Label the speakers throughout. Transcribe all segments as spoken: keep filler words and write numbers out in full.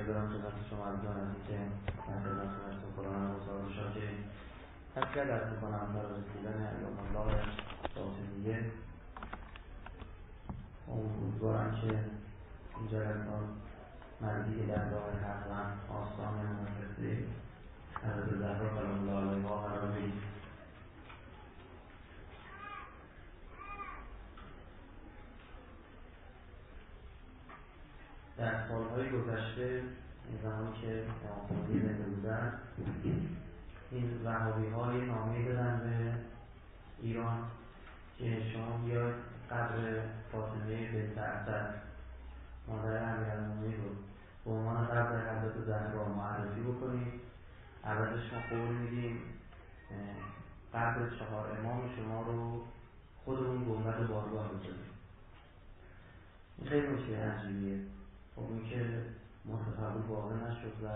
Speaker 1: دارم خدمت شما عزیزان عزیزی که من خدمت شما قرآن مصاحبه شاکرین تسلیت عرض می‌کنم در رسیدن ایام الله فاطمیه. امیدوارم که این جلسات مردی در راه حق و آستان مقدسه حضرت زهرا سلام الله علیها قرار بگیرد. در سالهای گذشته این زمانی که امام خمینی زنده بودن این وهابی‌های نامه‌ای دادن به ایران که شما بیاید قبر فاطمه بنت اسد مادر امیرالمومنین رو به عنوان قبر حضرت زهرا معرفی بکنید. عوضش ما قول میدیم قبر چهار امام شما رو خودمون گنبد بارگاه بزنیم. این خیلی میشه عجیبیه. خب این که متقبل واقع نشد و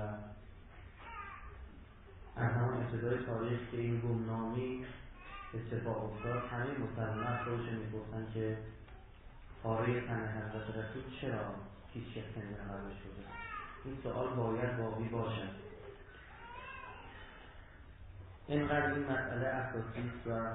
Speaker 1: از همون ابتدای تاریخ که این گمنامی اتفاق افتاد همه مسلمان خودشون میگفتن که پاره تن حضرت رسول چرا هیچ کس نمیدونه قبرش شده. این سوال باید واقعی باشد. اینقدر این مسئله اساسی است و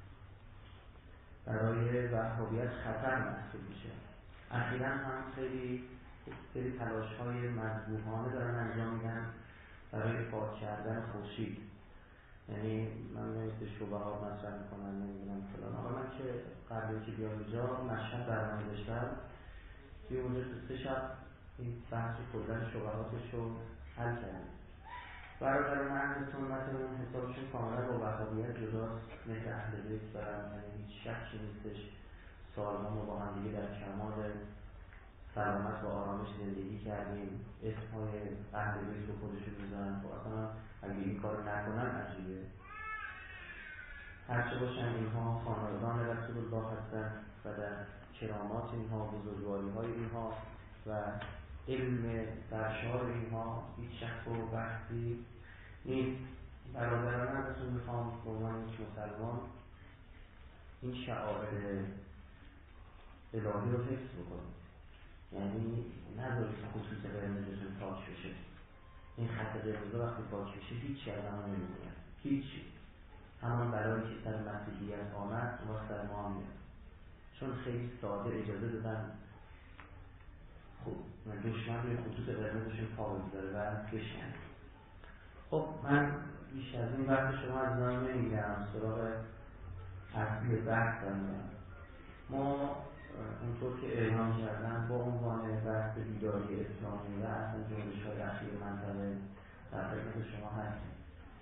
Speaker 1: برای وهابیت خطر محسوب میشه. اخیراً هم خیلی خیلی تلاش‌های مذبوحانه دارن انجام میدن برای پاک کردن خورشید. یعنی من نمیشه شبهات مطرح میکنم نمیدونم فلان. آقا من که قبل که بیام اینجا مشهد برنامه داشتم توی اونجا تو سه شب این بحث کردن شبهاتش رو حل کردیم. برادران اهل سنتمون حسابشون کاملا با وهابیت جداست. مثل اهل بیت دارن، یعنی هیچ شکی نیستش. سالها ما با هم دیگه در کمال سلامت و آرامش زندگی کردیم. اسمهای اهل بیت رو خودشون میزنن. خب اصلا اگه این کار نکنن عجیبه. هرچه باشن اینها خاندان رسول الله هستن و در کرامات اینها بزرگواری های اینها و علم برشار اینها هیچ شک و بحثی نیست. برادران ازتون میخوام به عنوان یک مسلمان این شعائر الهی رو حفظ بکنید. یعنی نذارید خصوص قرمزتون پاک بشه. این خط قرمز وقتی پاک بشه هیچی از همون نمیمونه. هیچی. همان برای که سر مسیحیت آمد و سر ما هم میاد. چون خیلی ساده اجازه دادن خب دشمن روی خطوط قرمزشون پا بگذاره و بشکنه. خب من بیش از این وقت شما از نام نمیگم سراغ اصلی بحث دارم. ما اونطور که اعلام کردن با عنوان بحث بیداری اسلامی و اصلا جنبش های اخیر منطقه در خدمت شما هستیم.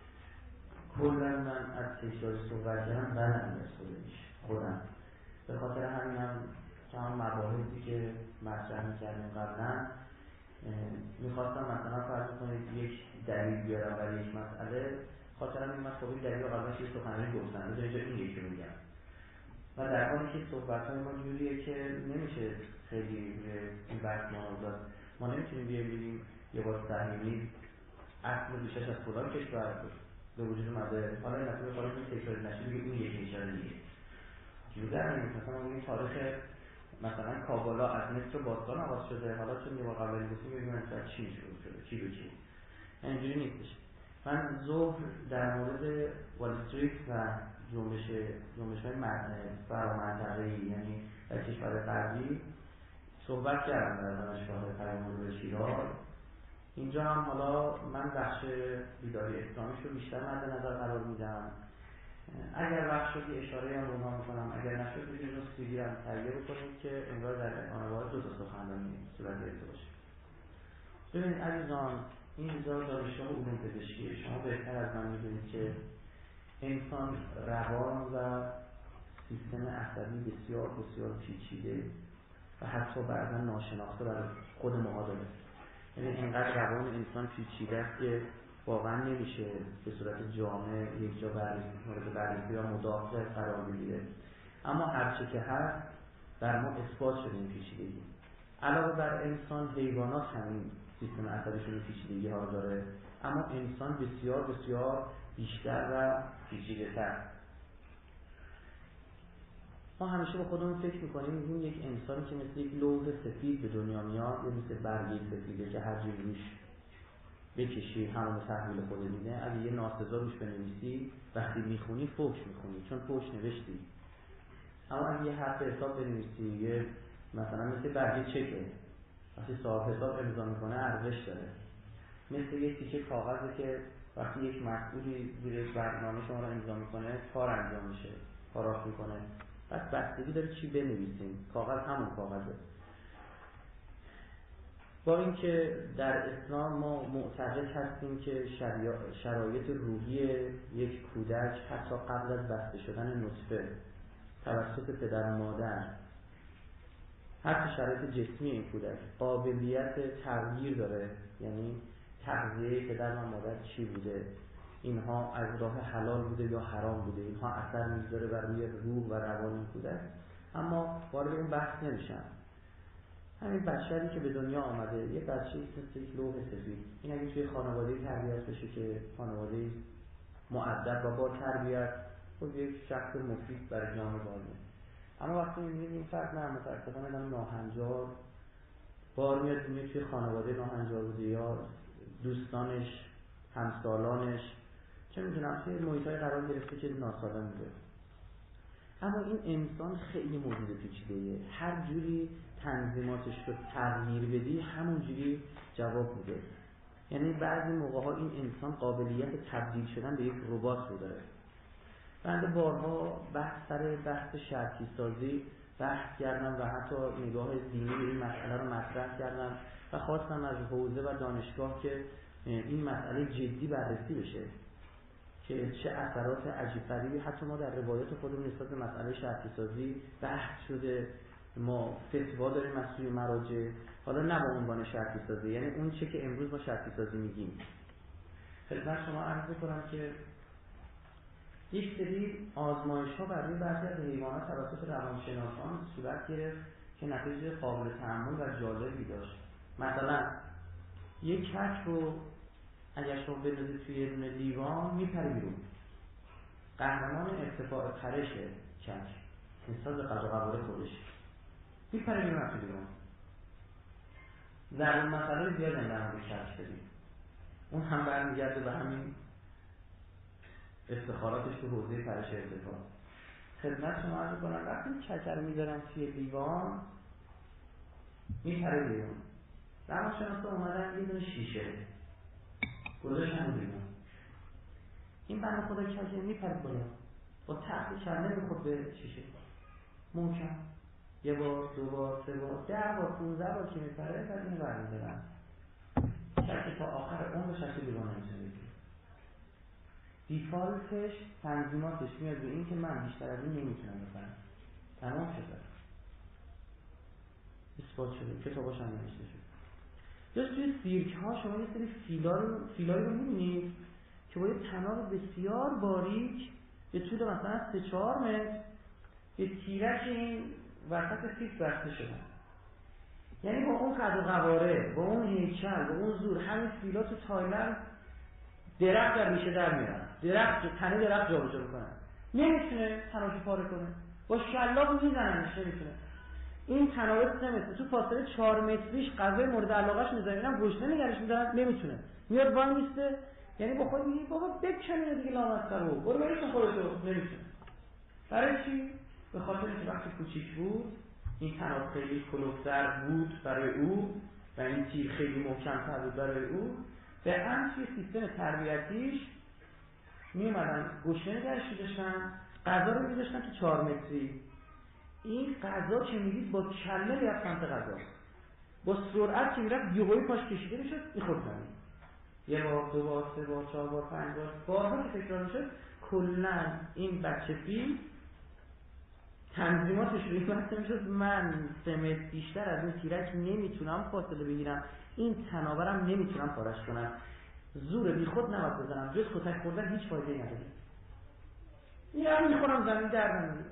Speaker 1: کلا من از تکراری صحبت کردم بدم میاد خودم. به خاطر همین هم چند مباحثی که مطرح میکردیم قبلا میخواستم مثلا فرض کنید یک دلیل بیارم برای یک مسئله. خاطرم این مسئله دلیل قبلا که سخنرانی گفتم بذار اینجا این یکی رو میگم. و در حالی که صحبت‌های ما جوریه که نمیشه خیلی این بحث موضوعات ما نمیتونیم بگیم یه بار صحیحی اصل ریشش از فلان کشور به وجود اومده. حالا این مسئله خالص تکراری نشه بگیم این یکی اشاره دیگه. جوری در نمیشه. مثلا ما این تاریخ مثلا کابالا از مصر باستان آغاز شده. حالا چون یه بار قبل گفتیم ببینیم از چی شروع شده چی به چی. اینجوری نیستش. من ظهر در مورد وال استریت و جنبش جنبش‌های فرامنطقه‌ای یعنی در کشور غربی صحبت کردم در دانشگاه پیام‌آور شیراز. اینجا هم حالا من بخش بیداری اسلامیش رو بیشتر مد نظر قرار میدم. اگر وقت شد اشاره هم اونها میکنم، اگر نشد میتونید رو سیدی هم تهیه بکنید که انگار در آنوار دو تا سخنرانی صورت گرفته باشه. ببینید عزیزان این اینجا دانشگاه علوم پزشکی شما بهتر از من میدونید که انسان روان و سیستم عصبی بسیار بسیار پیچیده و حتی بعضا ناشناخته برای خود ما داره. یعنی اینقدر روان انسان پیچیده است که واقعا نمیشه به صورت جامع یک جا بررسی مورد بررسی یا مداخله قرار بگیره. اما هرچه که هست در ما اثبات شده این پیچیدگی. علاوه بر انسان حیوانات همین سیستم عصبیشون پیچیدگی ها داره، اما انسان بسیار بسیار بیشتر و پیچیده تر. ما همیشه با خودمون فکر میکنیم میگیم یک انسانی که مثل یک لوح سفید به دنیا میاد یا مثل برگی سفیده که هر جوری روش بکشی همون تحویل خود میده. اگه یه ناسزا روش بنویسی وقتی میخونی فوش میخونی چون فوش نوشتی. اما اگه یه حرف حساب بنویسی، یه مثلا مثل برگه چکه، وقتی صاحب حساب امضا میکنه ارزش داره. مثل یه تیکه کاغذه که وقتی یک مسئولی زیر برنامه شما رو امضا میکنه کار انجام میشه، پاراف میکنه. پس بستگی داره چی بنویسیم. کاغذ همون کاغذه. با اینکه در اسلام ما معتقد هستیم که شرایط روحی یک کودک حتی قبل از بسته شدن نطفه توسط پدر و مادر، حتی شرایط جسمی این کودک قابلیت تغییر داره. یعنی تغذیه پدر و مادر چی بوده، اینها از راه حلال بوده یا حرام بوده، اینها اثر میذاره بر روی روح و روان این کودک. اما وارد اون بحث نمیشم. همین بچه‌ای که به دنیا آمده، یه بچه‌ای مثل یک لوح سفید، این اگه توی خانواده‌ای تربیت بشه که خانواده‌ای مؤدب و با تربیت، خود یک شخص مفید برای جامعه باشه. اما وقتی می‌بینید این فرد نه، متأسفانه آدم ناهنجار بار میاد میاد توی خانواده ناهنجار بوده یا دوستانش، همسالانش، چه می‌دونم توی محیط‌های قرار گرفته که ناسالم بوده. اما این انسان خیلی موجود پیچیده‌ایه. هر جوری تنظیماتش رو تغییر بدی همون جوری جواب میده. یعنی بعضی موقع‌ها این انسان قابلیت تبدیل شدن به یک ربات رو داره. بنده بارها بحث سر بحث شرطی سازی بحث کردم و حتی نگاه دینی به این مسئله رو مطرح کردم و خواستم از حوزه و دانشگاه که این مسئله جدی بررسی بشه که چه اثرات عجیب غریبی حتی ما در روایات خودمون نسبت به مسئله شرطی سازی بحث شده. ما فتوا داریم از سوی مراجع، حالا نه با عنوان شرطی سازی، یعنی اون چه که امروز ما شرطی سازی میگیم. خدمت شما عرض کنم که یک سری آزمایش‌ها برای بعضی از حیوانات توسط روانشناسان صورت گرفت که نتیجه قابل تأمل و جالبی داشت. مثلا یک کک رو اگر شما بندازید توی یه دونه لیوان میپره بیرون. قهرمان ارتفاع پرش کک نسبت به قد و قواره خودش میپره بیرون از لیوان. در اون مسئله زیاد در مورد کک داریم. اون هم برمیگرده به همین افتخاراتش تو حوزه پرش ارتفاع. خدمت شما عرض کنم وقتی کک رو میذارن توی لیوان میپره بیرون. روانشناسا اومدن یه دونه شیشه گذاشتن بیرون. این بنا خدا کسی میپره بالا با تحت چنده میخورد به شیشه محکم. یه بار، دو بار، سه بار، ده بار، پونزده بار که میپره بعد اینو برمیدارن. کسی تا آخر اون به شکل بیرون نمیتونه بگیره. دیفالتش، تنظیماتش میاد به این که من بیشتر از این نمیتونم بپرم. تمام شده. اثبات شده. کتاباش هم نوشته شده. یا توی سیرک ها شما یه سری فیلایی رو فیلایی رو می‌بینید که با یه تناب بسیار باریک به طول مثلا سه چهار متر به تیرک این وسط سیرک بسته شدن. یعنی با اون قد و قواره، با اون هیکل، با اون زور، همین فیلا تو تایلند درخت در میشه در میارن. درخت تنه درخت جابجا میکنن. نمیتونه تناشو پاره کنه. با شلاق میزننش نمیتونه. این تناوب نمیتونه. تو فاصله چهار متریش غذای مورد علاقه‌اش میذاره. اینم گوشت نمیگرش میذارن نمیتونه. میاد وای میسته. یعنی با خود میگی بابا بکنید دیگه لامصب رو. برو بریم خودتو نمیتونه. برای چی؟ به خاطر اینکه وقتی کوچیک بود این تناب خیلی کلوفتر بود برای او و این تیر خیلی محکم‌تر بود برای او. به هم توی سیستم تربیتیش میومدن گوشه نگرش می‌داشتن، غذا رو می‌ذاشتن تو چهار متری. این غذا که می‌دید با کله میرفت سمت غذا. با سرعت که میرفت یهویی پاش کشیده میشد می‌خورد زمین. یه بار، دو بار، سه بار، چهار بار، پنج بار، بارها که تکرار می‌شد کلاً این بچه فیل تنظیماتش روی بسته میشد من سه متر بیشتر از این تیرک نمیتونم فاصله بگیرم، این تناورم نمیتونم پارش کنم، زور بی خود نباید بزنم، جز کتک خوردن هیچ فایده نداره. میرم میخورم زمین در نمیگیره.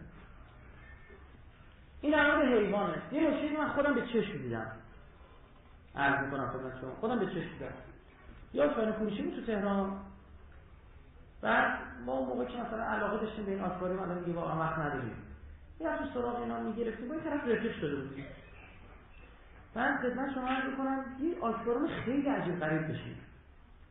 Speaker 1: این در مورد حیوانه. یه مشکلی من خودم به چشم دیدم. عرض میکنم خدمت شما خودم به چشم دیدم. یا فن فروشی بود تو تهران. بعد ما اون موقع که مثلا علاقه داشتیم به این آکواریوم الان دیگه واقعا وقت نداریم. یا تو سراغ اینا میگرفتیم با این طرف رفیق شده بودیم. بعد خدمت شما عرض میکنم یه آکواریوم خیلی عجیب غریب بشید.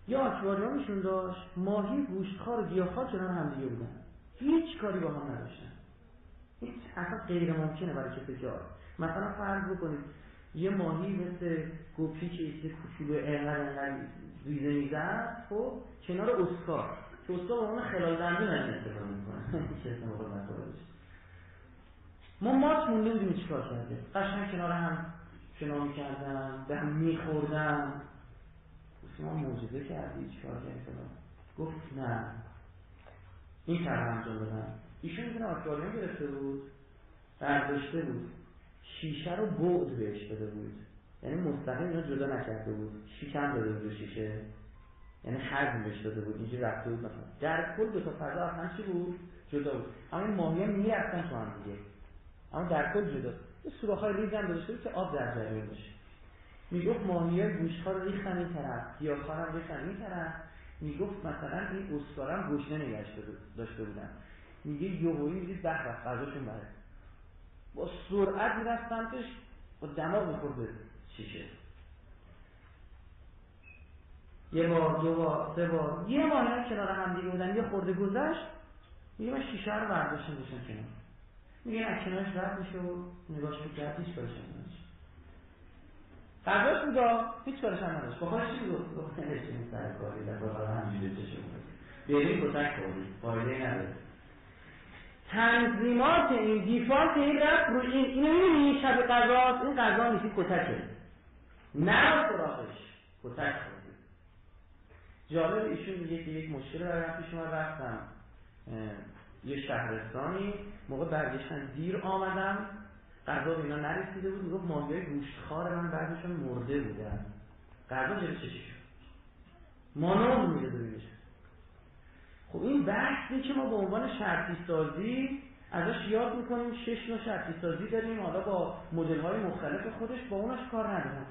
Speaker 2: یه آکواریومشون داشت، ماهی، گوشتخوار و گیاهخوار کنار هم دیگه بودن، هیچ کاری با هم نداشتن. هیچ اصلا غیر ممکنه برای کسی که مثلا فرض بکنید یه ماهی مثل گوپی که یه کوچولو اینقدر اینقدر ریزه میزد، خب کنار اسکار که اسکار با اون خلال دندون هم استفاده میکنه چه اسم بخور نخوره بشه. ما ماچ مونده بودیم چیکار کرده؟ قشنگ کنار هم شنا میکردن، به هم میخوردن. گفتیم ما معجزه کردی، چیکار کردی؟ گفت نه این کار انجام بدن. ایشون میدونه آکواریوم گرفته بود، برداشته بود، شیشه رو بعد بهش داده بود، یعنی مستقیم اینا جدا نکرده بود، شکم داده بود شیشه، یعنی حجم بهش داده بود، اینجوری رفته بود. مثلا در کل دو تا فضا اصلا چی بود؟ جدا بود. اما این ماهی‌ها میرفتن تو هم دیگه، اما در کل جدا. یه سوراخ‌های ریز هم داشته بود که آب در جریان باشه. میگفت ماهی‌ها گوشت‌ها رو ریختن این طرف، گیاه‌ها هم ریختن این طرف. میگفت مثلا این اسکارم گشنه نگهش داشته بودن، میگه یهویی میدید به رفت غذاشون بره، با سرعت میرفت سمتش، با دماغ میخورده شیشه. یه بار، دو بار، سه بار، یه ماهی کنار هم دیگه بودن، یه خورده گذشت، میگه من شیشه رو برداشتم بشن کنار، میگه از کنارش رفت میشه و نگاهش میکرد، هیچ کارش نداشت. برداشت بودا، هیچ کارش هم نداشت. با خواهش چی بود؟ گفت نشیم سر کاری در بالا همجوری چشه بود بریم کتک خوردیم، فایده نداره. تنظیمات این دیفالت این رفت رو این، اینو میبینی شب قضاست، این قضا نیستی کتکه، نه سراغش کتک خوردیم. جالب ایشون میگه که یک مشکل برای پیش ما رفتم یه شهرستانی، موقع برگشتن دیر آمدم، غذا به اینا نرسیده بود، میگفت ماهیای گوشتخوار من بعدشون مرده بودن، غذا جلوی چشی شد، مانور میده ببینش. خب این بحثی که ما به عنوان شرطی سازی ازش یاد میکنیم، شش نوع شرطی سازی داریم، حالا با مدل های مختلف خودش، با اونش کار ندارم.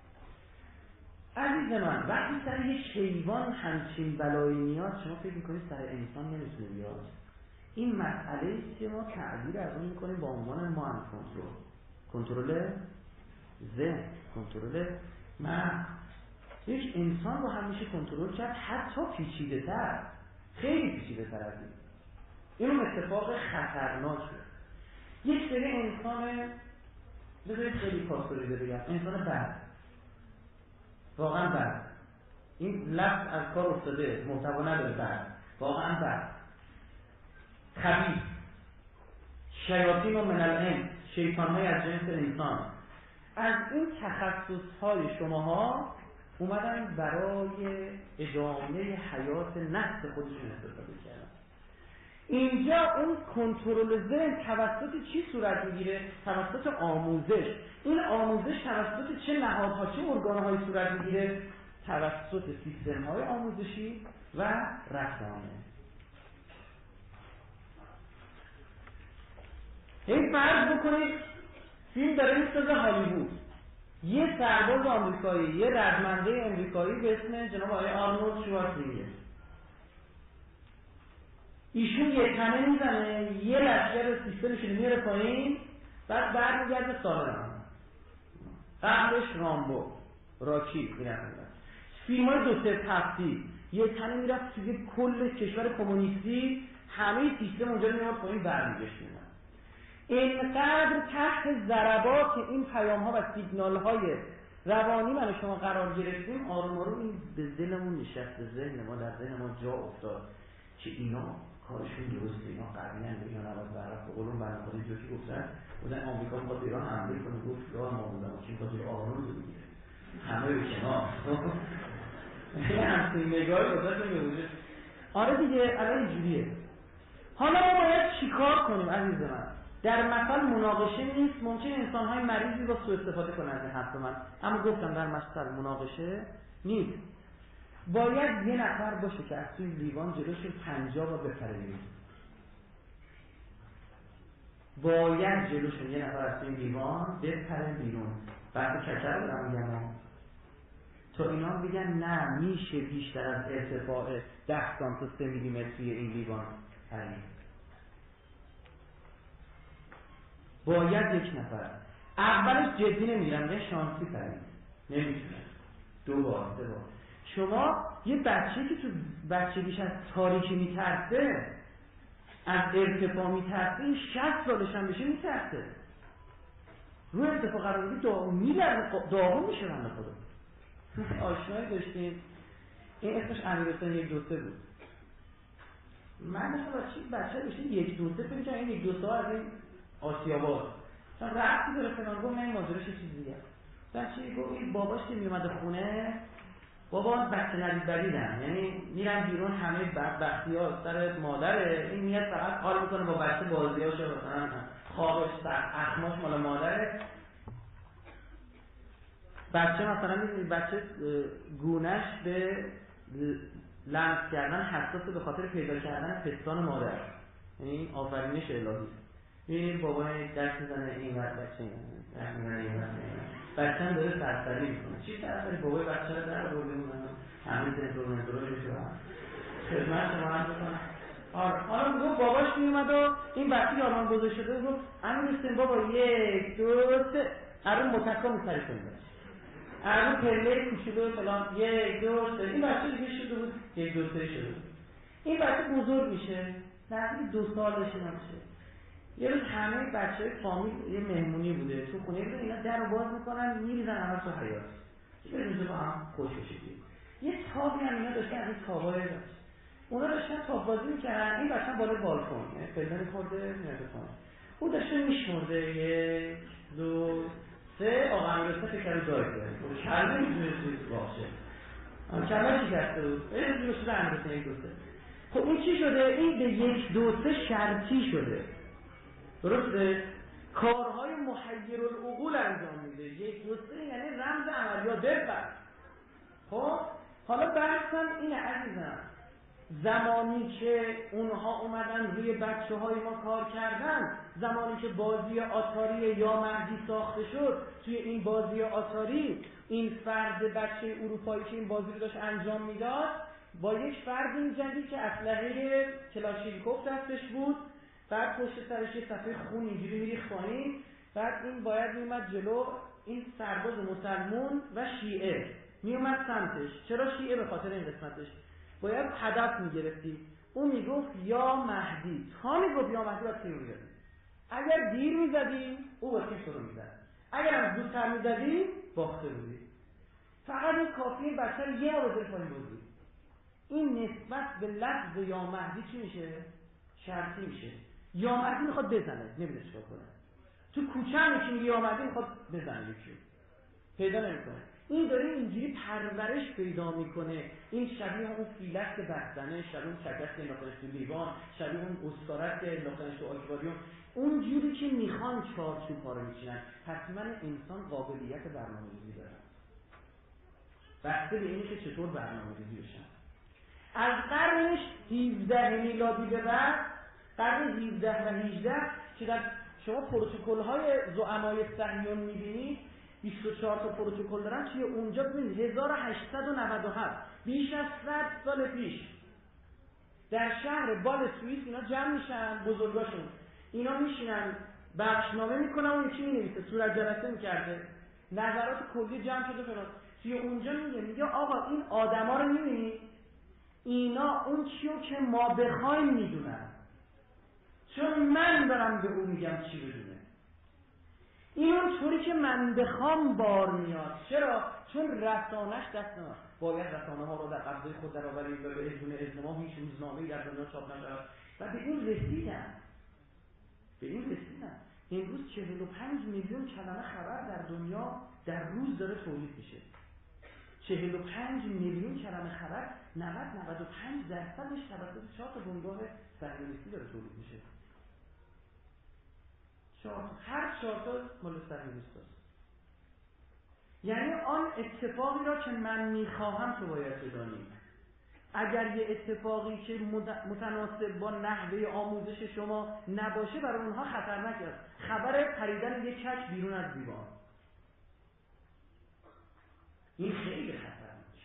Speaker 2: عزیز من وقتی سر یک حیوان همچین بلایی میاد، شما فکر میکنید سر انسان نمیتونه بیاد؟ این مسئله است که ما تعبیر از اون میکنیم با عنوان مایند کنترل، کنترل ذهن، کنترل مغز. یک انسان رو هم میشه کنترل کرد، حتی پیچیده تر، خیلی پیچیده تر از این. این اتفاق خطرناکه. یک سری انسان، بذارید خیلی پاسداریده بگم، انسان بد، واقعا بد، این لفظ از کار افتاده، محتوا نداره، بد، واقعا بد، خبیث، شیاطین و من الانس، شیطان‌های از جنس انسان. از این تخصص‌های شماها اومدن برای ادامه حیات نفس خودشون استفاده کردن. اینجا اون کنترل ذهن توسط چی صورت میگیره؟ توسط آموزش. این آموزش توسط چه نهادها، چه ارگان‌هایی صورت میگیره؟ توسط سیستم‌های آموزشی و رسانه. این فرض بکنید فیلم داره میسازه هالیوود، یه سرباز آمریکایی، یه رزمنده آمریکایی به اسم جناب آقای آرنولد شوارزنگر، ایشون یه تنه میزنه، یه لشکر سیستمشون میاره پایین، بعد برمیگرده سالم. قبلش رامبو، راکی میرفت فیلم های دو سه هفتی، یه تنه میرفت توی کل کشور کمونیستی، همه سیستم اونجا میاد پایین، برمیگشت میاد. اینقدر تحت ضربات این پیام ها و سیگنال های روانی من و شما قرار گرفتیم، آروم آروم این به دلمون نشست، به ذهن ما، در ذهن ما جا افتاد که اینا کارشون درسته، اینا قوی هستند، اینا نباید بررفت. به قولون برنامه‌ریزی جو که گفتن بودن آمریکا میخواد ایران حمله کنه، گفت ایران ما بودن که میخواد جلوی آرنولد رو بگیره، همه به کنار. این همچین نگاهی واسهتون به وجود. آره دیگه الان اینجوریه. حالا ما باید چیکار کنیم عزیز من؟ در مثل مناقشه نیست، ممکن انسان‌های مریضی رو سوء استفاده کنن از حرف من، اما گفتم در مثل مناقشه نیست. باید یه نفر باشه که از توی لیوان جلوشون پنجاه بار بپره بیرون. باید جلوشون یه نفر از توی لیوان بپره بیرون. بعد کچر رو دارم میگم تا اینا بگن نه میشه بیشتر از ارتفاع ده سانتی تا سه میلیمتر توی این لیوان پرید. باید یک نفر اولش جدی نمیگیرم، یه شانسی پرید، نمیتونه، دو بار سه بار، شما یه بچه که تو بچگیش از تاریکی میترسه، از ارتفاع میترسه، این شصت سالش هم بشه میترسه، روی ارتفاع قرار بگیره داغون میلرزه، داغون میشه. بنده خدا آشنایی داشتیم، این اسمش امیرحسین یک دو سه بود. من مثلا بچه بچه بشه یک دو سه فکر کنم این یک دو سه از این آسیاباد چون رفتی داره فلان گفت من این ماجراش چیز دیگه بچه گفت این باباش که میومده خونه، بابا بچه ندید بریدن، یعنی میرم بیرون همه بدبختی ها سر مادره، این میاد فقط حال میکنه با بچه بازی هاشو، مثلا خوابش سر اخماش مال مادره. بچه مثلا میدونی بچه گونش به لمس کردن حساسه به خاطر پیدا کردن پستان مادر، یعنی آفرینش الهی. این بابا دست میزنه این ور بچه این دست میزنه این ور بچه هم داره سرسری میکنه. چی سرسری؟ بابای بچه رو در برده میزنه همین تنترو منترو میشه خدمت شما هم بکنم. آره حالا میگو باباش میومد و این بچه یارمان بزرگ شده و گفت امیر حسین بابا یک دو سه ارون متکا میسری کنید ارون پله کوچولو فلان یک دو سه. این بچه دیگه شده بود یک دو سه شده. این بچه بزرگ میشه نزدیک دو سالش نمیشه. یه روز همه بچه های فامیل یه مهمونی بوده تو خونه بوده، اینا در رو باز میکنن میریزن همه تو حیاط که بریم با هم خوش بشید. یه تابی هم اینا داشتن از این تابای داشت، اونا داشتن تاب بازی میکردن. این بچه بالای بالکن پله میخورده میاد پایین، او داشته میشمرده یک دو سه. آقا امیرحسین فکر رو داره کلمه میتونه توی باشه کلمه چی کرده بود این روز شده امیرحسین یک دو سه. خب این چی شده؟ این به یک دو سه شرطی شده، درسته؟ کارهای محیر العقول انجام میده. یک دو سه یعنی رمز عملیات دقت. خب حالا بحثم اینه عزیزم، زمانی که اونها اومدن روی بچه های ما کار کردن، زمانی که بازی آتاری یا مهدی ساخته شد، توی این بازی آتاری این فرد بچه اروپایی که این بازی رو داشت انجام میداد با یک فرد می‌جنگید که اسلحه کلاشینکوف دستش بود، بعد پشت سرش یه صفحه خون اینجوری میریخت پایین، بعد این باید میومد جلو، این سرباز مسلمون و شیعه میومد سمتش. چرا شیعه؟ به خاطر این قسمتش باید هدف میگرفتی. اون میگفت یا مهدی، تا میگفت یا مهدی باید تیر میزدی. اگر دیر میزدی او با تیر تو رو میزد، اگر هم زودتر میزدی باخته بودی. فقط این کافیه بچه رو یه آرزل پایین بودی. این نسبت به لفظ یا مهدی چی میشه؟ شرطی میشه. یا مهدی میخواد بزنه، نمیده چیکار کنه. تو کوچه هم میگه یا مهدی میخواد بزنه، یکی پیدا نمیکنه. این داره اینجوری پرورش پیدا میکنه. این شبیه اون فیلک که بستنه، شبیه اون شکست که انداختنش تو لیوان، شبیه اون استارت که انداختنش تو آکواریوم، اون جوری که میخوان چارچوب‌ها رو میچینن. حتما انسان قابلیت برنامه‌ریزی داره، بسته به اینه که چطور برنامه‌ریزی بشن. از قرن هفدهم میلادی به بعد، قرن هفدهم و هجده که در شما پروتکل‌های زعمای صهیون می‌بینید، بیست و چهار تا پروتکل دارن. توی اونجا ببینید هزار و هشتصد و نود و هفت، بیش از صد سال پیش در شهر بال سوئیس اینا جمع میشن، بزرگاشون اینا میشینن بخشنامه میکنن و یکی مینویسه، صورت جلسه میکرده، نظرات کلی جمع شده فلان. توی اونجا میگه میگه آقا این آدما رو میبینید، اینا اون چیو که ما بخوایم میدونن، چون من دارم به اون میگم چی بدونه. این اونطوری که من بخوام بار میاد. چرا؟ چون رسانش دست ما. باید رسانه ها رو در قبضه خود در آوریم و به اذن اذن ما هیچ روزنامه‌ای در دنیا چاپ نشود. و به این رسیدن. به این رسیدن. امروز چهل و پنج میلیون کلمه خبر در دنیا در روز داره تولید میشه. چهل و پنج میلیون کلمه خبر، نود نود و پنج درصدش توسط چهار تا بنگاه صهیونیستی داره تولید میشه. چهار هر چهار تا مال صهیونیست است. یعنی آن اتفاقی را که من میخواهم تو باید بدانی. اگر یه اتفاقی که متناسب با نحوه آموزش شما نباشه، برای اونها خطرناک است. خبر پریدن یک کچ بیرون از دیوار، این خیلی خطرناکه،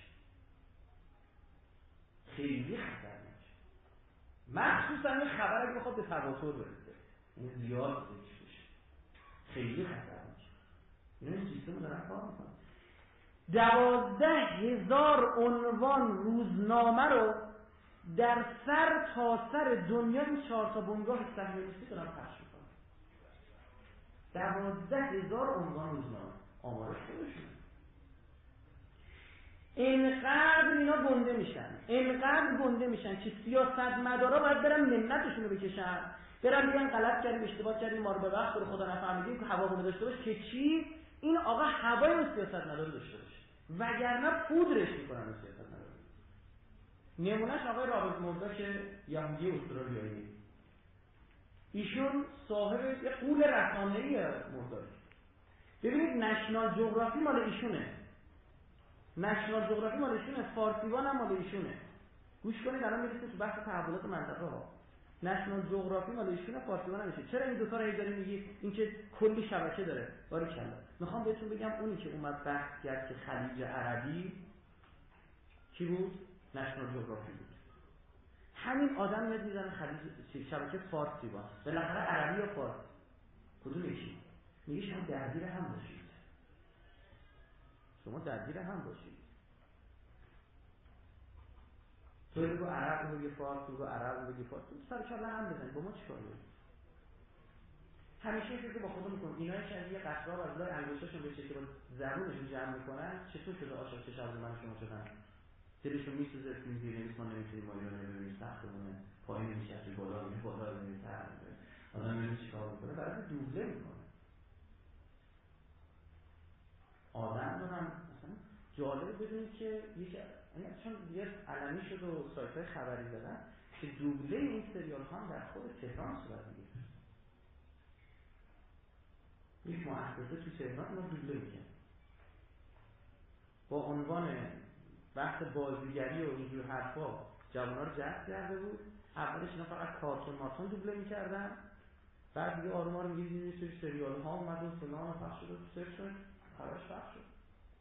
Speaker 2: خیلی خطرناکه. مخصوصا این خبر اگه بخواد به تواتر برسه، این زیاد بشه، خیلی خطرناکه. این سیستم دارن کار میکنن. دوازده هزار عنوان روزنامه رو در سر تا سر دنیا این چهار تا بنگاه صهیونیستی دارن پخش میکنن. دوازده هزار عنوان روزنامه، آمارش خودشونه. اینقدر اینا گنده میشن، اینقدر گنده میشن که سیاستمدارا باید برن منتشون رو بکشن، برن بگن غلط کردیم، اشتباه کردیم، ما رو ببخش، تو رو خدا نفهمیدیم که هوا داشته باش، که چی؟ این آقا هوای اون سیاستمدار داشته باشه، وگرنه پودرش میکنن اون سیاستمدار. نمونهش آقای رابرت مورداک یهودی استرالیایی، ایشون صاحب یه قول رسانه‌ای مورداک. ببینید نشنال جغرافی مال ایشونه، نشنال جغرافی مال ایشونه، فارسیوان هم مال ایشونه. گوش کنید الان میرسید تو بحث تحولات منطقه ها. نشنال جغرافی مال ایشونه، فارسیوان هم میشه. چرا این دو تا رو داریم میگی؟ این که کلی شبکه داره. باریکلا. میخوام بهتون بگم اونی که اومد بحث کرد که خلیج عربی کی بود؟ نشنال جغرافی بود. همین آدم میاد میزنه خلیج شبکه فارسیوان. بالاخره عربی یا فارسی کدوم یکی؟ میگه شما درگیر هم باشید. شما درگیر هم باشید. تو بگو عرب، تو بگو فارس، تو بگو عرب، تو بگو فارس، تو سر کله هم بزنید. با ما چیکار دارید؟ همیشه فکر با خودم میکنم اینایی که از یه قطره‌ها از لای انگشتاشون به چشم زبونشون جمع میکنن چطور شده عاشق چه شب من شما شدن؟ دلشون میسوزه فیلم دیگه نیست، ما نمیتونیم ما اینو نمیبینیم، سختمونه، پایین میشه بالا میره، بالا میره، سر میره. آدم میگه چیکار میکنه؟ برای دوبله میکنه. آدم رو هم مثلا جالب بدونید که یک چون یه علنی شد و سایت‌های خبری دادن که دوبله این سریال هم در خود تهران صورت میگیره. یک مؤسسه تو تهران اینو دوبله میکنه با عنوان بحث بازیگری و اینجور حرفا جوان‌ها رو جذب کرده بود. اولش اینا فقط کارتون مارتون دوبله میکردن، بعد دیگه آروم آروم یه سری سریال ها اومد و فلان پخش شد و سرچ شد، خبرش پخش شد.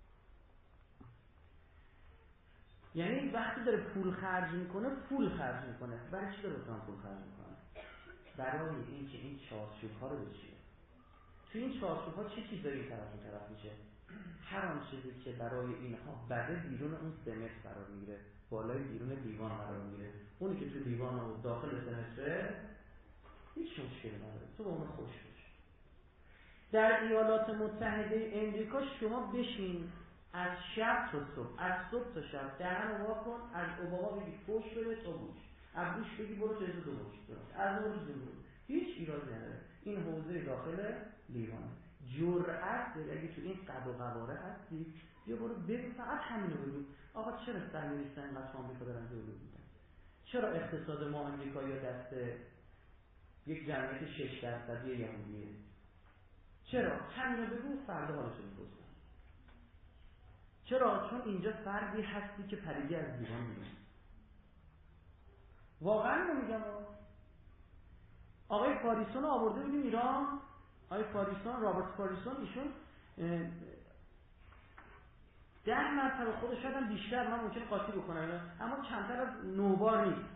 Speaker 2: یعنی وقتی داره پول خرج میکنه پول خرج میکنه. برای چی داره مثلا پول خرج میکنه؟ برای اینکه این چارچوب ها رو بچینه. تو این چارچوب ها چه چیزایی این طرف این طرف میشه؟ هر آن چیزی که برای اینها بده بیرون اون سمت قرار میگیره، بالای بیرون لیوان قرار میگیره. اونی که تو لیوان و داخل سمتره هیچ مشکلی نداره، تو با اون خوش باش. در ایالات متحده امریکا شما بشین از شب تا صبح، از صبح تا شب دهن وا کن، از اوباما بگی فوش بده تا بوش، از بوش بگی برو تا دو بوش، از اون روز برو، هیچ ایرادی نداره. این حوزه داخل لیوانه. جرأت داری اگه تو این قد و قواره هستی بیا برو بگو، فقط همینو بگو. آقا چرا صهیونیست‌ها اینقدر تو آمریکا دارن جلو میدن؟ چرا اقتصاد ما آمریکایی‌ها دست یک جمعیت شش درصدی یهودیه؟ چرا؟ همینو بگو، فردا حالشو می‌پرسن. چرا؟ چون اینجا فردی هستی که پریدی از دیوان می‌بینی. واقعا نمیگم. آقای پاریسون رو آورده بودیم ایران. آقای پاریسون، رابرت پاریسون، ایشون ده مرتبه خودش شدن بیشتر، من ممکنه قاطی بکنم اما کمتر از نوبار نیست،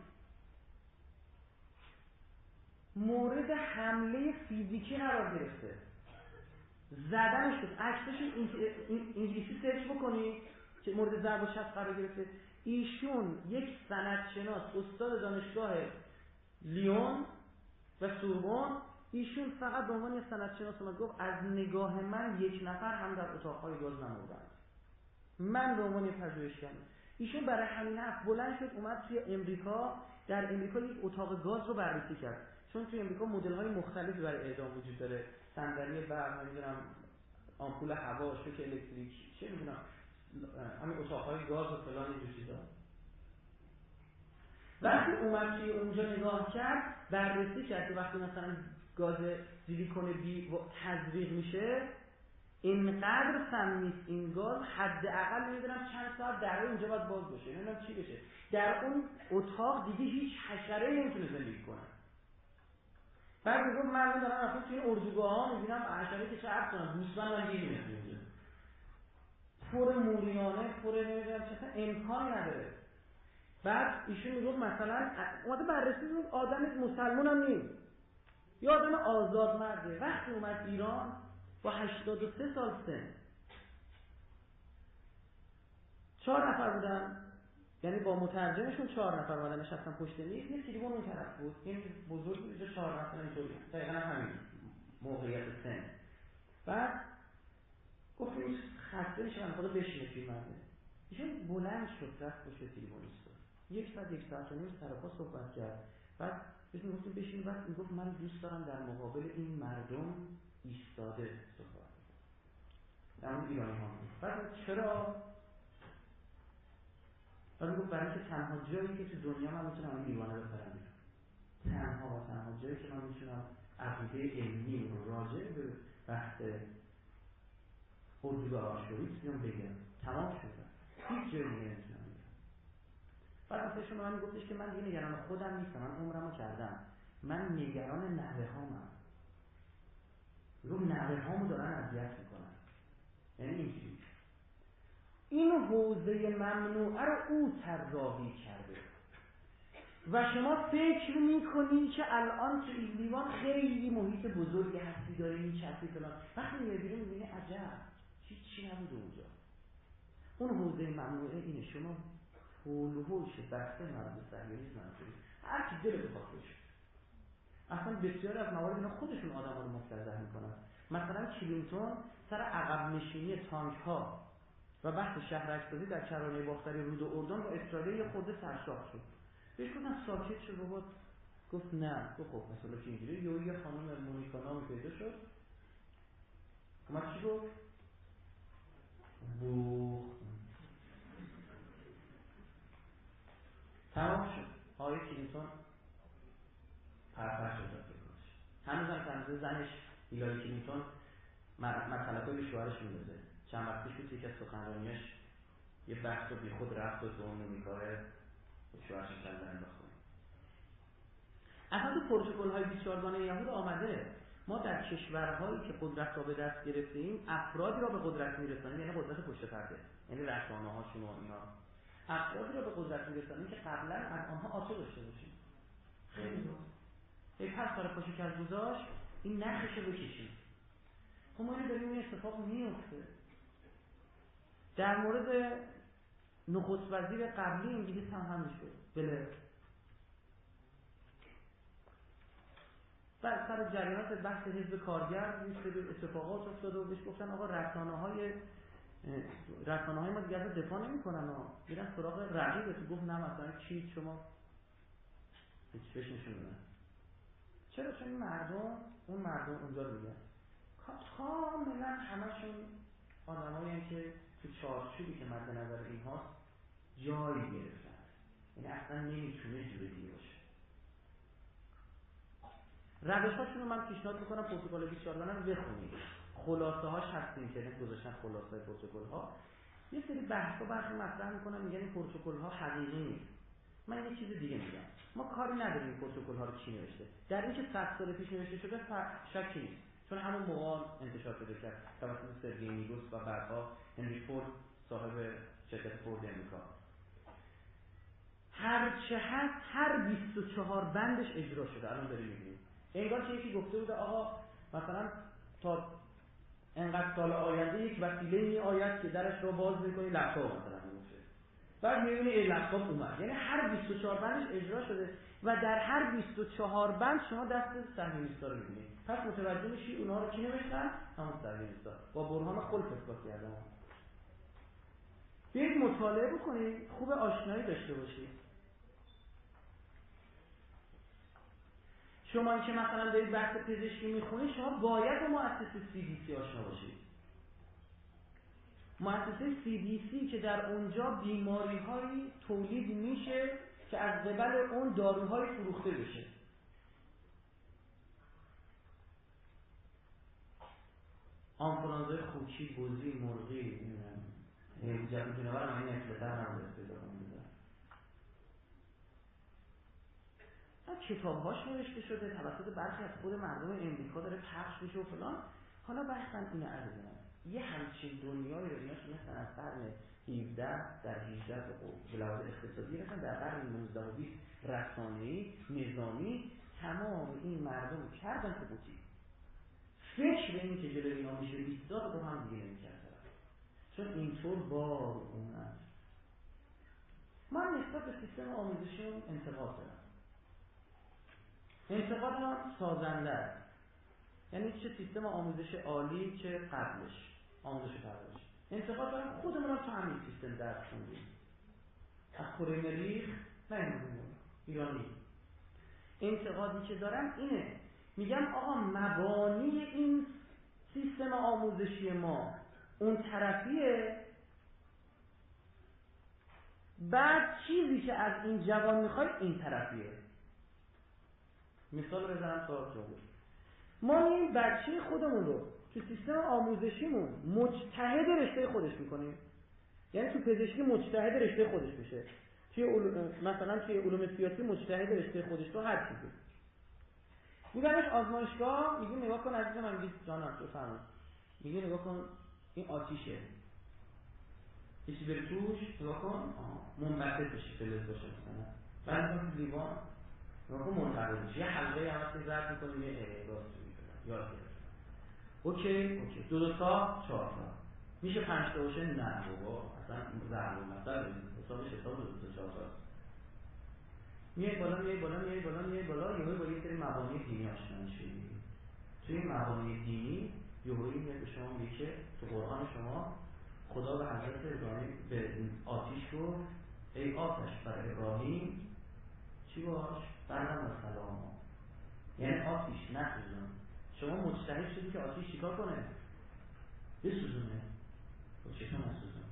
Speaker 2: مورد حمله فیزیکی قرار گرفته. زدنش شد. عکسش انگلیسی سرچ بکنید که مورد ضرب و شتم قرار گرفته. ایشون یک سندشناس، استاد دانشگاه لیون و سوربن، ایشون فقط به عنوان سندشناس اومد گفت از نگاه من یک نفر هم در اتاق‌های گاز نمردن. من به عنوان پژوهشگر، ایشون برای همین حرف بلند شد اومد توی امریکا، در امریکا یک اتاق گاز رو بررسی کرد. چون توی امریکا مدل‌های مختلفی برای اعدام وجود داره، صندلی برق، نمیدونم آمپول هوا، شوک الکتریک، چه میدونم همین اتاق‌های گاز و فلان اینجور چیزا. وقتی اومد توی اونجا نگاه کرد، بررسی کرد که وقتی مثلا گاز سیلیکون بی تزریق میشه اینقدر سمی است این گاز، حداقل نمیدونم چند ساعت در اونجا باید باز باشه، نمیدونم چی بشه. در اون اتاق دیگه هیچ حشره نمیتونه زندگی کنه. بعد میگم من دارم رفتم توی این اردوگاه‌ها میبینم حشره که چه عرض کنم گوسفند هم گیر میاد اینجا، پر موریانه، پر نمیدونم چه، امکان نداره. بعد ایشون میگفت مثلا اومده بررسی میگفت آدم مسلمان هم نیست، یا آدم آزاد مرده. وقتی اومد ایران با هشتاد و سه سال سن چهار نفر بودن، یعنی با مترجمشون چهار نفر بودن نشستن پشت میز، یه تریبون اون طرف بود، این بزرگ بود، چهار نفر اینطوری دقیقاً همین موقعیت سن. بعد گفتیم خسته میشه من خدا بشینه توی مرده. ایشون بلند شد رفت پشت تریبون ایستاد. یک ساعت یک ساعت و نیم سر و پا صحبت کرد. بعد بهشون گفتیم بشین. بعد میگفت من دوست دارم در مقابل این مردم ایستاده صحبت کنم. اون ایرانی ها بود. بعد چرا؟ بعد میگفت برای اینکه تنها جایی که تو دنیا من میتونم این دیوانه بپرم بیرون. تنها و تنها جایی که من میتونم عقیده علمی رو راجع به بحث حضور آشوریتس بیام بگم. تمام شده. هیچ جایی دیگه نمیتونم بگم. بعد اصلا من میگفتش که من دیگه نگران خودم نیستم، من عمرمو کردم، من نگران نوه هامم. رو نوه هامو دارن اذیت میکنن. یعنی اینجوری این حوزه ممنوعه رو او طراحی کرده و شما فکر میکنی که الان تو این لیوان خیلی محیط بزرگی هستی داره این چسبی فلان، وقتی میبینی میبینی عجب هیچی نبوده اونجا. اون حوزه ممنوعه اینه، شما حول و حوش بحث مربوط به صهیونیسم ندارید، هر کی دل بخواد بشه. اصلا بسیار از موارد اینا خودشون آدما رو مستضعف میکنن. مثلا کلینتون سر عقب نشینی تانک ها و بحث شهرک‌سازی در کرانه باختری رود اردن با اسرائیل یه خورده سرشاخ شد. بهش گفتن ساکت شو بابا، گفت نه. گفت خب مثلا که اینجوری یه یه خانم مونیکا نامی پیدا شد، اومد چی گفت؟ بو تمام شد. آقای کلینتون پرپر شد بکنش. هنوز هم تنظیر زنش هیلاری کلینتون مسئله‌های به شوهرش می‌دازه. چند وقتی شد یکی از سخنرانیاش یه بحث رو بی خود رفت و تو اون مونیکاه شوهرش کردن انداخت. اصلا تو پروتکل‌های بیست و چهار گانه یهود آمده ما در کشورهایی که قدرت را به دست گرفتیم افرادی را به قدرت میرسانیم، یعنی قدرت پشت پرده، یعنی رسانه‌هاشون و اینا، افرادی را به قدرت میرسانیم که قبلا از آنها آتو داشته باشیم. خیلی درست. یک پس سال پاشو که از گذاشت این نقش رو بکشیم. خب ما اینو داریم این اتفاق میفته. در مورد نخست وزیر قبلی انگلیس هم همین شد. بله. بعد سر جریانات بحث حزب کارگر یک سری اتفاقات افتاد و بهش گفتن آقا رسانه‌های رسانه‌های ما دیگه ازت دفاع نمی‌کنن ها، میرن سراغ رقیبت. گفت نه مثلا چی شما هیچ بهش نشون بدن. چرا؟ چون این مردم اون مردم اونجا رو میگن کاملا همشون آدمایی که تو چارچوبی که مد نظر اینهاست جایی گرفتن، یعنی اصلا نمیتونه جوری دیگه باشه. روش‌هاشون رو من پیشنهاد میکنم پروتکل بیست و چهار رو بخونید. خلاصه هاش هست اینترنت گذاشتن، خلاصه پروتکل ها. یه سری بحثا براشون مطرح میکنم، میگن این پروتکل ها حقیقی نیست. من یه چیز دیگه میگم، ما کاری نداریم این پروتکل ها رو کی نوشته. در اینکه صد سال پیش نوشته شده شکی نیست، چون همون موقع انتشار پیدا کرد توسط سرگئی نیگوس و بعدها هنری فورد صاحب شرکت فورد امریکا. هر چه هست هر بیست و چهار بندش اجرا شده. الان داریم میبینیم انگار که یکی گفته بوده آقا مثلا تا انقدر سال آینده یک وسیله می آید که درش رو باز میکنی لپتاپ مثلا میشه، بعد میبینی این لپتاپ اومد. یعنی هر بیست و چهار بندش اجرا شده و در هر بیست و چهار بند شما دست صهیونیست‌ها رو میبینید. پس متوجه میشی اونها رو کی نوشتن؟ همون صهیونیست‌ها با برهان خلق اثبات کردن. بیایید مطالعه بکنید، خوب آشنایی داشته باشید. شما که مثلا دارید بحث پزشکی میخونید شما باید با مؤسسه سی دی سی آشنا باشید. مؤسسه سی دی سی که در اونجا بیماری هایی تولید میشه که از قبل اون داروهای فروخته بشه. آنفولانزای خوکی، بزی، مرغی، جدید جنوار هم این اکلتر هم دست پیدا کنید. کتاب‌هاش نوشته شده توسط برخی از خود مردم امریکا داره پخش میشه و فلان. حالا بحثن اینو عرض کنم، یه همچین دنیایی رو اینا تونستن از قرن هفده در هجده به لحاظ اقتصادی رسن، در قرن نوزده و بیست رسانه‌ای نظامی تمام این مردم کردن تو قوطی. فکر این که جلوی اینا میشه ایستاد رو هم دیگه نمی‌کردن، چون اینطور بار اومد من نسبت به سیستم آموزشیمون انتقاد دارم. انتقاد من سازنده است. یعنی چه سیستم آموزش عالی چه قبلش آموزش پرورش. انتقاد دارم خودمون هم تو همین سیستم درس خوندیم. از کره مریخ نیومدیم ایرانی. انتقادی که دارم اینه، میگم آقا مبانی این سیستم آموزشی ما اون طرفیه، بعد چیزی که از این جوان میخوای این طرفیه. مثال بزنم تا جالب. ما این بچه خودمون رو تو سیستم آموزشیمون مجتهد رشته خودش میکنیم. یعنی تو پزشکی مجتهد رشته خودش میشه، توی علوم مثلا توی علوم سیاسی مجتهد رشته خودش، تو هر چیزی میبرنش آزمایشگاه، میگه نگاه کن عزیز من، میگه جانم تو فهمی، میگه نگاه کن این آتیشه، یکی بری توش نگاه کن منبسط بشه، فلز باشه مثلا، بعد میگم تو دیوان نگاه کن منقبض بشه، یه حلقه هم هستی زرد میکنیم یه راست میکنیم یاد گرفت. اوکی اوکی دو دو تا چهار تا میشه پنج تا باشه؟ نه بابا اصلا ضرب المثل حسابش حساب دو تا چهار تا میای بالا میای بالا میای بالا میای بالا یهو با یه سری مبانی دینی آشنا میشی. توی این مبانی دینی یهو میاد به شما میگه که تو قرآن شما خدا به حضرت ابراهیم به آتیش گفت ای آتش بر ابراهیم چی باش؟ سلام و سلام. یعنی آتیش نسوزون. شما مجتهد شدی که آتیش چیکار کنه؟ بسوزونه. و چطور نسوزون؟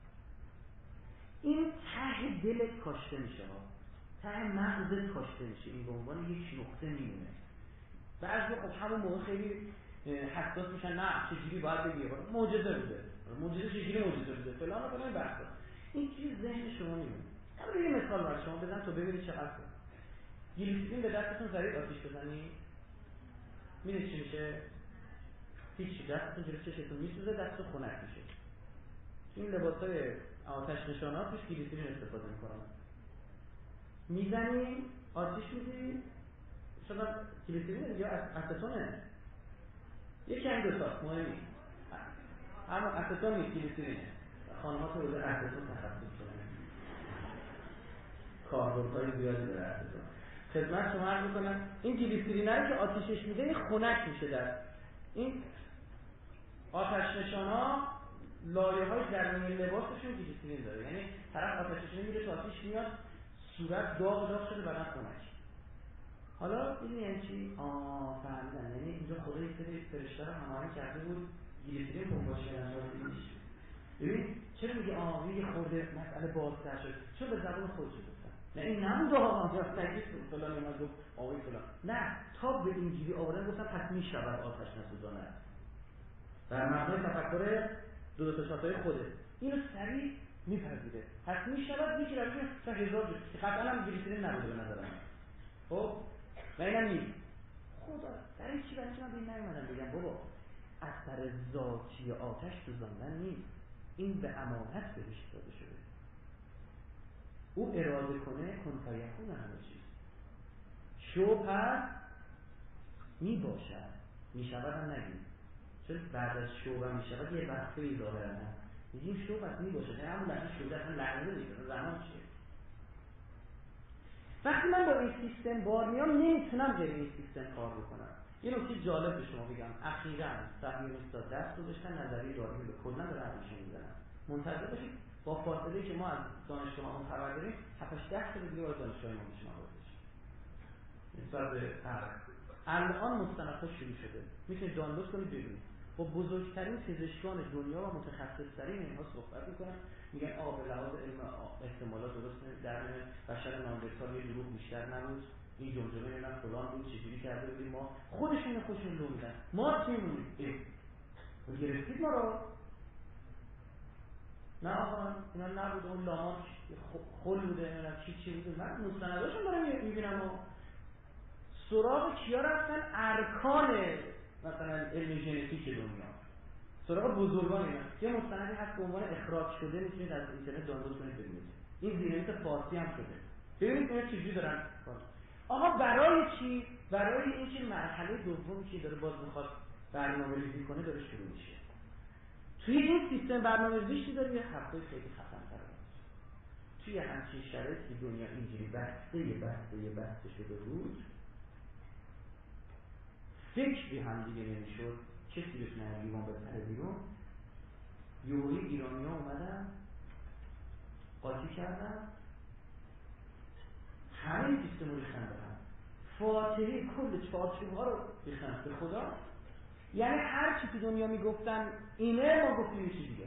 Speaker 2: این ته دلت کاشته میشه ها، ته مغزت کاشته میشه، این به عنوان یک نقطه میمونه. بعضی خب همون موقع خیلی حساس میشن، نه چجوری باید بگی معجزه بوده، معجزه چجوری معجزه بوده فلان و فلان بحثا. این چیز ذهن شما میمونه. حالا یه مثال برای شما بزنم تا ببینید چقدر گلیسرین به دستتون زدید آتیش بزنید، میدونید چی میشه؟ هیچی، دستتون جلوی چشتون میسوزه، دستتون خنک میشه. این لباسای آتش نشانات توش گلیسرین استفاده میکنن. میزنیم آتیش میدیم، شما گلیسرین یا استتونه، یکی این دو تا مهمی، اما استتون نیست گلیسرینه. خانم‌ها تو بوده استتون تخصص کنن، کاربردهای زیادی داره استتون. خدمت شما عرض میکنم این گلیسرینه رو که آتیشش میده این خنک میشه. در این آتش نشانا لایه های درونی لباسشون گلیسرین داره، یعنی طرف آتش نشانه میره تو آتیش میاد صورت داغ داغ شده بدن خنک. حالا این یعنی چی؟ آه فهمیدن، یعنی اینجا خدا یک سری فرشته رو هماهنگ کرده بود گلیسرین پمپاژ کردن دادیش. ببین چرا میگه آه یه خورده مسئله بازتر شد چون به زبان خودش گفتن، نه این نبود آقا یا تکلیف فلان اومد گفت آقای فلان، نه تا به اینجوری آوردن گفتن پس میشود آتش نسوزانه در مبنای تفکر دو دو تا شاتای خوده اینو سریع میپذیره، پس میشود یکی روش تا هزار جور قطعا هم گلیسرین نبوده به نظر من. خب و اینم نیست. خدا برای چی برای چی من به این نیومدم بگم بابا اثر ذاتی آتش سوزاندن نیست، این به امانت بهش داده شده، او اراده کنه کن فیکون همه چیز شو پس می باشد می شود هم نگیم، چون بعد از شو و می شود یه وقتی ظاهر هم میگیم شو پس می باشد، یعنی همون لحظه شده اصلا لحظه نیست، زمان چیه. وقتی من با این سیستم بار میام نمیتونم غیر این سیستم کار بکنم. یه نکته جالب به شما بگم، اخیراً صحیح استاد دست گذاشتن نظریه داروین رو کلا داره ازش میزنن. منتظر باشید با فاصله که ما از دانشگاهمون خبر داریم هفت ده سال دیگه وارد دانشگاه ما بشیم بشه. نسبت به الان مستندها شروع شده، میتونید دانلود کنید ببینید. با بزرگترین پزشکان دنیا و متخصص‌ترین اینها صحبت میکنن، میگن آب لحاظ علم احتمالات درست در بشر ناندرتال یه دروغ بیشتر نبود، این جمجمه اینا فلان بود چجوری کرده بودیم ما، خودشون خودشون لو میدن. ما چی میمونیم؟ اه گرفتید ما رو؟ نه آقا اینا نبود، اون لامان خل بوده، اینا چی چی بوده. من مستنداشون دارم میبینم و سراغ کیا رفتن؟ ارکان مثلا علم ژنتیک دنیا، سراغ بزرگان اینا. یه مستندی هست به عنوان اخراج شده، میتونید از اینترنت دانلود کنید ببینید. این زیرنویس فارسی هم شده. ببینید اینا چجوری دارن. آقا برای چی؟ برای اینکه مرحله دومی که داره باز میخواد برنامه‌ریزی کنه داره شروع میشه. توی این سیستم برنامه‌ریزی چی داره؟ یه حرفای خیلی خفن تر. توی همچین شرایطی دنیا اینجوری بسته بسته بسته شده بود، فکری هم دیگه نمیشد، کسی بهش نه لیوان بپره بیرون. یوهی ایرانی ها اومدن قاطی کردن، همه سیستم رو ریختن به هم، فاتحه کل چارچوب ها رو ریختن به خدا. یعنی هر چی تو دنیا میگفتن اینه، ما گفتیم چی دیگه.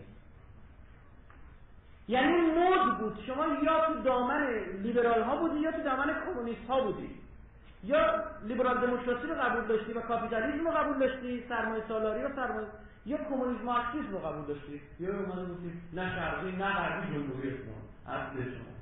Speaker 2: یعنی مد بود، شما یا تو دامن لیبرال ها بودی یا تو دامن کمونیست ها بودی، یا لیبرال دموکراسی رو قبول داشتی و کاپیتالیسم رو قبول داشتی، سرمایه سالاری رو سرمایه، یا کمونیسم مارکسیسم رو قبول داشتی، یا اومده بودی نه شرقی نه غربی، جمهوری اسلامی اصل شما.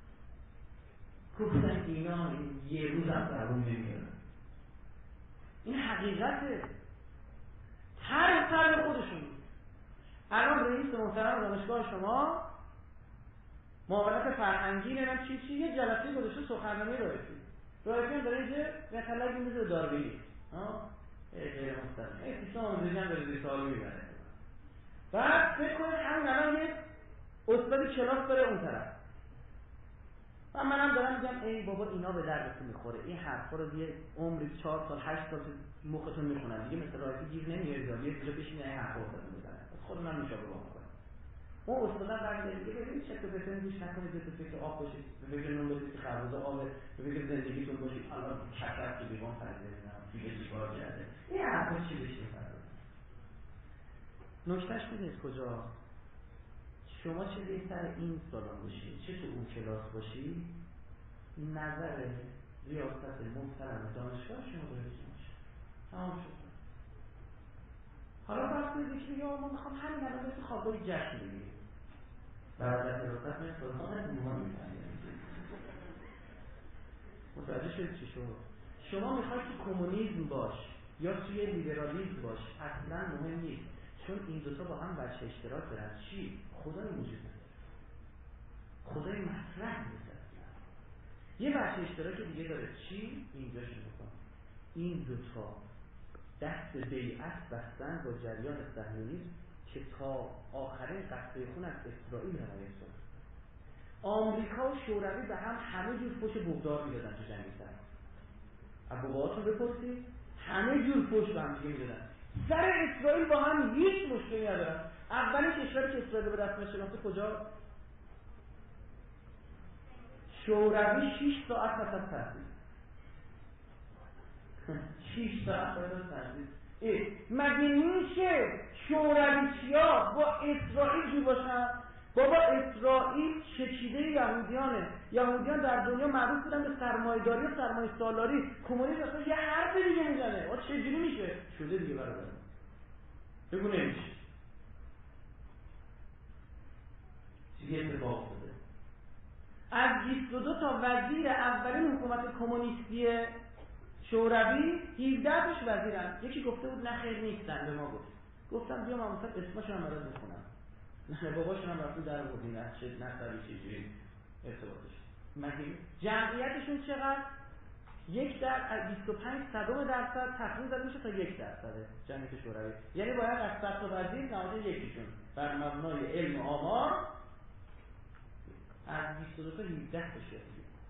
Speaker 2: گفتن اینا یه روز هم قبول نمیارن. این حقیقته، هر طرح خودشون. الان رئیس محترم دانشگاه شما معاونت فرهنگی نمیدونم چی چی یه جلسه گذاشته سخنرانی رو رسید. رایفین داره اینجا مثلا این میذاره داروینی. ها؟ غیر مستقیم. این سیستم آموزشی هم داره سوال میبره. بعد فکر کنید همین الان یه استاد کلاس داره اون طرف. و منم دارم میگم ای بابا اینا به دردتون میخوره. این حرفا رو یه عمری چهار سال هشت سال مختون میخونن. دیگه مثل رایفی گیر نمیاد. یه جا بشینه این حرفا رو بزنه. خودمون هم میشه بابا. اون استاد برمیگرده میگه ببین چه تو بهتون گوش نکنید، تو فکر آب باشید، به فکر نون باشید، خربزه آب، به فکر زندگیتون باشید. حالا کثرت تو دیوان خریده نمیدونم دیگه چیکار کرده. این حرفا چی بشه فردا؟ نکتهش میدونید کجا؟ شما چه بهتر این سالن باشید، چه تو اون کلاس باشید، نظر ریاست محترم دانشگاه شما داره باشه. تمام شد. حالا فرض کنید یکی میگه ما میخوام همین الان مثل خوابگاه جشن بگیریم. برادر ریاست میاد سازمان دیوان میکنه. متوجه شدید چی شد؟ شما میخواید تو کمونیسم باش یا توی لیبرالیسم باش، اصلا مهم نیست، چون این دوتا با هم وجه اشتراک دارن. چی؟ خدای وجود نداره، خدای مطرح نیست. یه وجه اشتراک دیگه داره. چی؟ اینجا شما این دوتا دست بیعت بستن با جریان صهیونیسم که تا آخرین قطره خون از اسرائیل حمایت شد. آمریکا و شوروی به هم همه جور فوش بغدار میدادن تو جنگ سر. ابوباهاتون بپرسید همه جور فوش به هم دیگه میدادن. سر اسرائیل با هم هیچ مشکلی ندارن. اولین کشوری که اسرائیل به رسمیت شناخته کجا؟ شوروی شش ساعت پس از تأسیس. شش ساعت پس از تأسیس. مگه میشه شورویچیا با اسرائیل جور باشن؟ بابا اسرائیل چکیده یهودیانه. یهودیان در دنیا معروف بودن به سرمایه‌داری و سرمایه سالاری. کمونیسم اصلا یه حرف دیگه میزنه. آ چجوری میشه؟ شده دیگه برادر. بگو نمیشه. چیزی اتفاق افتاده. از بیست و دو تا وزیر اولین حکومت کمونیستی شوروی هفده تاش وزیرن. یکی گفته بود نه خیر نیستن، به ما گفت. گفتم بیا من مثلا اسمشو هم برات بخونم. نه باباشون هم رفتون در آوردین نه چه نسبی چجوری ارتباطش. مگه جمعیتشون چقدر؟ یک در بیست و پنج صدم درصد تخمین زده میشه تا یک درصد جمعیت شوروی. یعنی باید از صد تا وزیر نهایت یکیشون بر مبنای علم و آمار از بیست و دو تا هفده تا شد.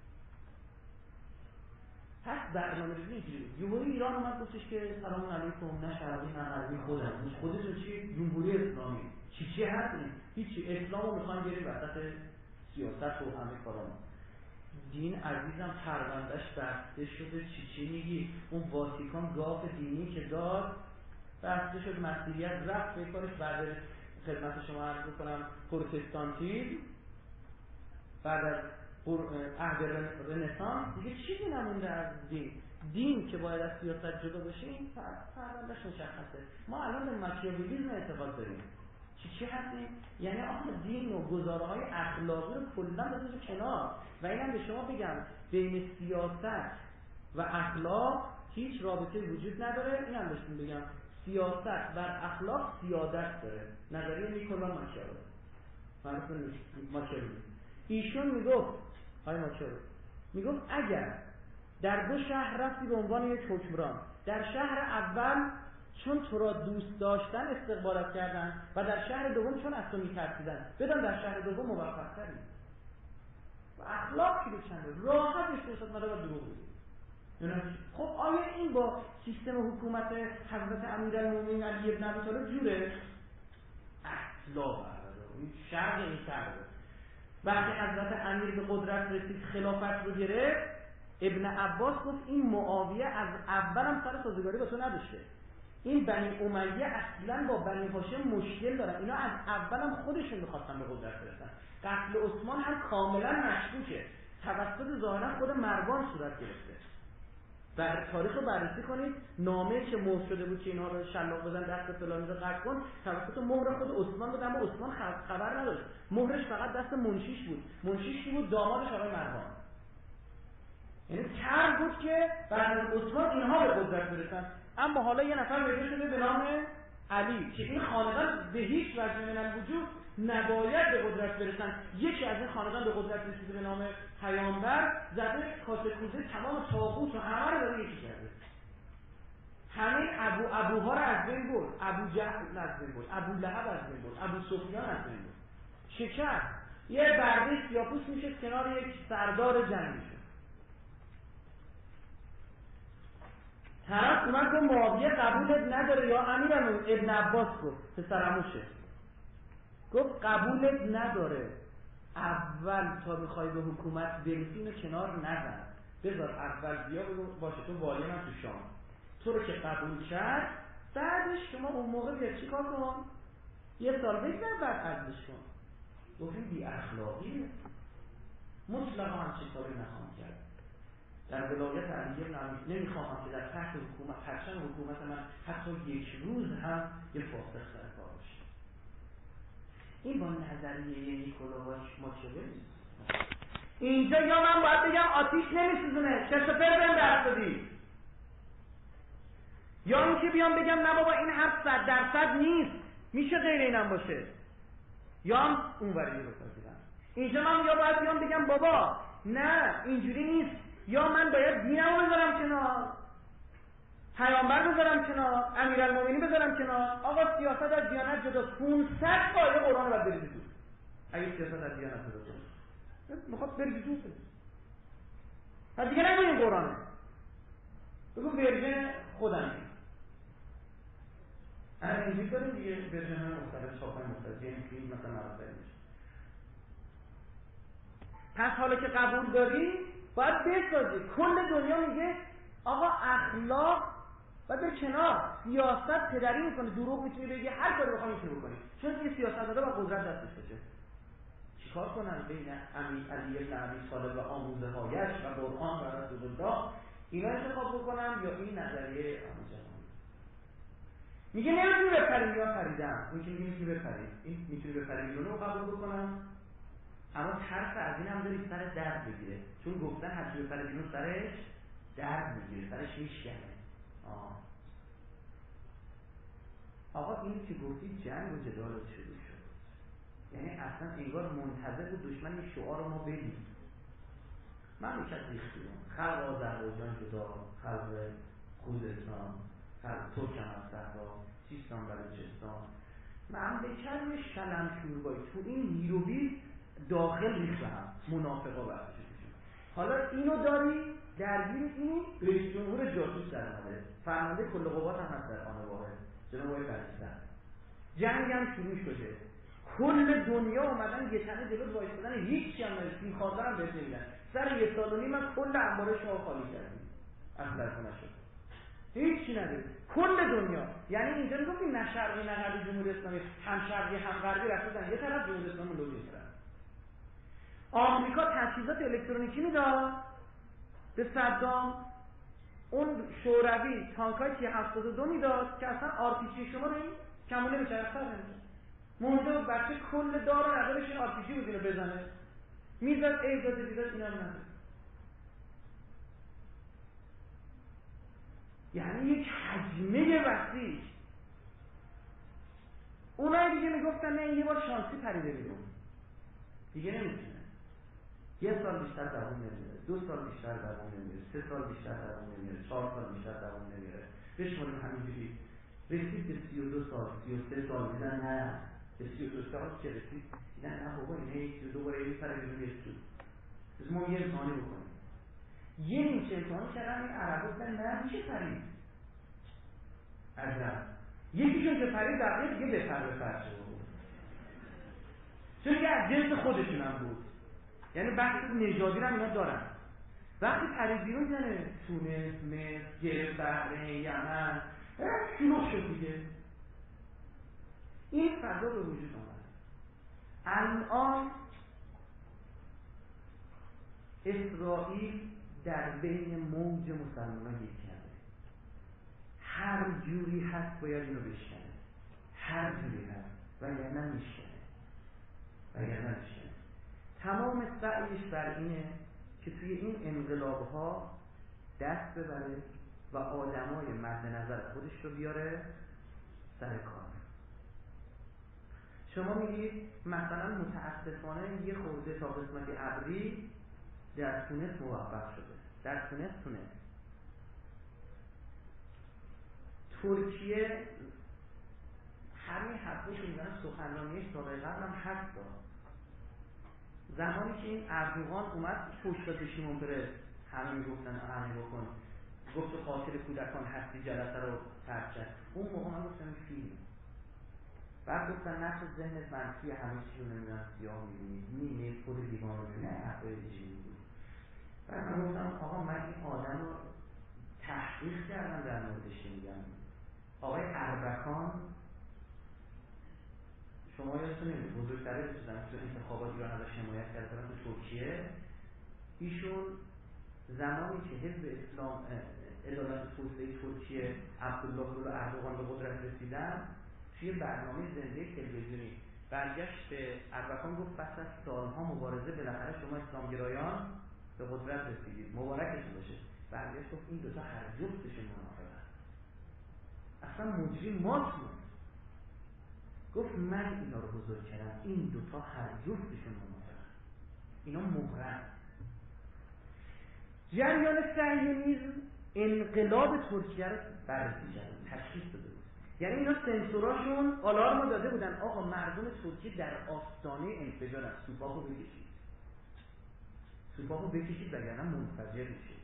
Speaker 2: پس برنامه ریزی اینجوری بود. یهویی ایران اومد گفتش که سلام علیکم، نه شرقی نه غربی، خودم خودتون چی؟ جمهوری اسلامی. چی چی هست این؟ هیچی. اسلامو میخوان بریم وسط سیاست و همه کارا. دین عزیزم پروندهش بسته شده. چی چی میگی؟ اون واتیکان گاف دینی که داد بسته شد، مسیحیت رفت به کارش. بعد خدمت شما عرض بکنم پروتستانتیسم بعد از عهد رنسانس دیگه چیزی نمونده از دین. دین که باید از سیاست جدا بشه این پروندهش مشخصه. ما الان به ماکیاولیسم اعتقاد داریم. چی چی هستیم؟ یعنی آخه دین و گزاره‌های اخلاقی رو کلاً بذارید کنار. و اینم به شما بگم بین سیاست و اخلاق هیچ رابطه وجود نداره. اینم بهتون بگم سیاست بر اخلاق سیادت داره. نظریه نیکولا ماکیاولی. معروف ماکیاولی. ایشون میگفت های ماکیاولی میگفت اگر در دو شهر رفتی به عنوان یک حکمران، در شهر اول چون تو را دوست داشتن استقبالت کردن و در شهر دوم چون از تو میترسیدن، بدان در شهر دوم موفق تری. و اخلاق کیلو چنده، راحت استرسات مدار و دروغ بگید. خب آیا این با سیستم حکومت حضرت امیرالمومنین علی بن ابی طالب جوره؟ اصلا برادر، این شرق این شرق. وقتی حضرت امیر به قدرت رسید خلافت رو گرفت، ابن عباس گفت این معاویه از اول هم سر سازگاری با تو نداشته، این بنی امیه اصلا با بنی هاشم مشکل دارن، اینا از اول هم خودشون میخواستن به قدرت برسن. قتل عثمان هم کاملا مشکوکه، توسط ظاهرا خود مروان صورت گرفته. در تاریخ رو بررسی کنید، نامه‌ای که مهر شده بود که اینها رو شلاق بزن دست فلانی رو قطع کن، توسط مهر خود عثمان بود، اما عثمان خبر نداشت، مهرش فقط دست منشیش بود. منشیش کی بود؟ دامادش آقای مروان. یعنی طرح بود که بعد از عثمان اینها به قدرت برسن. اما حالا یه نفر پیدا شده به نام علی که این خاندان به هیچ وجه من الوجود نباید به قدرت برسن. یکی از این خاندان به قدرت رسیده به نام پیامبر، زده کاسه کوزه تمام طاغوت و همه رو داره یکی کرده. همین ابو ابوها رو از بین برد، ابو جهل از بین برد، ابو لهب از بین برد، ابو سفیان از بین برد. شکر یه برده سیاپوس میشه کنار یک سردار جنگی شد. طرف اومد که معاویه قبولت نداره یا امیرالمومنین، ابن عباس گفت پسرعموشه، گفت قبولت نداره، اول تا بخوای به حکومت برسی کنار نزن، بذار اول بیا بگو باشه تو والی من تو شام، تو رو که قبول کرد بعدش شما اون موقع بیا چی کار کن، یه سال بگذر بعد عرضش کن. گفتیم بی اخلاقیه، مطلقا هم چی کاری نخواهم کرد. در ولایت علی بن ابی نمیخواهم که در تحت حکومت هرچند حکومت من حتی یک روز هم یه فاسق سر کار باشه. این با نظریه نیکولاش ماکیاولی نیست. اینجا یا من باید بگم آتیش نمیسوزونه، چه سفر بهم درس دادی، یا اینکه بیام بگم نه بابا این حرف صد درصد نیست، میشه غیر اینم باشه، یا هم اونوری رو بپذیرم. اینجا من یا باید بیام بگم بابا نه اینجوری نیست، یا من باید دینمو بذارم کنار، پیامبر بذارم کنار، امیرالمومنین بذارم کنار. آقا سیاست از دیانت جداست، پانصد آیه قرآن رو باید برید تو. اگه سیاست از دیانت جداست میخواد برید تو پس دیگه نگوین قرآنه، بگو ورژن خودم. اگر اینجوری داریم دیگه ورژن های مختلف، چاپ های مختلف، یعنی فیلم مثلا مرسل میشه. پس حالا که قبول داری باید بسازی. کل دنیا میگه آقا اخلاق باید به کنار، سیاست پدری میکنه، دروغ میتونی بگی، هر کاری بخوای میتونی بکنی، چون یه سیاست داده با قدرت دستش باشه. چیکار کنن بین امیر علی بن ابی طالب و آموزه هایش و قرآن و رسول الله، اینا انتخاب بکنن یا این نظریه آموزه؟ میگه نمیتونی بپریم یا پریدم، این که میگه میتونی بپریم، این میتونی بپریم اینو رو قبول بکنم، اما ترس از این هم داری سر درد بگیره، چون گفتن هرچی بپره بیرون سرش درد میگیره، سرش میشکنه. آه آقا این که گفتی جنگ و جدال شروع شد، یعنی اصلا انگار منتظر بود دشمن این شعار رو ما بدیم. مملکت ریختیم، خلق آذربایجان جدا، خلق خوزستان، خلق ترکمن‌صحرا، سیستان بلوچستان، مملکت شلمشوربایی تو این هیروبی داخل ریخت به هم، منافقا بحث شدشون. حالا اینو داری درگیر این رئیس جمهور جاسوس در اومده، فرمانده کل قوات هم هست در آن واحد، جناب آقای پاکستان. جنگ هم شروع شده، کل دنیا اومدن یه تنه جلو وایسادن، هیچ چی هم نمیشه، این خاطر هم بهت نمیدن. سر یه سال و نیم من کل انبار شما خالی کردیم، اصلا نشد، هیچ چی نداره کل دنیا. یعنی اینجا میگم نه شرقی نه غربی جمهوری اسلامی، هم شرقی هم غربی رفتن یه طرف، جمهوری اسلامی لو نیستن. آمریکا تجهیزات الکترونیکی میداد به صدام، اون شوروی تانکای تی هفتاد و دو میداد که اصلا آرپیجی شما رو این کمونه میشه، اصلا نمیشه. مونده بچه کل دار و ندارش این آرپیجی بود اینو بزنه، میزد ایزاده دیداد اینا هم نداره. یعنی یک حجمه وسیع. اونایی دیگه میگفتن نه یه بار شانسی پریده بیرون دیگه نمیتونه، یه سال بیشتر دوام نمیره، دو سال بیشتر دوام نمیره، سه سال بیشتر دوام نمیره، چهار سال بیشتر دوام نمیره. بشماریم همینجوری رسید به سی و دو سال، سی و سه سال، دیدن نه به سی و دو سال که رسید دیدن نه بابا اینه سی و دو باره یه سر بیرون یه سو بس ما یه امتحانی بکنیم. یه نیمچه امتحانی کردن این عربا گفتن نه میشه پرید. عجب. یکیشون که پرید بقیه دیگه بپر بپر شد. چون که از جنس خودشون هم بود. یعنی بحث نژادی رو اینا دارن. وقتی پرید بیرون یعنی تونس، مصر، گرفت بحرین، یمن شلوغ شد دیگه. این فضا به وجود آمد. الان اسرائیل در بین موج مسلمانان گیر کرده. هر جوری هست باید اینو بشکنه. هر جوری هست وگرنه میشکنه. وگرنه میشکنه. تمام سعیش بر اینه که توی این انقلاب‌ها دست ببره و آدمای مد نظر خودش رو بیاره سر کار. شما میگید مثلا متاسفانه یه خورده تا قسمت ابری در تونس موفق شده. در تونس تونس ترکیه همین حرفی که میزنن سخنرانیش سال قبل هم هست دار. زمانی که این اردوغان اومد پشت داد شیمون پرس همه میگفتن همه بکن گفت قاتل کودکان هستی جلسه رو ترک کرد. اون موقع من گفتم فیلم. بعد گفتن نقش ذهنت منفی همه چی رو نمیدونم سیاه میبینید نیمه خود دیوان رو نه حرفای دیگه میبینید. بعد من گفتم آقا من این آدم رو تحقیق کردم در موردش میگم. آقای اربکان شما یادتون نمیاد بزرگتره بودن تو انتخابات ایران ازش حمایت کردن تو ترکیه. ایشون زمانی که حزب اسلام عدالت توسعه ترکیه عبدالله اردوغان به قدرت رسیدن توی برنامه زنده تلویزیونی برگشت به اربکان گفت پس از سالها مبارزه بالاخره شما اسلامگرایان به قدرت رسیدید مبارکتون باشه. برگشت گفت این دوتا هر جفتشون منافقن. اصلا مجری مات بود. گفت من اینا رو بزرگ کردم این دوتا هر جفتشون منافقن. اینا مغرن. جریان صهیونیسم انقلاب ترکیه رو بررسی کرد تشخیص داده بود. یعنی اینا سنسوراشون آلارمو داده بودن آقا مردم ترکیه در آستانه انفجار است سوپاپو بکشید سوپاپو بکشید وگرنه منفجر میشه.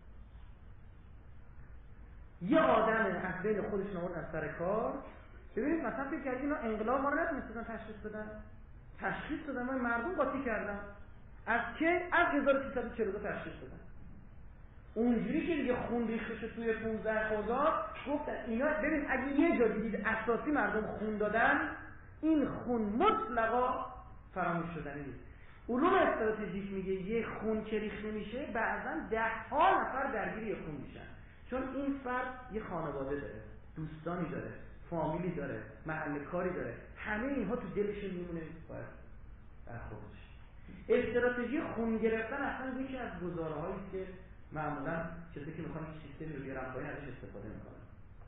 Speaker 2: یه آدم از بین خودشون آورد از سر کار. ببینید مثلا فکر کردید اینا انقلاب ما رو نتونستن تشخیص بدن. تشخیص دادن ما مردم قاطی کردن. از که از هزار و سیصد و چهل و دو تشخیص دادن. اونجوری که دیگه خون ریخته شد توی پانزده خرداد گفتن اینا ببین اگه یه جا دیدید اساسی مردم خون دادن این خون مطلقا فراموش شدنی نیست. علوم استراتژیک میگه یه خون که ریخته میشه بعضا ده ها نفر درگیر یه خون میشن چون این فرد یه خانواده داره دوستانی داره فامیلی داره محل کاری داره همه اینها تو دلشون میمونه باید در خودش. استراتژی خون گرفتن اصلا یکی از گزاره‌هایی که معمولا کسی که میخوان یک سیستمی رو بیارن پایین ازش استفاده میکنن.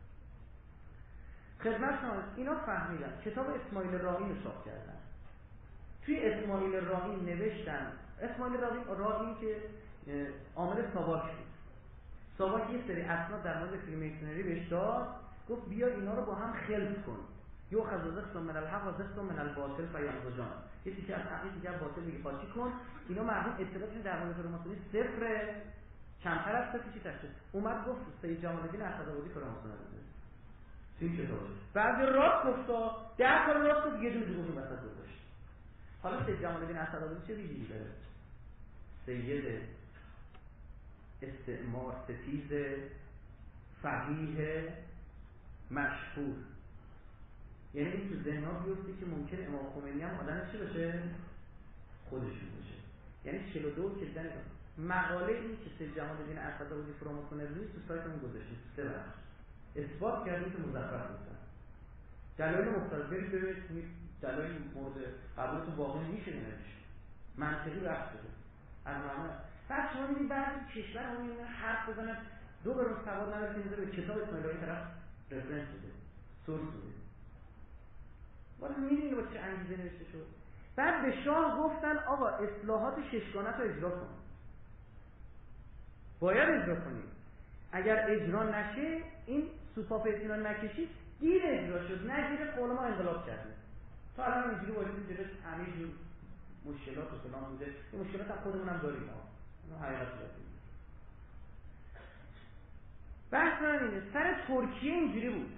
Speaker 2: خدمت شما اینا فهمیدن کتاب اسماعیل راهی رو چاپ کردن. توی اسماعیل راهی نوشتن اسماعیل راهی راهی که عامل ساواک بود. ساواک یه سری اسناد در مورد فریمیسونری بهش داد گفت بیا اینا رو با هم خلط کن. یو خزازق من الحق و زست من الباطل فیانزجان. یه چیزی از حقیقی دیگه باطل دیگه قاطی کن. اینا مردم اطلاعاتشون در مورد فراماسونی صفر کمتر از تا چی تشکیل اومد گفت سید جمال الدین اسدآبادی فراماسون بوده. چی شد؟ بعد راست گفت ده تا راست گفت یه دونه دروغ وسط گذاشت. حالا سید جمال الدین اسدآبادی چه ویژگی داره؟ سید استعمار ستیز فقیه مشهور. یعنی این تو ذهن‌ها بیفته که ممکن امام خمینی هم آدم چی باشه؟ خودشون باشه. یعنی چهل و دو کلدن مقاله این که سید جمال الدین اسدآبادی فراماسون نیست تو سایتمون گذاشتیم سه بخش. اثبات کردیم که مزخرف بودن. دلایل مختلف برید ببینید دلایل مورد قبولتون واقعی میشه نمیشه. منطقی بحث شده. از معنا بعد شما می‌بینید بعضی کشورها میونه حرف بزنن دو بار سواد نداره که میذاره به کتاب اسماعیل راهی طرف رفرنس بده. سورس بده. ولی می‌بینید با چه انگیزه نوشته شد. بعد به شاه گفتن آقا اصلاحات ششگانه رو اجرا کن. باید اجرا کنید. اگر اجرا نشه این سوپاپ اینا نکشید دیر اجرا شد نه دیر قول ما انقلاب کردیم. تا الان اینجوری وایسید جلوش همه جور مشکلات و فلان بوده. این مشکلات هم خودمون هم داریم ها، اینو حقیقت داریم. بحث من اینه سر ترکیه اینجوری بود،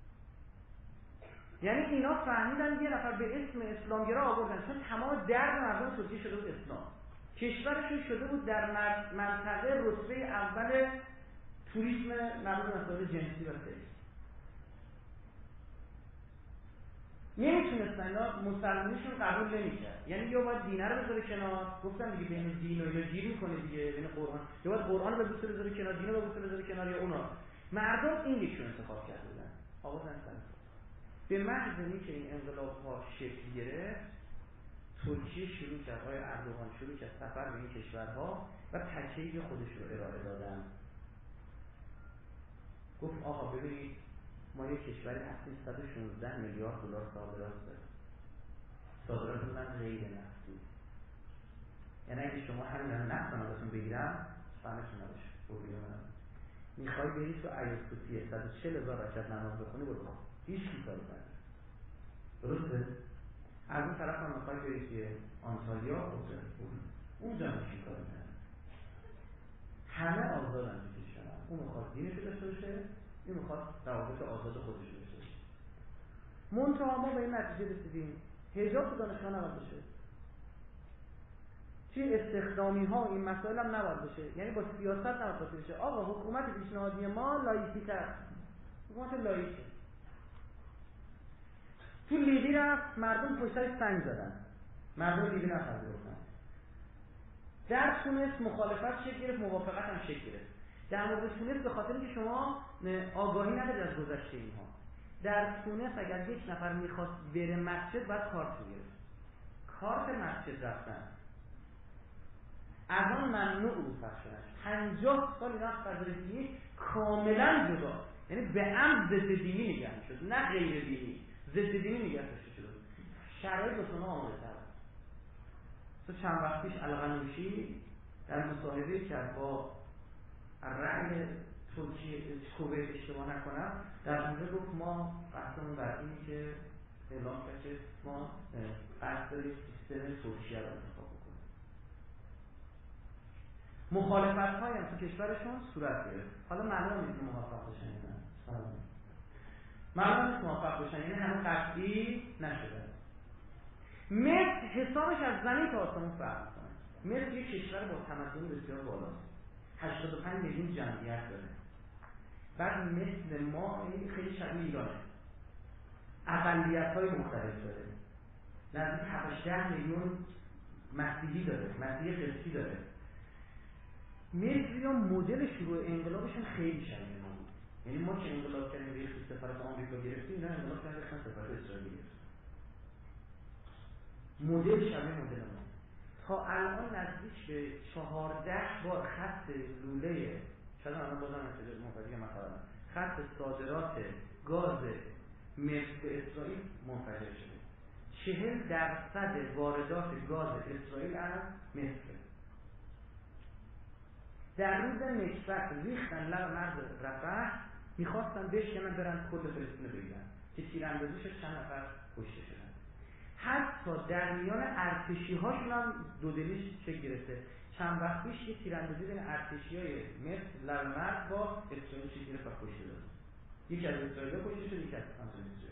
Speaker 2: یعنی اینا فهمیدن یه نفر به اسم اسلامگرا آوردن، چون تمام درد مردم ترکیه شده بود اسلام، کشورشون شده بود در منطقه رتبه اول توریسم مربوط به مسائل جنسی و سکس. نمیتونستن اینا مسلمانیشون قبول نمیکرد، یعنی یا باید دینه رو بذاره کنار، گفتم دیگه بین دین و اینا گیر میکنه دیگه، بین قرآن، یا باید قرآن رو به بوسه بذاره کنار، دین رو به بوسه بذاره کنار، یا اونا. مردم این یکیو انتخاب کرده بودن، آقا زن به محض اینکه این انقلاب ها شکل گرفت، ترکیه شروع کرد، آقای اردوغان شروع کرد سفر به این کشورها و تکیه خودش رو ارائه دادن. گفت آقا ببینید ما یک کشوری هستیم صد و شانزده میلیارد دلار صادرات داریم، صادرات من غیر نفتی، یعنی اگه شما همین الان نفت من ازتون بگیرم فهمتون نباشه بگیرم من میخوای بری تو ایاسوسیه صد و چهل هزار رکعت نماز بخونی برو، هیچ کی کاری نداره، درسته؟ از اون طرف هم میخوای بری توی آنتالیا اوتر اونجا هیچ کاری نداره، همه آزادن تو کشورن، اون میخواد دینش رو داشته باشه، این میخواد روابط آزاد خودش رو داشته باشه. منتها ما به این نتیجه رسیدیم حجاب تو دانشگاه نباید بشه، توی استخدامی ها این مسائل هم نباید بشه، یعنی با سیاست نباید باشه بشه. آقا حکومت پیشنهادی ما لایسیته است، حکومت لایسیته. تو لیبی رفت مردم پشتای سنگ زدن، مردم لیبی نپذیرفتن. در تونس مخالفت شکل گرفت، موافقت هم شکل گرفت. در مورد تونس به خاطر اینکه شما آگاهی ندارید از گذشته اینها، در تونس اگر یک نفر میخواست بره مسجد باید کارت میگرفت، کارت مسجد رفتن از آن ممنوع بود پخشنش. پنجاه سال اینا از فضای دینی کاملا جدا، یعنی به عمد ضد دینی نگه میشد، نه غیر دینی، ضد دینی نگه داشته شده بود. شرایط بسیار آماده تر تو چند وقت پیش القنوشی در مصاحبه کرد با رأی ترکیه کویت اشتباه نکنم، در اونجا گفت ما قصدمون بر اینی که اعلام کرد که ما قصد داریم سیستم ترکیه رو انتخاب بکنیم. مخالفت های هم تو کشورشون صورت گرفت. حالا معلوم نیست موفق بشن یا نه، معلوم نیست موفق بشن، یعنی همون قطعی نشدن. مصر حسابش از زمین تا آسمون فرق میکنه. مصر یک کشور با تمدن بسیار بالاست، هشتاد و پنج میلیون جمعیت داره. بعد مثل ما خیلی شبیه ایرانه، اقلیت‌های مختلف داره، نزدیک هفت ده میلیون مسیحی داره، مسیحی قبطی داره. مصر یا مدل شروع انقلابشون خیلی شبیه ما بود، یعنی ما که انقلاب کردیم ریخت سفارت آمریکا گرفتیم، اینا انقلاب کردن ریختن سفارت اسرائیل گرفتن. مدل شبیه مدل ما. تا الان نزدیک به چهارده بار خط لوله، شاید الان بازم نتیجه منفجر مثلا خط صادرات گاز مصر به اسرائیل منفجر شده. چهل درصد واردات گاز اسرائیل از مصر. در روز نکبت ریختن لب مرز رفح، میخواستن بشکنن برن کل فلسطین رو بگیرن که تیراندازیش چند نفر کشته شدن. حتی در میان ارتشی هاشون هم دودلیش چه گرفته. چند وقت پیش یه تیراندازی بین ارتشی های مصر لب مرز با اسرائیل چه گرفت و کشته داد. یکی از اسرائیل کشته شد، یکی از اسرائیل.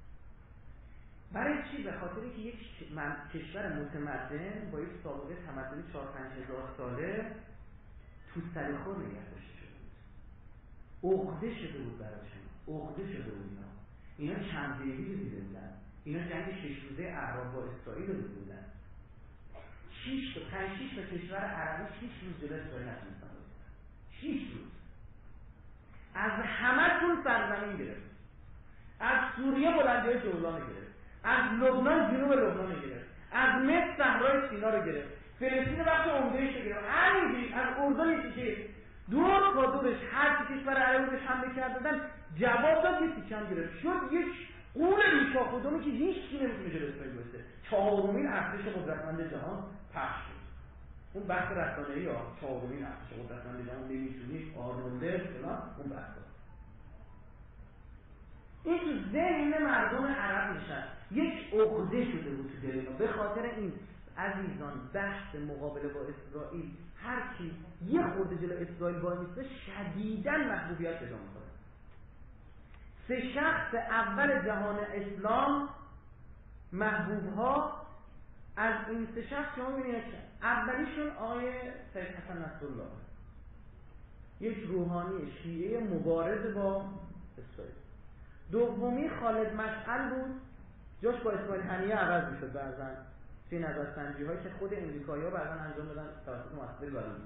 Speaker 2: برای چی؟ به خاطر که یک کشور متمدن با یک سابقه تمدنی چهار پنج هزار ساله تو سرخور نگه داشته شده بود، عقده شده بود براشون، عقده شده بود. اینا اینا چند دقیقی رو دیده بودن، اینا جنگ شش روزه اعراب با اسرائیل رو دیده بودن. شش تا پنج شش تا کشور عربی شش روز جلوی اسرائیل نتونستن بودن، شش روز. از همه‌تون سرزمین گرفت، از سوریه بلندی‌های جولان گرفت، از لبنان جنوب لبنان گرفت، از مصر صحرای سینا رو گرفت، فلسطین بخش عمده‌اش رو گرفت، همینجوری از اردن که دور تا دورش هر کشور عربی بهش حمله کردن جواب داد، یه تیکم گرفت، شد یک قول ریشا خودمون که هیچ کی نمیتونه جلوی اسرائیل وایسه. چهارمین ارتش قدرتمند جهان پخش شد. اون بحث رسانه‌ای ها، چهارمین ارتش قدرتمند جهان نمیتونی آرنولد فلان، اون بحث این تو ذهن مردم عرب نشد، یک عقده شده بود تو دل اینا. به خاطر این عزیزان بحث مقابله با اسرائیل هر کی یه خورده جلو اسرائیل وای میسته شدیداً محبوبیت پیدا میکنه. سه شخص اول جهان اسلام محبوب ها از این سه شخص شما میبینید که اولیشون آقای سید حسن نصرالله، یک روحانی شیعه مبارز با اسرائیل. دومی خالد مشعل بود، جاش با اسماعیل هنیه عوض میشد بعضن توی نظرسنجی هایی که خود امریکایی ها بعضن انجام دادن توسط مؤسسه گالوری.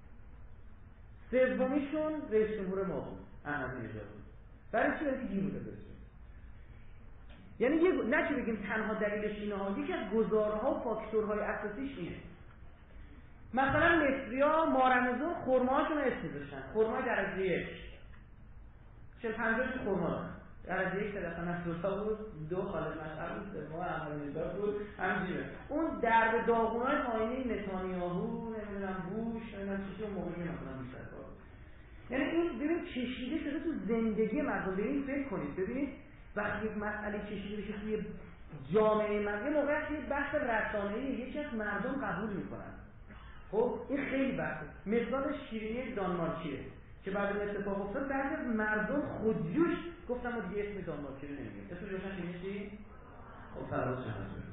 Speaker 2: سومیشون رئیس جمهور ما بود، احمدی‌نژاد بود. برای چی؟ برای گیر بوده برسید. یعنی یه نه که بگیم تنها دلیلش اینه ها، یکی از گزارها و فاکتورهای اساسیش اینه. مثلا مصری‌ها مارمزون خرماهاشون رو اسم می‌ذاشتن، خرمای درجه یک چهل پنجاه تا خرما دارن. درجه یک صدقه نصرالله بود، دو خالد مشعل بود، سوم احمدی‌نژاد بود، همینجوره. اون درب داغونای پایینی نتانیاهو، نمیدونم بوش، نمیدونم چیزی اون موقعی مثلا بیشتر کار. یعنی این ببین کشیده شده تو زندگی مردم. ببین فکر کنید، ببینید وقتی یک مسئله کشیده بشه توی جامعه مردم، یه موقعی که بحث رسانه‌ای یکی از مردم قبول میکنن. خب این خیلی بحثه. مثال شیرینی دانمارکیه که بعد از اتفاق افتاد بعضی از مردم خودجوش گفتم ما دیگه اسم دانمارکی رو نمیگیم. اسمش روشن شنیدی؟ خب فراز شد.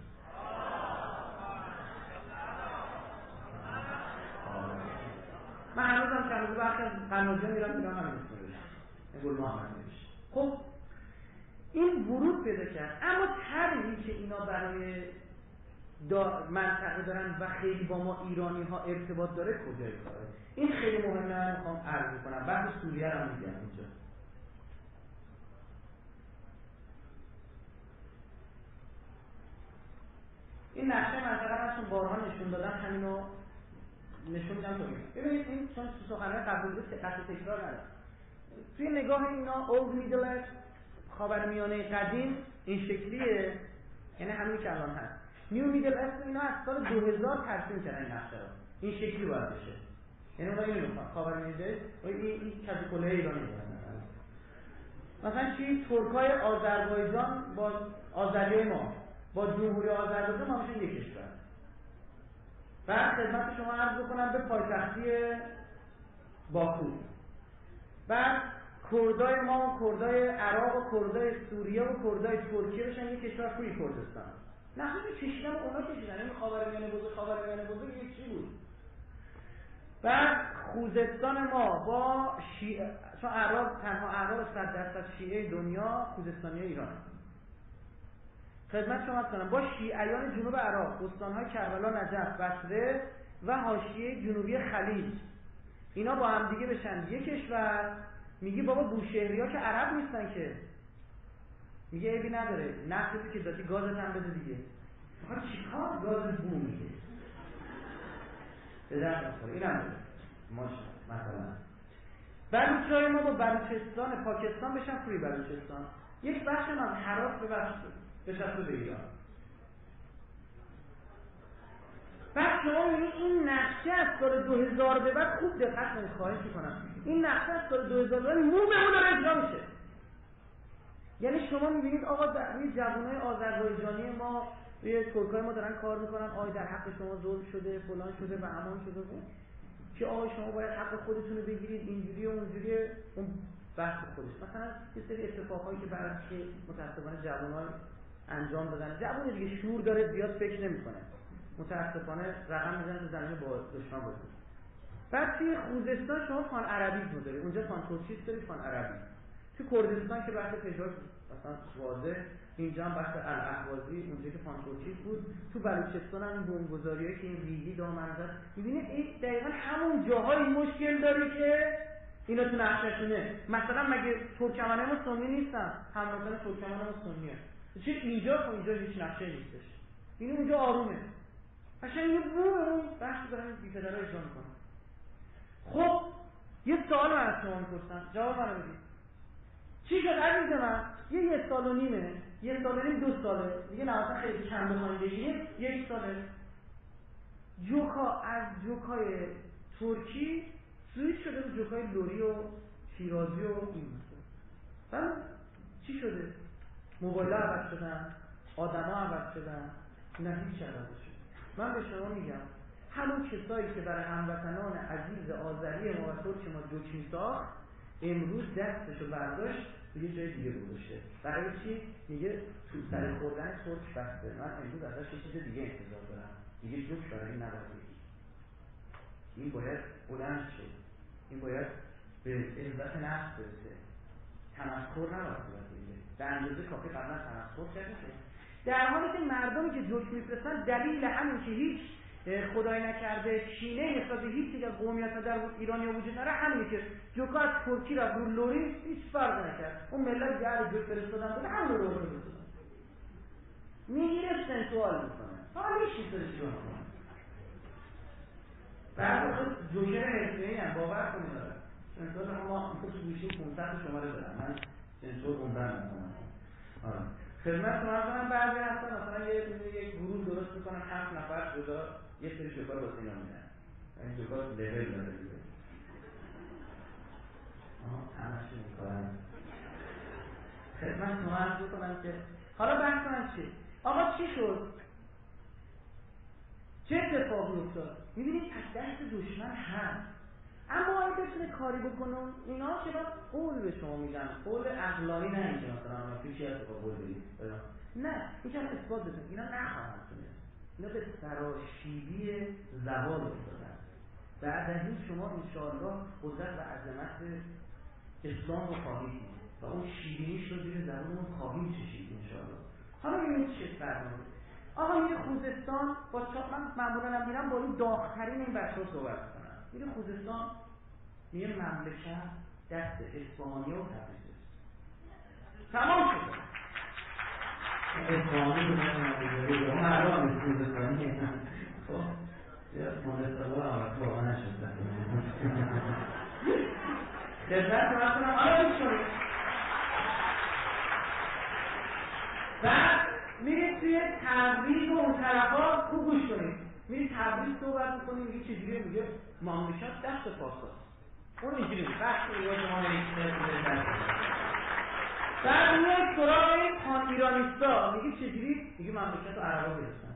Speaker 2: من هنوزم که هنوز برخی از قناجیان میرم میرم همین اسم رو بشن گل محمد نمیشه. خب این ورود پیدا کرد، اما طرحی که اینا برای دا منطقه دارن و خیلی با ما ایرانی ها ارتباط داره کجای کاره؟ این خیلی مهمه. من میخوام عرض کنم بحث سوریه رو میگم اینجا. این نقشه منطقه رو چون بارها نشون دادم همینو نشون میدم تو ببینید. ببینید این چون سخنرانی قبول است قصد تکرار نداره. توی نگاه اینا اولد میدل ایج، خاورمیانه قدیم این شکلیه، یعنی همین که الان هست. نیو میدل ایج اینا از سال دو هزار ترسیم کردن این نقشه رو. این شکلی باید بشه. یعنی اونها اینو میخوان خاورمیانه قدیم این این کاتوکله ایرانی دارن. مثلا چی ترکای آذربایجان با آذری ما با جمهوری آذربایجان ما میشیم یک کشور. بعد خدمت شما عرض بکنم به پایتختی باکو. بعد کردای ما و کردای عراق و کردای سوریه و کردای ترکیه بشن یک کشور توی کردستان. نقشه کشیدن اونا کشیدن. این خاورمیانه بزرگ خاورمیانه بزرگ یک چی بود؟ بعد خوزستان ما با شیعه، چون عراق تنها عراق صد درصد شیعه دنیا خوزستانی ایران. خدمت شما کنم با شیعیان جنوب عراق، استان‌های کربلا، نجف، بصره و حاشیه جنوبی خلیج، اینا با هم دیگه بشن یک کشور. میگی بابا بوشهری‌ها که عرب نیستن که، میگه عیبی نداره نفتی که دادی گازت هم بده دیگه. آخه چیکار گاز بو میگه به درد نخوره. اینم بده ماشا مثلا بلوچای ما با بلوچستان پاکستان بشن فری بلوچستان. یک بخش هم از هرات ببخش بشن به ایران. بعد شما می‌بینید این نقشه از سال دو هزار به بعد خوب دقت کنید، خواهش می‌کنم. این نقشه از سال دو هزار به بعد مو به مو داره اجرا میشه. یعنی شما می‌بینید آقا در روی جوانای آذربایجانی ما، روی ترکای ما دارن کار می‌کنن، آقا در حق شما ظلم شده، فلان شده و امان شده بود که آقا شما باید حق خودتون رو بگیرید، اینجوری و اونجوری. اون بحث خودش مثلا یه سری اتفاقایی که برای که متأسفانه جوانان انجام دادن، جوان دیگه شعور داره زیاد فکر نمی‌کنه، متاسفانه رقم میزنه تو زمین با دشمن بازی. بعد توی خوزستان شما فان عربی داری، اونجا فان ترکیست داری، فان عربی. توی کردستان که بحث پژواک مثلا واضح، اینجا هم بحث الاهوازی، اونجا که فان ترکیست بود. تو بلوچستان هم بمبگذاریایی که این ریگی دامنزد، می‌بینید این دقیقاً همون جاهای مشکل داره که اینا تو نقشه‌شونه. مثلا مگه ترکمنای ما سنی نیستن؟ هموطن ترکمنای ما سنیه. چه اینجا خب اینجا هیچ نقشه نیستش. این اونجا آرومه. قشنگ یه بوم بحث دارن بی پدرها اجرا میکنن. خب یه سوال من از شما میپرسم، جواب منو بدید. چی شد عزیز من؟ یه یه سال و نیمه، یه سال و نیم، دو ساله دیگه، نهایتا خیلی کم بخواین بگیرید یک ساله جوکا از جوکای ترکی سویچ شده به جوکای لوری و شیرازی و این مثلا. چی شده؟ موبایل ها عوض شدن، آدم ها عوض شدن، نه هیچ عوض شد. من به شما میگم همون کسایی که برای هموطنان عزیز آذری ما و ترک ما جوک میساخت امروز دستشو برداشت به یه جای دیگه گذاشته. برای چی؟ میگه تو سر خوردن ترک بسته، من امروز ازش یه چیز دیگه انتظار دارم، دیگه جوک برای این نباید. این باید بلند شد، این باید به عزت نفس برسه، تمسخر نباید صورت بگیره. به اندازه کافی قبلا تمسخر کرده، در حالی که مردمی که جوک میفرستن دلیل همین که هیچ خدای نکرده کینه نسبت به هیچ دیگه قومیت در ایرانی وجود نداره، همینه که جوکا از ترکی را رو لوری هیچ فرق نکرد، اون ملت دیگه جوک فرستادن بوده همون رو فرستادن، میگیره سنتوال میکنه حالیش میتونه چیکار کنه. بعد خود جوکر حرفه‌ای هم باور کنید داره سنتوال ما تو گوشی پانصد شماره دارم، من سنتور عمرن میکنم. آره خدمت شما کنم بعضی هستن مثلا یه یک گروه درست میکنن هفت نفر جدا یه سری شکار واسه اینا میدن، این شکار لول داره دیگه. آها همش میکنن. خدمت شما عرض کنم که حالا بحث کنم چی؟ آقا چی شد؟ چه اتفاقی افتاد؟ میبینید از دست دشمن هست، اما آیا بتونه کاری بکنه؟ اینا چرا قول به شما میگن، قول عقلانی نه اینکه مثلا ما پیشی از با قول بدید، نه اینکه اثبات بزن اینا نخواهند تونست، اینا به سراشیبی زوال افتادن. بعد از این شما انشاءالله قدرت و عظمت اسلام رو خواهید و اون شیرینیش رو زیر زبانمون خواهیم چشید انشاءالله. حالا ببینید چه فرمونه. آقا میره خوزستان با چاپ، من معمولا هم میرم با این داغ‌ترین این بچه‌ها صحبت می‌کنم. میره خوزستان میگه مملکت دست اصفهانی و تبریز تمام شده. اصفهانی رو میگم مردم خوزستانی خب یا مدرسه‌ها هم واقعا نشد. خدمت شما کنم حالا گوش کنید. بعد میرید توی تبریز و اون طرفا خوب گوش کنید. میرید تبریز صحبت میکنید میگه چجوریه، میگه مملکت دست پاساست. اون اینجوری بحث میگه شما نمیشه. بعد میاد سراغ این پان ایرانیستا میگه چجوری، میگه مملکت رو عربا گرفتن.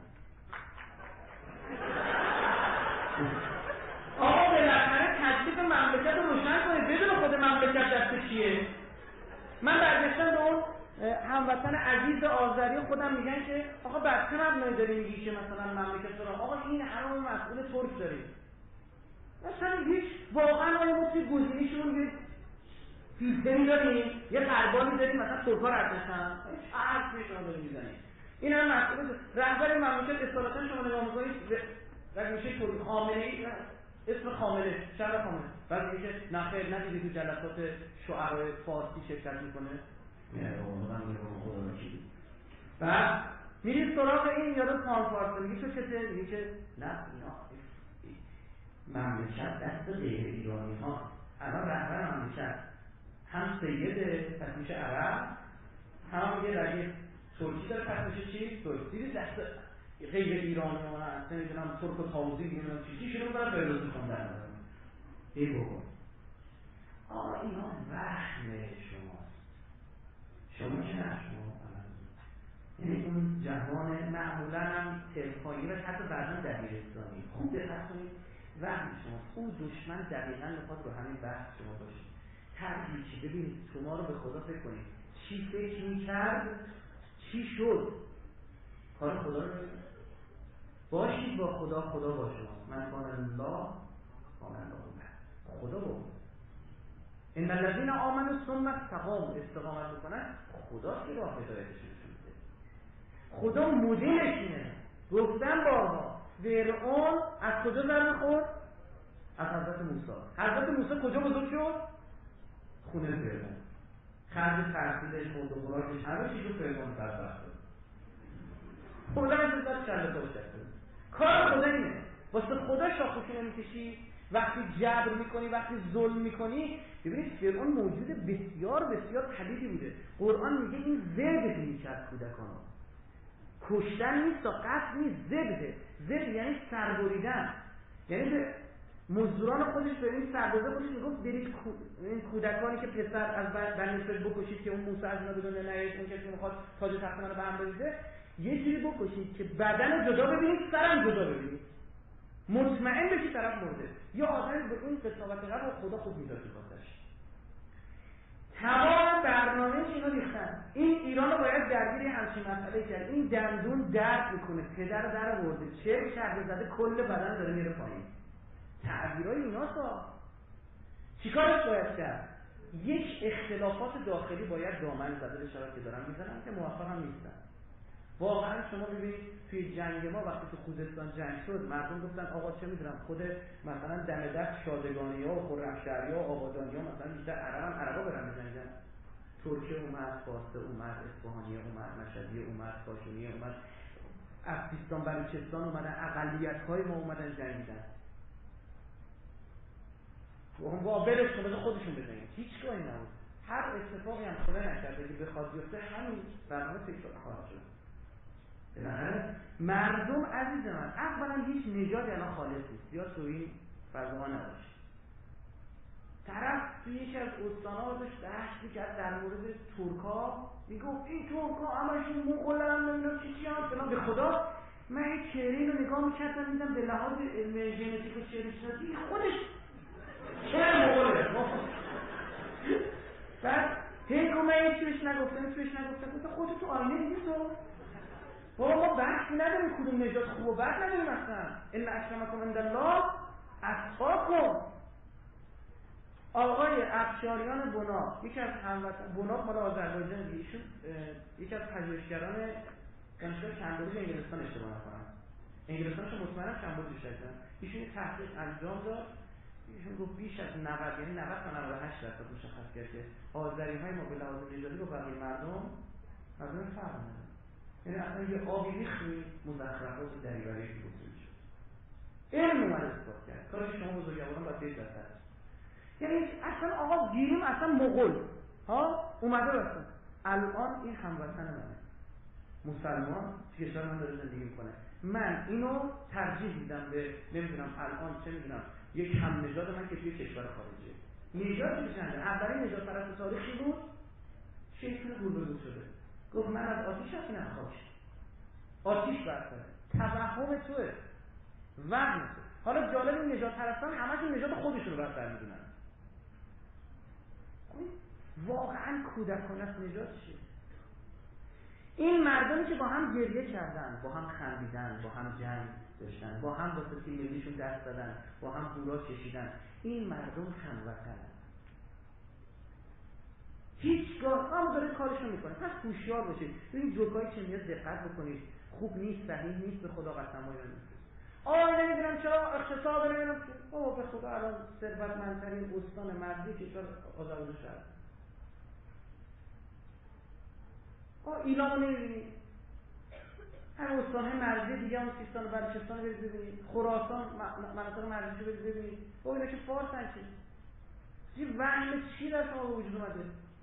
Speaker 2: آقا بالاخره تکلیف مملکت رو روشن کنید، بدون خود مملکت دست چیه. من برگشتم به اون هموطن عزیز آذری خودم میگن که آقا بر چه مبنایی داری میگی که مثلا مملکت رو، آقا این همه مسئول ترک داریم، مثلا هیچ واقعا آیا ما توی گزینشمون یه فیلتری داریم، یه قربانی داریم مثلا ترکا رد نشن، هیچ حرفی شما داریم میزنیم. این هم مسئول رهبر مملکت اصالتا شما نگاه میکنید رد میشه ترک خامنه‌ای، اسم خامنه، شهر خامنه، بعد میگه نخیر ندیدی تو جلسات شعرای فارسی شرکت میکنه، نه اونم میگه کی. بعد میرید سراغ این یارو پان فارسی میگه تو چته، میگه که نه اینا مملکت دست غیر ایرانی ها. الان رهبر مملکت هم سیده پس میشه عرب، هم میگه رگه ترکی داره پس میشه چی؟ ترکی دست غیر ایرانی ها هست، نمیدونم ترک و تاوزی نمیدونم چی چی شروع کنن فیروزی خوندن. ای بابا آه اینا وهم شماست، شما که نه شما یعنی اون جوان معمولا هم تلفایی و حتی بعدا دبیرستانی خوب دقت کنید وهم شماست. اون دشمن دقیقا میخواد رو همین بحث شما باشه. ترجیح چی؟ ببینید شما رو به خدا فکر کنید چی فکر میکرد چی شد، کار خدا رو باشید با خدا، خدا با شماست. من کان الله کان الله خدا با این الذین آمنوا ثم استقاموا استقامت بکنن خدا که راه هدایتشون میده، خدا مدلش اینه. گفتن بارها فرعون از کجا زر میخورد؟ از حضرت موسی. حضرت موسی کجا بزرگ شد؟ خونه فرعون. خرج تحصیلش، خود و خوراکش همه چیزو فرعون سربست شد. خدا از دست کله تو شد. کار خدا اینه. واسه خدا شاخشونه میکشی، وقتی جبر میکنی، وقتی ظلم میکنی. ببینید فرعون موجود بسیار بسیار پلیدی بوده. قرآن میگه این ذبح میکرد کودکانو. کشتن نیست، قتل نیست، ذبح. ذبح یعنی سربریدن. یعنی به مزدوران خودش به این سربازه خودش میگفت برید این کودکانی که پسر از بنی اسرائیل بکشید که اون موسی از اینا بدون نیایت، اون کسی میخواد تاج تخت منو به هم بریزه، یه جوری بکشید که بدن جدا ببینید، سرم جدا ببینید، مطمئن بشید طرف مرده. یا آدمی به این قساوت قلب خدا خوب میذاره تو کاسش. تمام برنامه‌اش اینو ریختن. این ایران رو باید درگیر همچین مسئله کرد. این دندون درد میکنه، پدر در آورده، چه شهر زده، کل بدن داره میره پایین. تعبیرای ایناسا چیکارش باید کرد؟ یک اختلافات داخلی باید دامن زده بشه که دارن میزنن که موفق هم نیستن. واقعا شما ببینید توی جنگ ما وقتی تو خوزستان جنگ شد، مردم گفتن آقا چه میدونم خود مثلا دم دست شادگانی‌ها و خرمشهری‌ها و آبادانی‌ها مثلا بیشتر عرب هم عربا برن بجنگن. ترکیه اومد، فارس اومد، اصفهانی اومد، مشهدی اومد، کاشانی اومد، از سیستان بلوچستان اومدن، اقلیت‌های ما اومدن جنگیدن. و هم با برش کن بذار خودشون بزنن. هیچ کاری نبود. هر اتفاقی هم خدا نکرده که بخواد بیفته همین برنامه تکرار خواهد شد. نه مردم عزیز من اولا هیچ نژادی الان خالص نیست، یا تو این فضاها نباشه. طرف توی یکی از استان‌ها داشت بحث می‌کرد در مورد ترک‌ها، میگفت این ترک‌ها همشون مغولن، نمیدونم چی چی هم فلان. به خدا من این چهره رو نگاه می‌کردم می‌دیدم به لحاظ علم ژنتیک و چهره‌شناسی خودش چرا مغوله. بعد هی که من هیچی بهش نگفتم هیچی بهش نگفتم گفتم خودت تو آینه دیدی تو؟ بابا ما بحثی نداریم کدوم نژاد خوب و بد نداریم اصلا. ان اکرمکم عند الله اتقاکم. آقای افشاریان بناق یکی از هموطن بناق مال آذربایجان، ایشون یکی از پژوهشگران دانشگاه کمبریج انگلستان اشتباه نکنم، انگلستانش مطمئنم کمبریج داشتن، ایشون تحقیق انجام داد. ایشون گفت بیش از نود یعنی نود تا نود و هشت درصد مشخص کرد که آذری‌های ما به لحاظ نژادی با بقیه مردم مردم فرق نداره. یعنی اصلا یه آبی ریختی مزخرفات و دریوری که گفته میشد. علم اومد اثبات کرد. کارش شما بزرگواران باید دید دست. یعنی اصلا آقا گیریم اصلا مغول ها اومده رفتن. الان این هموطن منه، مسلمان توی کشور من داره زندگی میکنه. من اینو ترجیح میدم به نمیدونم الان چه میدونم یک هم نژاد من که توی کشور خارجی. نژاد چه چنده؟ اولین نژاد پرست تاریخی بود شیطان گوربگو شده. گفت من از آتیش هستی نخواهش آتیش برتره. توهم توه، وهم توه. حالا جالب این نژاد پرستان همشون نژاد خودشون رو برتر میدونن. واقعا کودکانه است نژاد چیه؟ این مردمی که با هم گریه کردن، با هم خندیدن، با هم جنگ داشتن، با هم واسه تیم ملیشون دست دادن، با هم هورا کشیدن، این مردم هموطنن. هیچگاه هم داره کارشون میکنه. پس هوشیار باشید. ببین جوکایی که میاد دقت بکنید. خوب نیست، صحیح نیست، به خدا قسم نیست. آه نمیدونم چرا اقتصاد نمیدونم اوه به خدا الان ثروتمندترین استان مرزی کشور آذربایجان شهر. آه ایلامو نمیبینید؟ همه استان‌های مرزی دیگه هم سیستان و بلوچستان برید ببینید، خراسان مناطق مرزی برید ببینید. با اینا که فارسن که چی وهم چی در شما به وجود اومده؟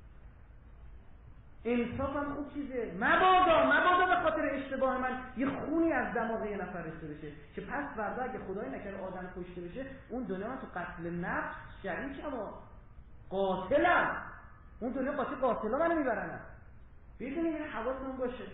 Speaker 2: انصاف هم خوب چیزه. مبادا مبادا به خاطر اشتباه من یه خونی از دماغ یه نفر رسیده بشه که پس فردا اگه خدای نکرده آدم کشته بشه اون دنیا من تو قتل نفس شریکم و قاتلم. اون دنیا قاتل قاتلا منو میبرن. بدونید این حواسمون باشه.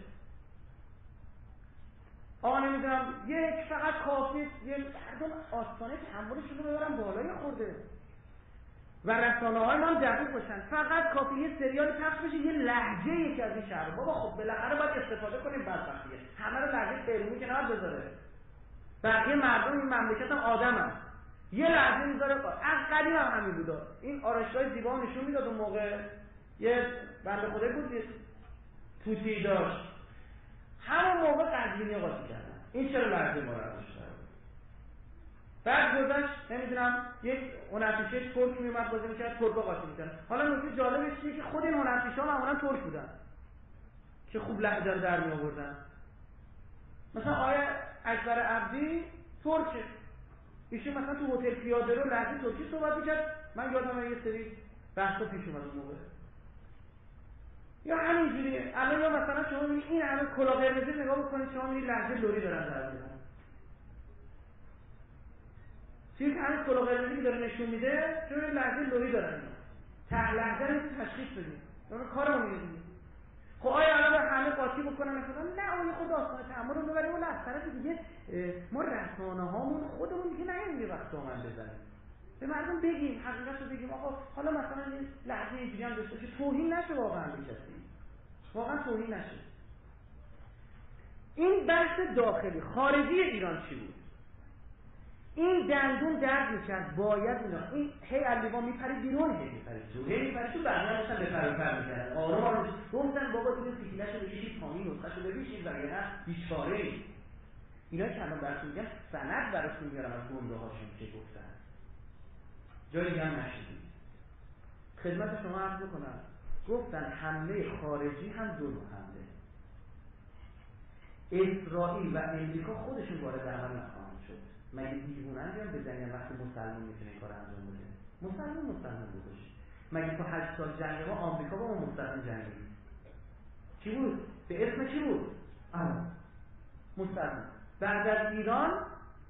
Speaker 2: آقا نمیدونم یک فقط کافی یه مردم آستانه تحملشون رو ببرن بالای خورده و رسانه های ما دقیق باشن. فقط کافی یه سریال پخش بشه یه لهجه یکی از این شهر. بابا خب بالاخره باید استفاده کنیم بدبختیه. همه رو لهجه فیلمی که نباید بذاره. بقیه مردم این مملکت هم آدمن. یه لهجه میذاره. از قدیم هم همین بودا. این آرایشگاه زیبا نشون میداد اون موقع یه بنده خدایی بود توتی داشت. همون موقع قزوینی قاطی کردن. این چرا لهجه ما رو ازش بعد گذشت نمیدونم یک هنرپیشه ترک میومد بازی میکرد ترک قاطی میکرد. حالا نکته جالبش اینه که خود این هنرپیشه‌ها معمولا ترک بودن که خوب لهجه رو در می آوردن. مثلا آقای اکبر عبدی ترکه، ایشون مثلا تو هتل پیاده رو لهجه ترکی صحبت میکرد. من یادم یه سری بحثا پیش اومد اون موقع. یا همینجوری الان یا مثلا شما میبینید این همه کلاه قرمزی نگاه بکنید شما میبینید لهجه لری دارن در میارن. چیزی که همین کلاه قرمزی که داره نشون میده چون لهجه لری دارن اینا. ته لهجه رو تشخیص بدید. اون کارمون میگه. خب آیا الان همه قاطی بکنن مثلا نه اون خود داستان تحمل رو ببریم ولی از طرف دیگه ما رسانه هامون خودمون دیگه نیایم یه وقت دامن بزنیم، به مردم بگیم حقیقت رو بگیم. آقا حالا مثلا یه لحظه اینجوری هم داشته باشه، توهین نشه واقعا به کسی، واقعا توهین نشه. این بحث داخلی. خارجی ایران چی بود؟ این دندون درد میکرد، باید اینا این هی علیوا میپرید بیرون، هی میپرید تو، هی میپرید تو، بقیه داشتن بپر بپر میکردن. آروم آروم گفتن بابا دیگه سیکلشو بکشید پایین، نسخه‌شو بکشید وگرنه بیچاره اید. اینا که الان براتون میگم سند براتون میارم از گنده‌هاشون که گفتن، جای دیگه هم نشدید. خدمت شما عرض بکنم گفتن حمله خارجی هم دو نوع حمله. اسرائیل و امریکا خودشون وارد عمل نخواهند شد. مگه دیوونن بیان بزنین وقتی مسلمان میتونه این کار انجام بده؟ مسلمان مسلمان بکشه. مگه تو هشت سال جنگ ما آمریکا با ما مستقیم جنگید؟ چی بود؟ به اسم چی بود؟ آه. مسلمان. بعد از ایران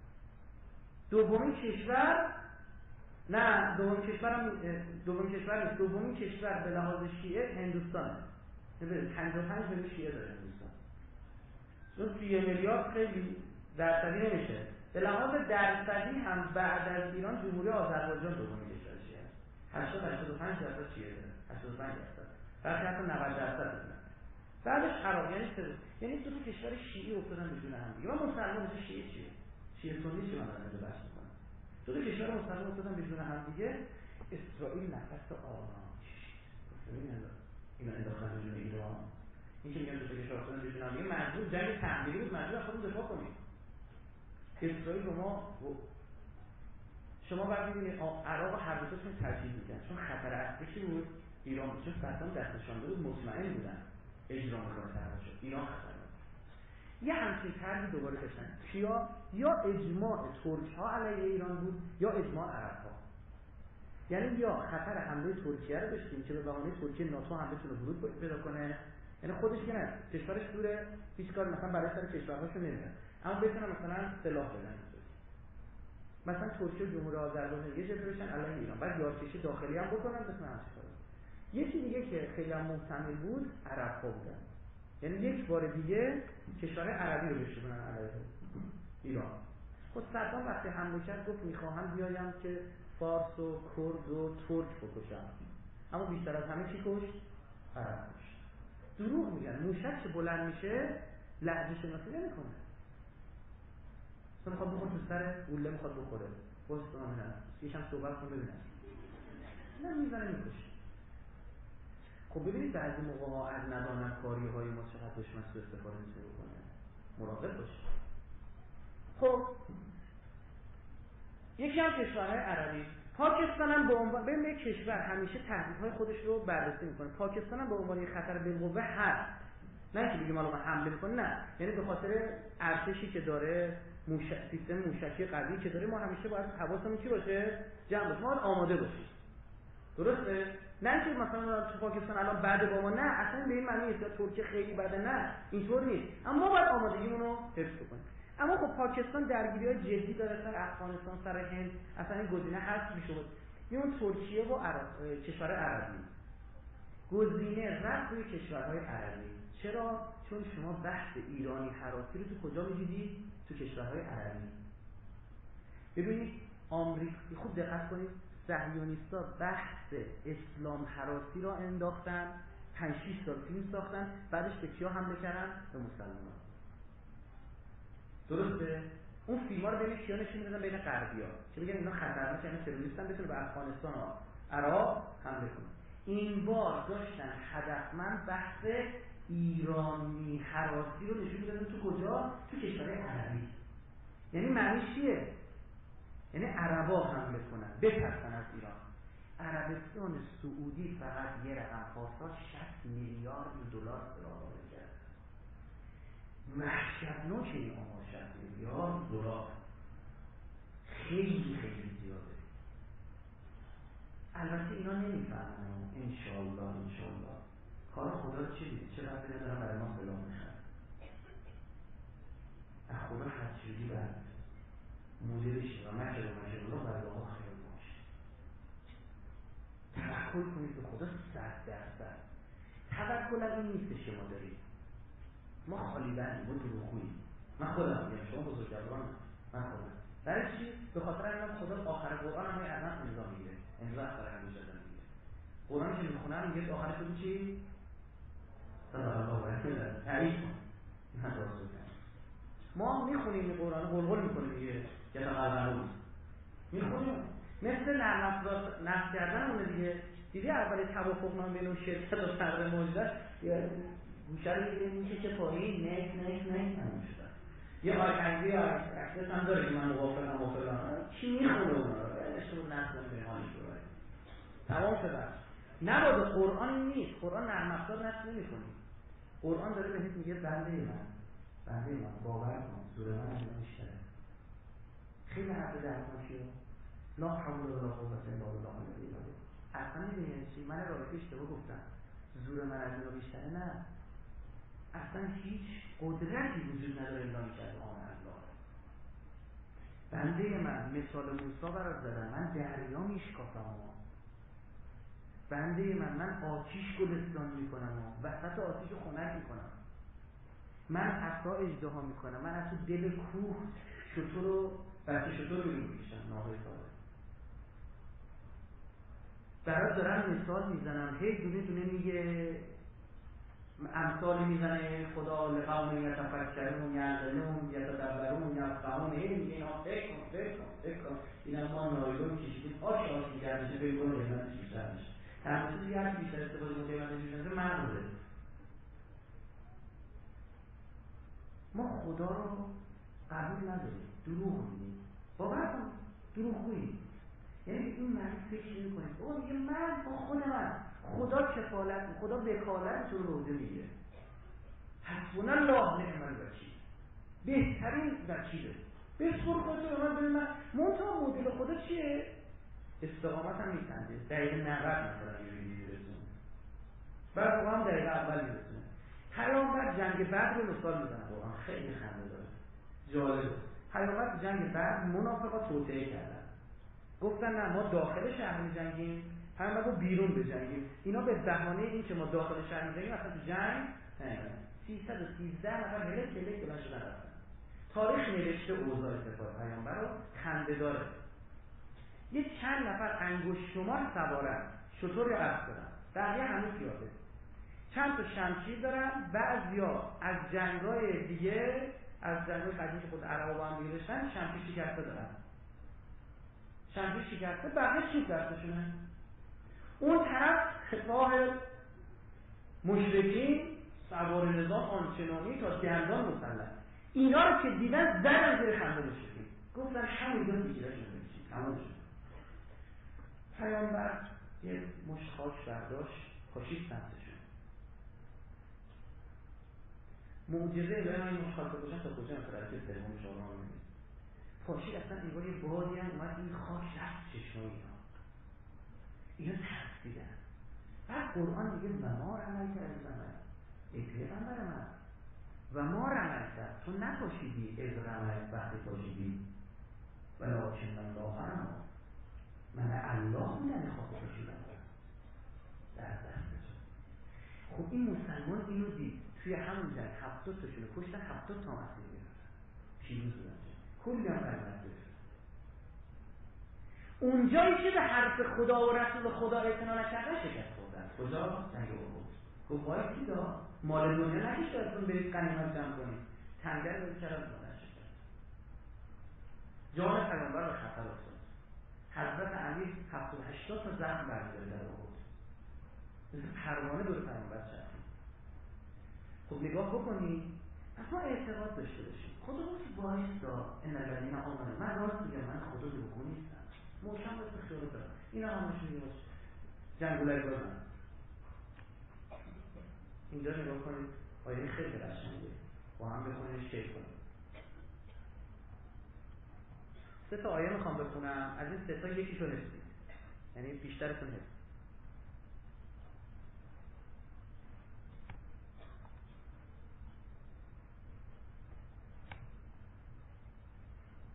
Speaker 2: دومین کشور، نه دومین کشور هم دومین کشور نیست، دومین کشور به لحاظ شیعه هندوستانه. ببینید پنجاه و پنج میلیون شیعه داره هندوستان. چون سی میلیارد خیلی درصدی نمیشه. به لحاظ درصدی هم بعد از ایران جمهوری آذربایجان دومین کشور شیعه است. هشتاد تا هشتاد و پنج درصد شیعه داره. هشتاد و پنج درصد. بعد حتی نود درصد داره. بعدش عراق، یعنی سه یعنی دو تا کشور شیعی افتادن به جون هم دیگه. و مسلمان میشه شیعه چیه؟ شیعه سنی چی من دارم بحث می‌کنم. دو تا کشور مسلمان افتادن به جون هم دیگه. اسرائیل نفس آرام کشید. اینا انداختن به جون ایران. این که میگن دو تا کشور افتادن به جون هم دیگه مجبور جنگ تحمیلی بود، مجبور خودمون دفاع کنیم. اسرائیل رو ما شما بعد می‌بینید عراق و هر دو تاشون تجدید می‌کنن چون خطر اصلی چی بود؟ ایران بود. چون صدام دستشان بود، مطمئن بودن اجرا می‌کنه طرف شد. ایران خطر بود. یه همچین طرحی دوباره داشتن. کیا؟ یا اجماع ترک‌ها علیه ایران بود یا اجماع عرب‌ها. یعنی یا خطر حمله ترکیه رو داشتیم که به بهانه ترکیه ناتو حمله‌شون رو ورود پیدا کنه، یعنی خودش که نه کشورش دوره هیچ کار مثلا برای سر کشورهاشون نمی‌کنه، اما بتونن مثلا سلاح بدن. مثلا ترکیه و جمهوری آذربایجان یه جبهه بشن علیه ایران، بعد یارکشی داخلی هم بکنن مثلا همین کارا. یکی دیگه که خیلی هم محتمل بود عرب‌ها بودن، یعنی یک بار دیگه کشورهای عربی رو بشونن علیه ایران. خود صدام وقتی حمله کرد گفت میخواهم بیایم که فارس و کرد و ترک بکشم، اما بیشتر از همه چی کشت؟ عرب کشت. دروغ میگن. موشک که بلند میشه لحظه شناسی نمیکنه، اصلا میخواد بخور تو سر اوله، میخواد بخوره باز تو هم نه یکم صحبت کن ببینم نه میزنه میکشه. خب ببینید بعضی موقع ها از ندانمکاری های ما چقدر دشمن سو استفاده میتونه بکنه، مراقب باشید. خب یکی هم کشورهای عربی، پاکستان هم به عنوان به یک کشور همیشه تهدیدهای خودش رو بررسی میکنه. پاکستان هم به عنوان یک خطر بالقوه هست، نه اینکه بگیم ما حمله میکنه، نه، یعنی به خاطر ارتشی که داره، موشک سیستم موشکی قوی که داره، ما همیشه باید حواسمون چی باشه؟ جمع باشه، ما باید آماده باشیم. درسته؟ نه اینکه مثلا تو پاکستان الان بعد با ما، نه، اصلا به این معنی نیست ترکیه خیلی بده، نه، اینطور نیست، اما ما باید آمادگیمون رو حفظ کنیم. اما خب پاکستان درگیری‌های جدی داره سر افغانستان، سر هند، اصلا این گزینه هست میشود. میون ترکیه و عرب کشور عربی گزینه رفت روی کشورهای عربی. چرا؟ چون شما بحث ایرانی حراسی رو تو کجا می‌دیدید؟ تو کشورهای عربی. ببینید آمریکا، خوب دقت کنید، صهیونیست‌ها بحث اسلام حراسی را انداختن، پنج شش سال فیلم ساختن، بعدش به کیا حمله کردن؟ به مسلمانان. درسته؟ اون فیلم‌ها رو بین کیا نشون میدادن؟ بین غربی‌ها، که بگن اینا خطرناکه، اینا تروریستن، بتونه به افغانستان و عراق حمله کنه. این بار داشتن هدفمند بحث ایرانی حراسی رو نشون میدادن تو کجا؟ تو کشورهای عربی. یعنی معنیش چیه؟ یعنی عربا حمله کنن، بترسن از ایران. عربستان سعودی فقط یه رقم پاسدار شصت میلیارد دلار سراغ کرد. وحشتناک این آمار، شصت میلیارد دلار خیلی خیلی زیاده. البته اینا نمیفهمن. انشالله انشالله کار خدا چی دید؟ چه رفتی ندارم برای ما سلام میخواد از خدا حجیدی برد مدیرش و مکر و مکر الله برای آقا خیلی باشه. توکل کنید به خدا صد درصد. توکل کلا این نیستش که ما داریم. ما خالی بندیم، ما دروغگوییم. من خودم میگم، شما بزرگواران، من خودم. برای چی؟ به خاطر اینکه خدا آخر قرآن هم از من امضا میگیره. امضا از برای مجدد میگیره. قرآن که میخونم میگه آخرش بگو چی؟ صدق الله و رسوله. تعریف کن. من درست میگم. ما میخونیم قرآن، قلقل میکنیم دیگه. که تا قلقلوز. میخونیم. مثل نرم افزار نصب کردن اونه دیگه. دیدی اول توافق نامه بین شرکت و فرد موجود یا گوشه رو میشه که پایین نیک نیک نیک تموم شده. یه آرکنگی اکسس هم داره که من موافقم و فلان. کی میخونه اونا رو؟ اشتباه نکنه به حالش ببرید. تمام شده. نباید قرآن این نیست. قرآن نرم افزار نصب نمی‌کنه. قرآن داره بهت میگه بنده من، بنده من باور کن، سوره من از میشتره. خیلی حرف دردناکیه. لا حول ولا قوة الا بالله العلی العظیم. اصلا نمی‌دونی چی؟ من رابطه اشتباه گفتم. زور من از اینا بیشتره نه. اصلا هیچ قدرتی وجود نداره الا اینکه از آن الله. بنده من مثال موسی برات زدم، من دریا میشکافم. بنده من من آتیش گلستان میکنم و وسط آتیش رو خنک میکنم. من عصا اژدها میکنم. من از تو دل کوه شتر رو بچه شتر رو میکشم. ناقه ساله برات دارم مثال میزنم. هی دونه دونه میگه امثال میزنه خدا لقوم یتفکرون یعقلون یتدبرون یفقهون. هی میگه اینا فکر کن فکر کن فکر کن. اینا ما نایلون کشیدیم آش آش میگردیشه فکر کن قیمتش بیشتر میشه. تنها چیزی هرکی بیشتر استفاده کنه قیمتش بیشتر میشه مغزه. ما خدا رو قبول نداریم، دروغ میگیم. باور کن دروغگوییم. یعنی این مریض فکر نمی‌کنه او میگه من با خود من خدا کفالت خدا وکالت تو رو عهده میگیره. حسبنا الله نعم الوکیل. بهترین وکیله. بسپر خودت رو من ببین من منتها مدل خدا چیه؟ استقامت هم میسنده. دقیقه نود مثلا یه ویدیو برسونه. بعد هم دقیقه اول برسونه. پیامبر جنگ بدر رو مثال میزنه قرآن. خیلی خنده داره. جالبه. پیامبر جنگ بدر منافقا توطئه کردن. گفتن نه ما داخل شهر می‌جنگیم، پیامبر گفت بیرون بجنگیم. اینا به بهانه این که ما داخل شهر می‌جنگیم اصلا تو جنگ نه. سیصد و سیزده نفر هلک هلک بلند شدن رفتن. تاریخ نوشته اوضاع سپاه پیامبر رو خنده داره. یه چند نفر انگشت شمار سوارن، شطور یا اسب دارن. بقیه همه پیاده. چند تا شمشیر دارن. بعضیا از جنگ‌های دیگه از جنگ‌های قدیمی که خود عربا با هم دیگه داشتن شمشیر شکسته دارن. شمشیر شکسته بقیه چوب دستشونه. اون طرف سپاه مشرکین سوار نظام آنچنانی تا دندان مسلح. اینا رو که دیدن زدن زیر خنده مشرکین. گفتن همینجا دیگه شده بچید. تمام شد. پیامبر یه مشت خاک برداشت پاشید سمتشون. معجزه الهی این مشت خاک باشن تا کجا متوجه سوم شما نمی‌شید. پاشید اصلا انگار یه بادی هم اومد این خاک رفت چشمای اینا. اینا ترسیدن. بعد قرآن میگه و ما رمل کرد زمن ای پیغمبر من و ما رمل کرد تو نپاشیدی از رمل وقتی پاشیدی ولکن الله رمل من الله نمیخواد پاشیدن در دست تو. خب این مسلمان اینو دید توی همون جنگ هفتاد تاشونو کشتن هفتاد تا مسیر گرفتن پیروز بودن کلی هم قیمت گرفتن. اونجایی که به حرف خدا و رسول خدا اعتنا نکردن شکست خوردن. کجا؟ جنگ احد. گفت وای چیزا مال دنیا نکش دارتون برید غنیمت جمع کنید. تنگل رو کردن مادر شکست. جان پیامبر به خطر افتاد. حضرت علی هفتاد هشتاد تا زخم برداشت در احد. مثل پروانه دور پیامبر چرخید. خب نگاه بکنید. پس ما اعتقاد داشته باشیم. خدا گفت وایسا ان الذین آمنوا. من راست میگم من خدا دروغگو نیستم. محکم باشه خیال دارم. اینا همش میگه باشه. جنگولای بازن. اینجا نگاه کنید. آیه خیلی قشنگه. با هم بخونید شیخ کنید. سه تا آیه میخوام بخونم. از این سه تا یکیشو حفظید. یعنی بیشترتون حفظ.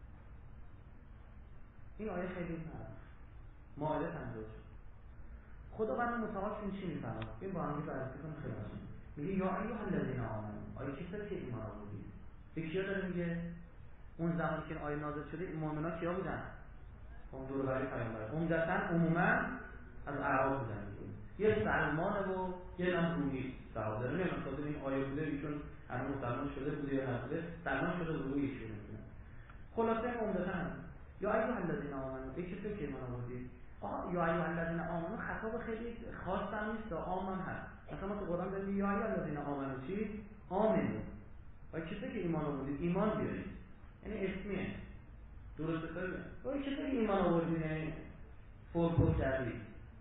Speaker 2: این آیه خیلی معروف. مائده پنجاه و چهار. خداوند متعال چی میفرماد؟ این با هم بررسی کنیم خیلی میگه یا ایها الذین آمنوا، آیه کسایی که ایمان آوردید. به کیا داره میگه؟ اون زمانی که آیه نازل شده این مؤمنا کیا بودن؟ اون دور برای پیامبر عمدتاً عموما از اعراب بودن دیگه. یه سلمان و یه نام رومی صحابه داره. نمیدونم تازه این آیه بوده ایشون هنوز مسلمان شده بوده یا نبوده، سلمان شده بوده ایشون نمیدونم. خلاصه عمدتاً یا ایها الذین آمنوا، یکی کسی که ایمان آوردید. آها یا ایها الذین آمنوا خطاب خیلی خاص هم نیست، عام هم هست. مثلا ما تو قرآن داریم یا ایها الذین آمنوا چی؟ آمنو. و کسی که ایمان آوردید ایمان بیارید. یعنی اسمیه. درسته تره؟ و کسی که ایمان آوردید یعنی فور فور کردید.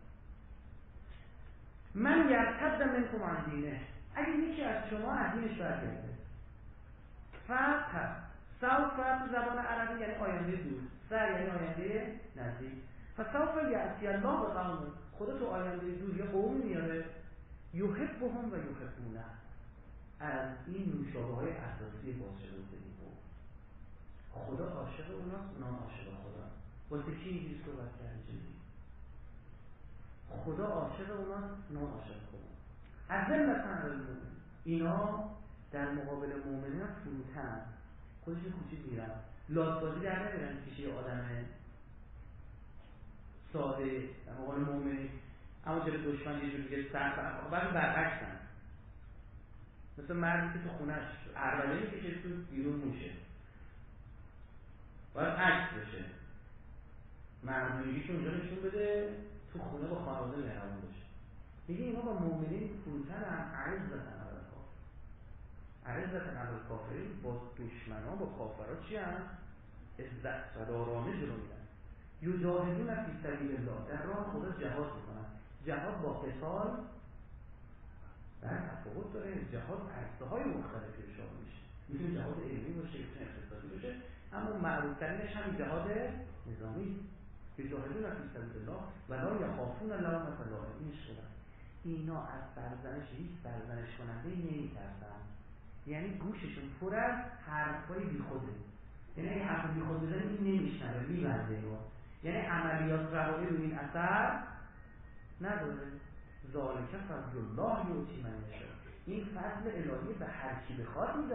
Speaker 2: من یرتد منکم عن دینه، اگه یکی از شما از دینش برگرده، فرض هست سوف تو زبان عربی یعنی آینده دور، سر یعنی آینده نزدیک. فسوف یأتی الله بقوم، خدا تو آینده دور یه قومی میاره یحبهم و یحبونه، از این نوشابه های اساسی باز شده این قوم. خدا عاشق اوناست، اونا عاشق خدا. واسه کی اینجوری صحبت کردی؟ خدا عاشق اوناست، اونا عاشق خدا. اذلة علی المؤمنین، اینا در مقابل مؤمنین فروتن، خودشون کوچیک میرن، لاتبازی در نمیرن کشی یه آدم ساده در مقابل مؤمنین، اما جلوی دشمن یه جور دیگه سر بعد برعکسن. مثل مردی که تو خونش عربده میکشه تو بیرون موشه، باید عکس بشه، مردمیگیش اونجا نشون بده، تو خونه با خانواده مهربون باشه. میگه اینا با مؤمنین فروتن هم عزتن علی الکافر، عزتن علی الکافرین، با دشمنان با کافرها چی هم؟ عزت صدارانه جلو میرن. یجاهدون فی سبیل الله، در راه خدا جهاد میکنن. جهاد با قتال در تفاوت داره. جهاد عرصه های مختلفی رو شامل میشه، میتونه جهاد علمی باشه، میتونه اقتصادی باشه، اما معروف ترینش هم جهاد نظامی. یجاهدون فی سبیل الله ولا یخافون لومة لائم، این شده. اینا از سرزنش هیچ سرزنش کننده نمیترسن، یعنی گوششون پر از حرفای بیخوده، یعنی اگه حرف بیخود بزنه این نمیشنوه، میبنده اینو، یعنی عملیات روانی رو این اثر نداره. ذالک فضل الله یؤتی من یشاء، این فضل الهی به هر کی بخواد میده.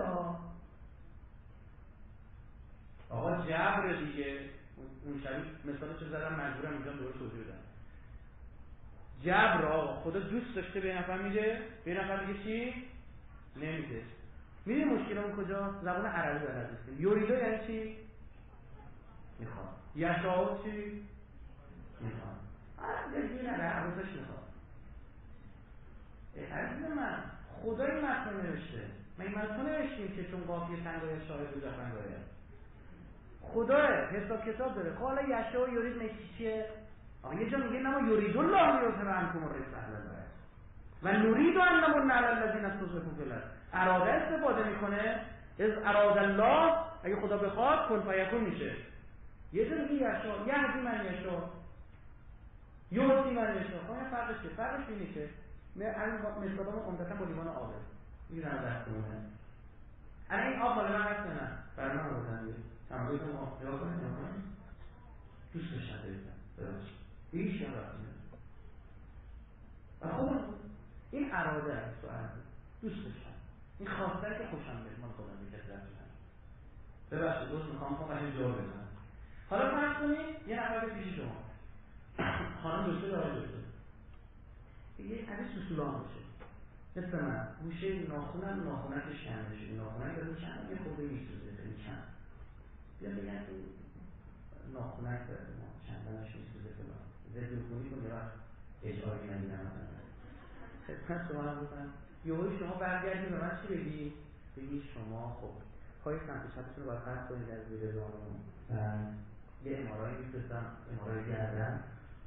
Speaker 2: آقا جبر دیگه، اون شبیه مثالش رو زدم مجبورم اینجا دوباره توضیح بدم. جبر آقا خدا دوست داشته به نفر میده، به نفر دیگه چی؟ نمیده. میدونی مشکلمون کجا؟ زبان عربی بلد نیستیم. یوریدو یعنی چی؟ میخواد. یشاء چی؟ میخواد. آره دلگیر نده، حواسش میخواد. عزیز من خدا این متن نوشته، من این متن نوشتیم که چون قافیه تنگای شاهد و جفنگایه. خدا حساب کتاب داره. قال یشاء یورید مکی چیه؟ آقا یه جا میگه نما یورید الله لیظهر عنکم الرجس اهل البیت و نرید ان نمن علی الذین استضعفوا فی الارض. اراده استفاده میکنه از اراد الله، اگه خدا بخواد کن فیکون میشه. یه جا میگه یشاء یهدی من یشاء یؤتی من یشاء. خب فرقش چیه؟ فرقش اینه که من مثلا عمدتاً با لیوان آبه میگیرن دستمونه. الان این آب مال من هست نه؟ برای من بودن تمایز ما نگاه کنید، نگاه کنید دوستش نداریدن درست ایش هم رفتی ندارید و خب این اراده است و اراده دوستش هم این خواستن که خوشم بید من خودم بید کسی رفتی ندارید ببخشید دوست میخوام کنم این جواب بزنم. حالا فرض کنید یه نفر به پیش شما خانم دکتر داره دکتر یه عدی سوسولان باشه مثل من گوشه ناخونم ناخونکش کنده شده، ناخونک داره کنده یه خورده میسوزه خیلی کم، بیا بگن این ناخونک داره ما چندانش میسوزه فلان زدور کنی کن یه وقت اجاری ندیدم مثلا خدمت شما هم بکنم یه شما برگردیم به من چی بگی؟ بگی شما خب پای سمت چپتون رو باید قرد کنید از زیر زانو یه امارایی میفرستم امارایی گردن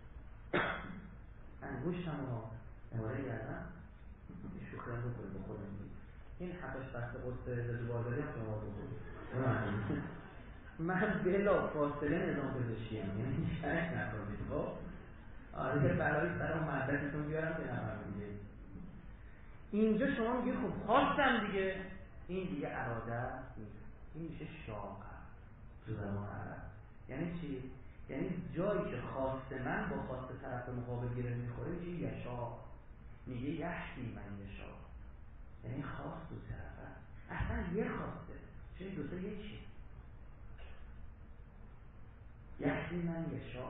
Speaker 2: انگوشتم رو امارایی گردن یه شوخی هم بکنید با خودم این حقش بسته قصد زدو بازاری هم شما بکنید من بلا فاصله نظام پزشکی هم یعنی شرک نکنید خب آره که برای سرم مدرکتون بیارم که نمیم دیگه اینجا شما میگه خب خواستم دیگه این دیگه اراده نیست این میشه شاقه تو زمان عرب. یعنی چی؟ یعنی جایی که خواست من با خواست طرف مقابل گره میخوره میشه یشا، میگه یحیی من یشا، یعنی خواست دو طرفه، اصلا یه خواسته، چون دوتا یکیه. یحیی من یشا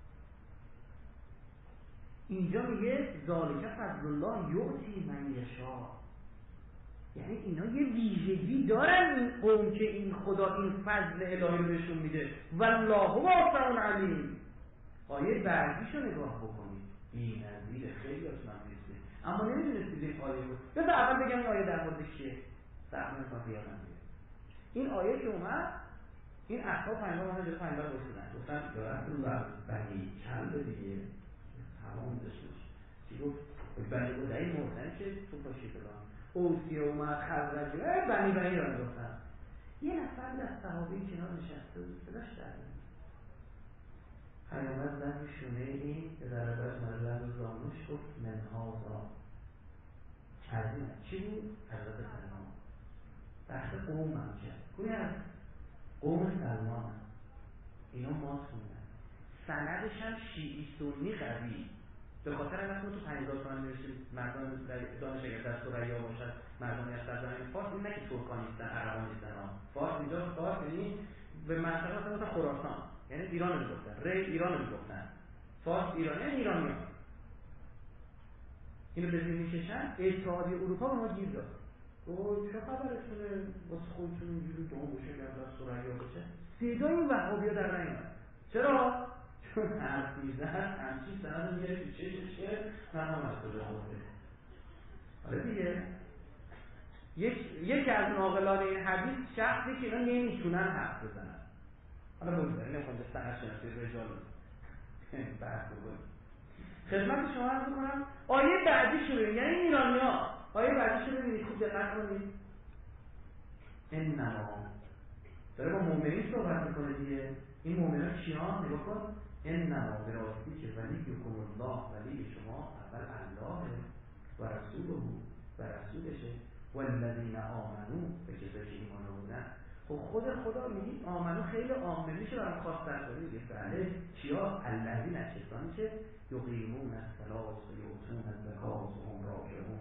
Speaker 2: اینجا میگه ذالک فضل الله یؤتی من یشا، یعنی اینا یه ویژگی دارن این قوم که این خدا این فضل الهی رو بهشون میده. والله واسع علیم. آیه بعدیشو نگاه بکنید، بی‌نظیر، خیلی از من نیست اما نمیدونستید این آیه رو. بذار اول بگم این آیه در مورد کیه، صحنه ما بیارم میگه این آیه که اومد، این اصحاب پیامبر اومدن جلوی پیامبر وایسادن، گفتن دارن بر بنی کلب دیگه تمام داشتش چی گفت بنی بودایی مردن که تو پاشی فلان اوسیه اومد خزرج بنی بنی رو گفتن. یه نفر از صحابه کنار نشسته بود صداش در میاد، پیامبر زد رو شونه این به ضربت مردن رو زانوش گفت منها زان عظیمه. چی بود؟ حضرت سلمان. بحث قوم هم کرد، گوی از قوم سلمان اینا مات خوندن، سندش هم شیعی سنی قوی، به خاطر این تو پنجاه سال میرسیم مردم دانش اگر در سریا باشد مردمی از در زمین فارس، این نه که ترکان نیستن عربان نیستن ها، فارس اینجا فارس یعنی به منطقه مثلا مثلا خراسان، یعنی ایران رو میگفتن، ری ایران رو میگفتن، فارس ایران یعنی ایرانی ها. اینو به زیر میکشن. اتحادیه اروپا به ما گیر داد، اوه چه خبرتونه واسه خودتون اینجوری دو باشه اگر در سریا باشه. صدای این وهابیا در نیامد. چرا؟ چون حرف میزن همچین سند میگه تو چشش که من هم از کجا خورده. حالا دیگه یک یکی از ناقلان این حدیث شخصی که اینا نمیتونن حرف بزنن، حالا بگذاریم نمیخوام به سند شناسی رجال بحث بکنیم. خدمت شما عرض میکنم آیه بعدی شروع، یعنی ایرانی ها آیه بعدی شروع ببینید خوب دقت کنید. انما داره با مومنین صحبت میکنه دیگه. این مومنان کیان؟ نگاه کن. انما به راستی که ولیکم الله، ولی شما اول الله و رسوله و رسولشه و الذین آمنو، به کسایی که ایمان آوردن. خب خود خدا میگه آمنو خیلی عامه میشه برام خواستن کنید دیگه. بله کیا؟ الذین، کسانی که یقیمون الصلاة و یؤتون الزکاة و هم راکعون.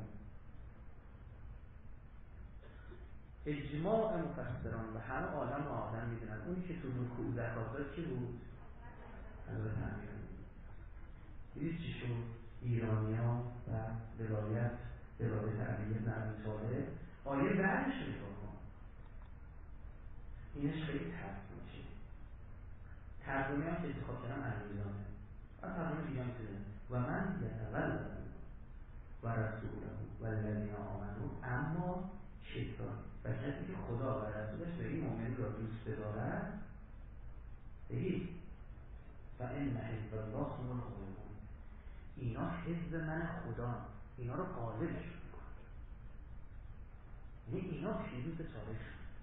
Speaker 2: اجماع مفسران و همه عالم و آدم میدونن اونی که تو رکوع زکات داد کی بود؟ حضرت امیرالمومنین. دیدید چی شد؟ ایرانیان و ولایت ولایت علی بن ابی طالب آیه بعدش رو نگاه کن، اینش خیلی ترجمه میشه. ترجمه هم که انتخاب کردم علیزانه و ترجمه دیگه هم شده و من یتولد و رسوله و الذین آمنو، اما شیطان و کسی که خدا و رسولش به این مومن را دوست بدارد بگید و این حزب الله هم الغالبون، اینا حزب من خدا، اینا رو غالبش میکنه، یعنی اینا پیروز تاریخ.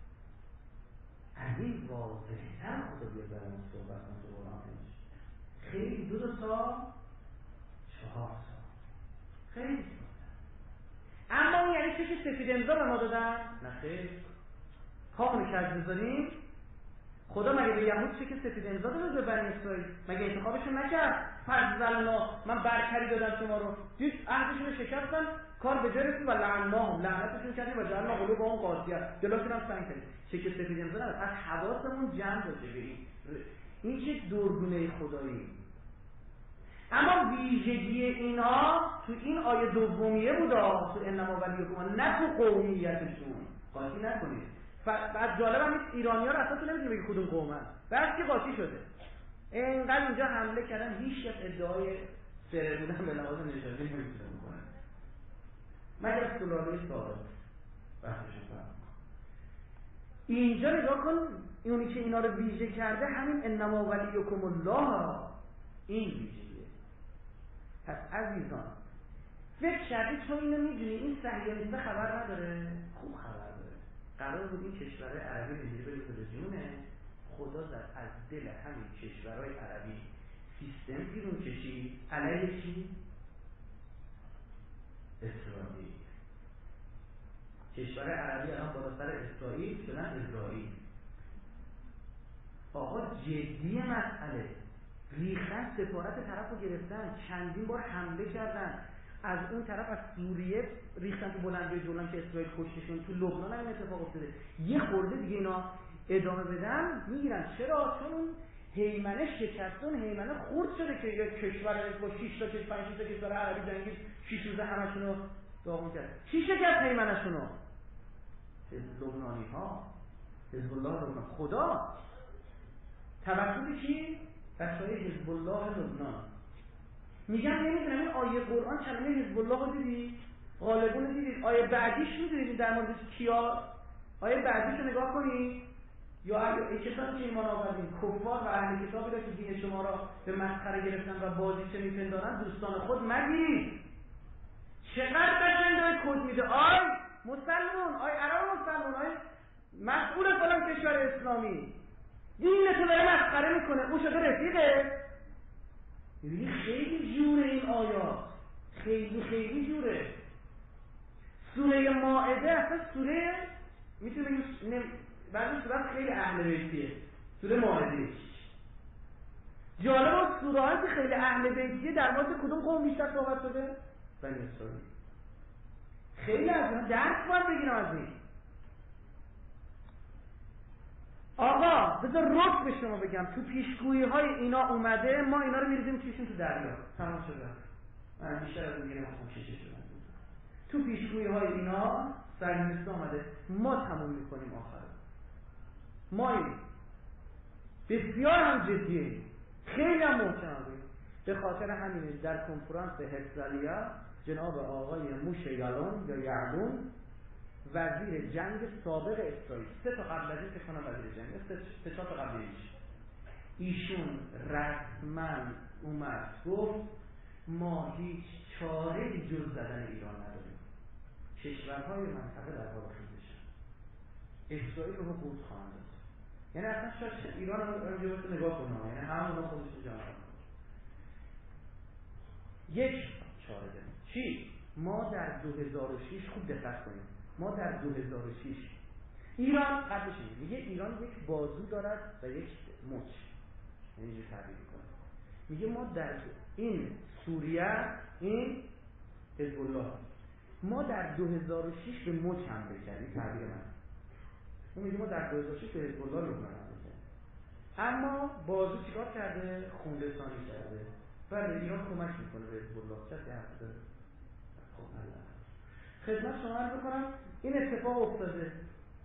Speaker 2: از این واضح‌تر خدا بیاد برای اون صحبت کنه تو قرآنش. خیلی دو دو سال چهار سال خیلی سال. اما این یعنی چه که سفید امضا به ما دادن؟ نه خیر. خواهنو که از بذاریم خدا مگه به یهود چه که سفید امضا داده به بنی اسرائیل؟ مگه انتخابشون نکرد؟ فرزلنا من برکری دادم شما رو، دید عهدشون رو شکستن، کار به جای رسید و لعناهم، لعنتشون کردیم و جعلنا قلوبهم قاسیة، دلاشون هم سنگ کردیم. چه که سفید امضا نداد. پس حواسمون جمع باشه به این. این چه دورگونه خدایی. اما ویژگی اینا تو این آیه دومیه بود، تو انما ولیکم، نه تو قومیتشون. قاطی نکنید. بعد جالب هم نیست ایرانی‌ها رو اصلا تو نمی‌دونی بگی کدوم قومن. بعد که قاطی شده. اینقدر اینجا حمله کردن هیچ کس ادعای سره بودن به لحاظ نژادی نمی‌تونه بکنه. مگر سلاله سابق. بحثشون فهم. اینجا نگاه کن اونی که اینا رو ویژه کرده همین انما ولیکم الله، این ویژگیه. پس عزیزان فکر کردید تو اینو میدونی این صهیونیسم خبر نداره؟ خوب خبر داره. قرار بود این کشورهای عربی اینجوری بره به جونه، خدا زد از دل همین کشورهای عربی سیستم بیرون کشید علیه چی؟ اسرائیل. کشورهای عربی الان بالا سر اسرائیل شدن اسرائیل. آقا جدی مسئله ریختن، سفارت طرف رو گرفتن، چندین بار حمله کردن، از اون طرف از سوریه ریختن تو بلندی جولان که اسرائیل کشتشون، تو لبنان هم اتفاق افتاده. یه خورده دیگه اینا ادامه بدن میگیرن. چرا؟ چون اون هیمنه شکستون، هیمنه خورد شده که یک کشور با شش تا کشور، پنج تا کشور عربی جنگید، شش روزه همشون رو داغون کرد. چی شکست هیمنه‌شون رو؟ حزب لبنانی ها، حزب الله لبنان. خدا توسط کی؟ بچه‌های حزب الله لبنان. میگم نمیدونم این آیه قرآن کلمه حزب الله رو دیدید؟ غالبون رو دیدید؟ آیه بعدیش میدونید در مورد کیا؟ آیه بعدیش رو نگاه کنید. یا اهل کتاب که ایمان آوردین، کفار و اهل کتابی را که دین شما را به مسخره گرفتن و بازیچه میپندارن دوستان خود مگیرید. چقدر قشنگ داره کد میده. آی مسلمون، آی عرب مسلمون، آی مسئول فلان کشور اسلامی، دینتو داره مسخره میکنه، او شده رفیقه. ببینی خیلی جوره این آیات، خیلی خیلی جوره. سوره مائده اصلا سوره میتونه بگیم بعضی سوره خیلی اهل بیتیه. سوره مائده جالب، سوره هایی که خیلی اهل بیتیه در مورد کدوم قوم بیشتر صحبت شده؟ بنی اسرائیل. خیلی از اینا درس باید بگیرم از این. آقا بذار رک به شما بگم، تو پیشگویی های اینا اومده ما اینا رو میریزیم چیشون تو دریا، تمام شده. من بیشتر از اون گیرم خون چیشه شدن. تو پیشگویی های اینا سرنوشته آمده، ما تموم میکنیم آخر. ما بسیار هم جدیه، خیلی هم محکمه. به خاطر همین در کنفرانس هرزالیا جناب آقای موشه یالون یا یعلون وزیر جنگ سابق اسرائیل، سه تا قبل از این که کنم وزیر جنگ، سه, سه تا قبل اینش، ایشون رسما اومد گفت ما هیچ چاره جز زدن ایران نداریم. کشورهای منطقه در حال خیزشن، اسرائیل رو بود خواهند داد. یعنی اصلا شاید ایران رو اینجا باید نگاه کنه، یعنی همون رو خودش رو جمع کنه. یک چاره داریم. چی؟ ما در دو هزار و شش خوب دقت کنیم، ما در دو هزار و شش ایران قبلش میگه ایران یک بازو دارد و یک مچ، یعنی اینجور تعبیر میکنه. میگه ما در این سوریه، این حزب الله، ما در دو هزار و شش به مچ حمله کردیم، تعبیر من. اون میگه ما در دو هزار و شش به حزب الله لبنان حمله کردیم، اما بازو چیکار کرده؟ خونرسانی کرده. بله ایران کمک میکنه به حزب الله، چه حرف داره؟ خب الله خدمت شما عرض بکنم این اتفاق افتاده.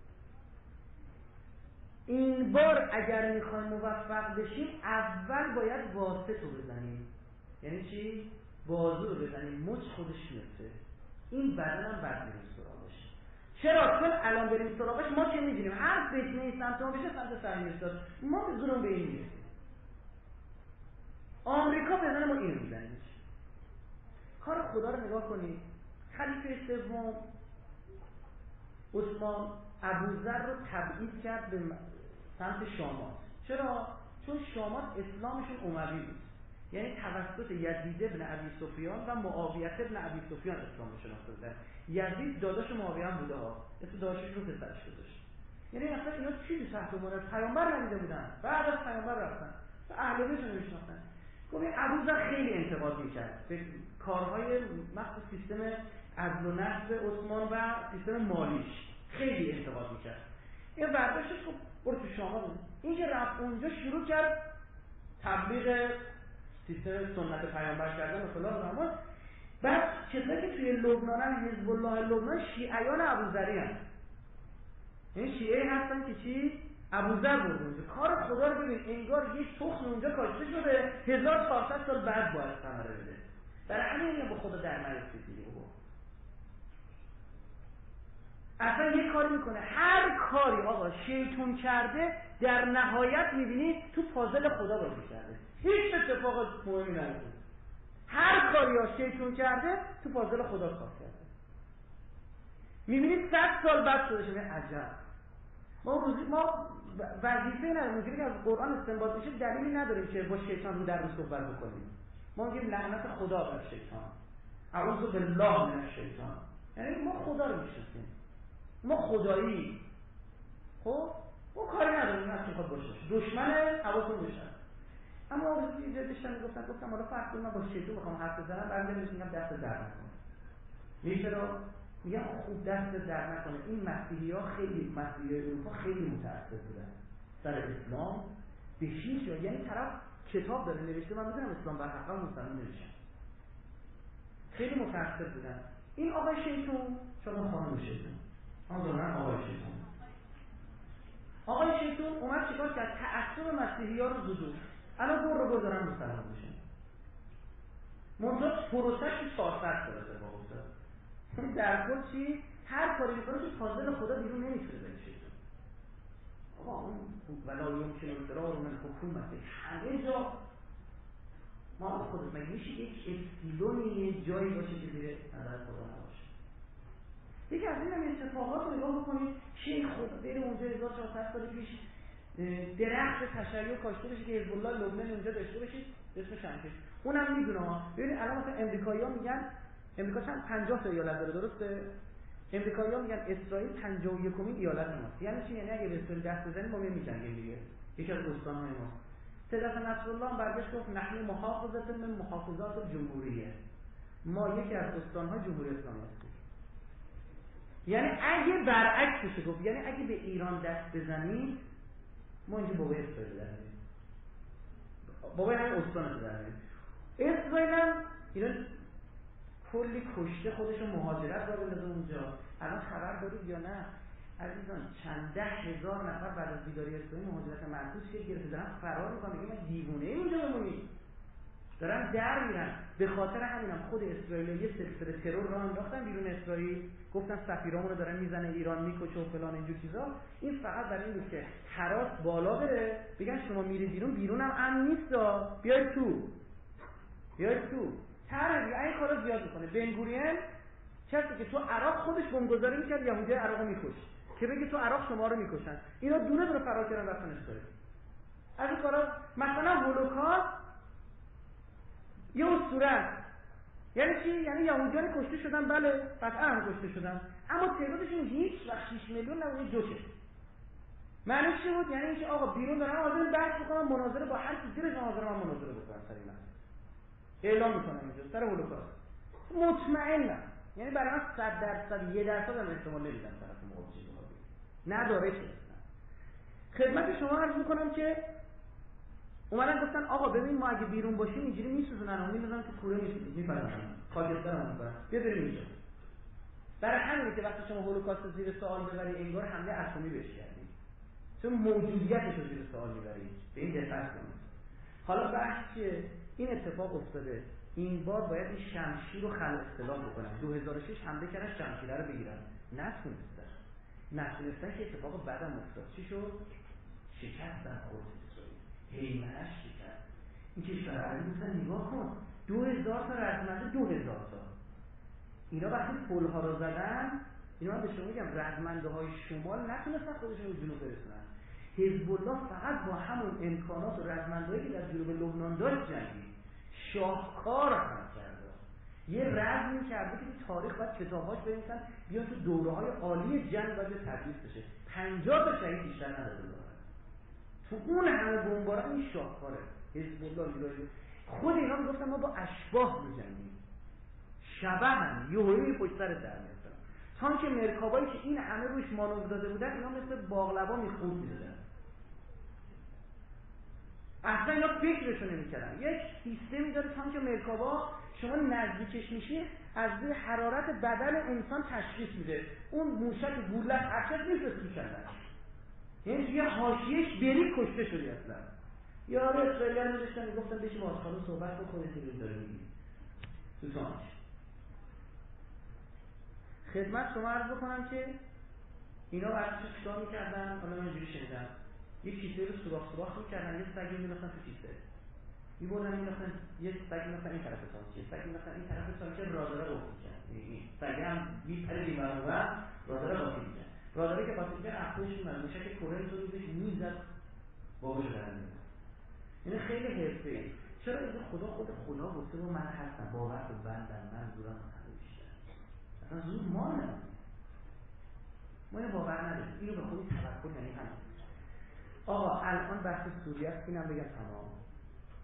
Speaker 2: این بار اگر میخوایم موفق بشیم اول باید واسطه رو بزنیم. یعنی چی؟ بازو رو بزنیم، مچ خودش میفته. این بدن هم بعد بریم سراغش. چرا؟ چون الان بریم سراغش ما که میدونیم هر فتنه سمت ما بشه سمت سرمیستاد، ما به زورم به این میرسیم. آمریکا بزنه ما اینو میزنیم. کار خدا رو نگاه کنید. خلیفه سوم عثمان ابوذر رو تبعید کرد به سمت شامات. چرا؟ چون شامات اسلامشون اموی بود، یعنی توسط یزید ابن ابی سفیان و معاویه ابن ابی سفیان اسلام شناخته بودن. یزید داداش معاویه هم بوده ها، اسم داداشش رو پسرش گذاشت. یعنی مثلا اینا چیزی تحت عنوان پیامبر ندیده بودن، بعد از پیامبر رفتن و اهل بیتشون رو میشناختن. خب این ابوذر خیلی انتقاد میکرد به کارهای مخصوص سیستم عدل و نصب عثمان و سیستم مالیش، خیلی انتقاد میکرد. این برداشتش خب برو تو شما بود. این که رفت اونجا شروع کرد تبلیغ سیستم سنت پیامبر کردن و فلان و اما بعد کسایی که توی لبنان هم حزب الله لبنان شیعیان ابوذری هستن. این شیعه هستن که چی؟ ابوذر بود اونجا. کار خدا رو ببین، انگار یک تخم اونجا کاشته شده هزار و چهارصد سال بعد باید ثمره بده. برای همین به خدا در نرسید دیگه. اصلا یک کاری میکنه، هر کاری آقا شیطون کرده در نهایت میبینی تو پازل خدا بازی کرده، هیچ اتفاق مهمی نیفتاد. هر کاری ها شیطون کرده تو پازل خدا کار کرده. میبینید صد سال بعد شده شده. عجب. ما روزی ما وظیفه نداریم، اونجوری که از قرآن استنباط میشه دلیلی نداریم که با شیطان رو در رو صحبت بکنیم. ما میگیم لعنت خدا بر شیطان، اعوذ بالله من الشیطان. یعنی ما خدا رو میشناسیم، ما خدایی. خب ما کاری نداریم، نه چی خود باشه دشمن حواستون بشه. اما روزی داشتم میگفتن گفتم حالا فرض کنم من با شیطان بخوام حرف بزنم بعد میگم دست درد نکنه. میشه رو میگم خوب دست درد نکنه. این مسیحی‌ها خیلی مسیحی‌های اروپا خیلی متأثر بودن سر اسلام به هیچ جا، یعنی طرف کتاب داره نوشته من میدونم اسلام بر حقا مسلمان نمیشن، خیلی متأثر بودن. این آقای شیطان شما خانم شیطان آن آقای شیطان آقای شیطان اومد چیکار کرد؟ تعصب مسیحی‌ها رو زدود. الان دور رو دارن مسلمان میشن. منتها پروسش چهار ساعت داره اتفاق افتاد. در کل چی؟ هر کاری میکنه تو فاضل خدا بیرون نمیتونه بره شیطان. آقا اون ولا یمکن الفرار من حکومت همه جا ما خودت مگه میشه یک اپسیلونی جایی باشه که زیر نظر خدا نباشه؟ یکی از این هم اتفاقات رو نگاه بکنید. شیخ خدا بره اونجا هزار و چهارصد سال پیش درخت تشیع کاشته بشه که حزب الله لبنان اونجا داشته باشید اسم شمشیر. اونم میدونه ها. ببینید الان مثلا امریکایی‌ها میگن امریکا چند پنجاه تا ایالت داره درسته؟ امریکایی‌ها میگن اسرائیل پنجاه و یکمین ایالت ماست. یعنی چی؟ یعنی اگه به اسرائیل دست بزنیم ما میجنگیم دیگه. یکی از استان‌های ما. سید حسن نصرالله هم برگشت گفت نحن محافظة من محافظات الجمهوریه. ما یکی از استان‌های جمهوری اسلامی هستیم. یعنی اگه برعکس بشه گفت، یعنی اگه به ایران دست بزنیم ما اینجا بابای اسرائیل داریم. بابای همین استان رو داریم. اسرائیل هم اینا کلی کشته خودشون مهاجرت را بندازه اونجا. الان خبر دارید یا نه عزیزان چند ده هزار نفر بعد از بیداری اسرائیل مهاجرت معکوس که گرفته دارن فرار میکنن. میگن ما دیوونه ایم اونجا بمونیم. دارن در میرن. به خاطر همینم خود اسرائیل یه سلسله ترور راه انداختن بیرون اسرائیل، گفتن سفیرامون رو دارن میزنه ایران میکشه و فلان اینجور چیزا. این فقط برای این بود که هراس بالا بره، بگن شما میرید بیرون، بیرونم امن نیستا، بیاید تو بیاید تو طرح دیگه این کارا زیاد میکنه. بنگوریان کسی که تو عراق خودش بمبگذاری میکرد یهودی عراقو میکش که بگه تو عراق شما رو میکشن، اینا دونه دونه فرار کردن رفتن اسرائیل. از این کارا مثلا هولوکاست یه اسطوره. یعنی چی؟ یعنی یهودیان کشته شدن، بله قطعا هم کشته شدن، اما تعدادشون هیچ وقت شش میلیون نبود، جوکه. معنیش چی بود؟ یعنی اینکه آقا بیرون دارن حاضر بحث بکنن، مناظره با هر کی زیرش حاضر من مناظره بکنن سر این اعلام میکنن اینجا سر هولوکاست. مطمئنم یعنی برای من صد درصد یه درصد هم احتمال نمیدن طرف مقابل چیزی نداره. چه خدمت شما عرض میکنم که اومدن گفتن آقا ببین ما اگه بیرون باشیم اینجوری میسوزونن و میذارن که کوره میشید میفرستن خاکسترمون میکنن بیا بریم اینجا. برای همینه که وقتی شما هولوکاست رو زیر سوال ببری انگار حمله اتمی بهش کردید، چون موجودیتش رو زیر سوال میبرید. به این دقت کنید. حالا بحث چیه؟ این اتفاق افتاده، این بار باید این شمشیر رو خلع اصطلاح بکنن. دو هزار و شش حمله کردن شمشیر رو بگیرن، نتونستن نتونستن که اتفاق بعدم افتاد. چی شد؟ شکستن خود اسرائیل، هیمنش شکست. این کشور عربی گفتن نگاه کن دو هزار تا رزمنده، دو هزار تا اینا وقتی پلها رو زدن، اینا من به شما میگم رزمنده های شمال نتونستن خودشون رو جنوب برسونن. حزب الله فقط با همون امکانات و رزمندهایی که در جنوب لبنان داشت جنگید، شاهکار هم کرده. یه رزمی کرده که تاریخ باید کتاباش بنویسن بیان تو دوره‌های عالی جنگ باید تدریس بشه. پنجاه تا شهید بیشتر نداده دارن. تو اون همه بمباران این شاهکاره. حزب الله میگه خود اینا میگفتن ما با اشباح می‌جنگیم. شبح هم یهویی پشت سر در میاد. تانک مرکابایی که این همه روش مانور داده بودن اینا مثل باقلوا میخورد می‌دادن. اصلا اینا فکرشو نمی‌کردن. یک سیستمی داره تانک مرکابا شما نزدیکش میشی از روی حرارت بدن انسان تشخیص میده. اون موشک گوله حرکت میفرسته تو کندن. یعنی توی حاشیه‌اش بری کشته شدی اصلا. یا آره اسرائیلی‌ها نوشتن میگفتن بشی با خانم صحبت بکنید که داره میگی. تو تانک. خدمت شما عرض بکنم که اینا ورزش چیکار می‌کردن؟ حالا من اینجوری شنیدم. یه کیسه رو سوراخ سوراخ می‌کردن، یه سگی می‌نداختن تو کیسه. می‌بردن می‌نداختن یه سگی مثلا این طرف تانک، یه سگی مثلا این طرف تانک رادار رو قفل می‌کرد. این سگی هم می‌پره بیرون و رادار رو قفل می‌کرد. راداری که قفل می‌کرد افروش می‌مد، موشک کره رو روش می‌زد باباش درن می‌زد. این خیلی حرفه‌ای. چرا این خدا خود خدا گفته و من هستم باور کن بندم منظورم همه بیشتر. اصلا زور ما نه. ما اینو باور نداریم. اینو به خودی توکل یعنی همین. آقا الان بحث سوریه است، اینم بگم تمام.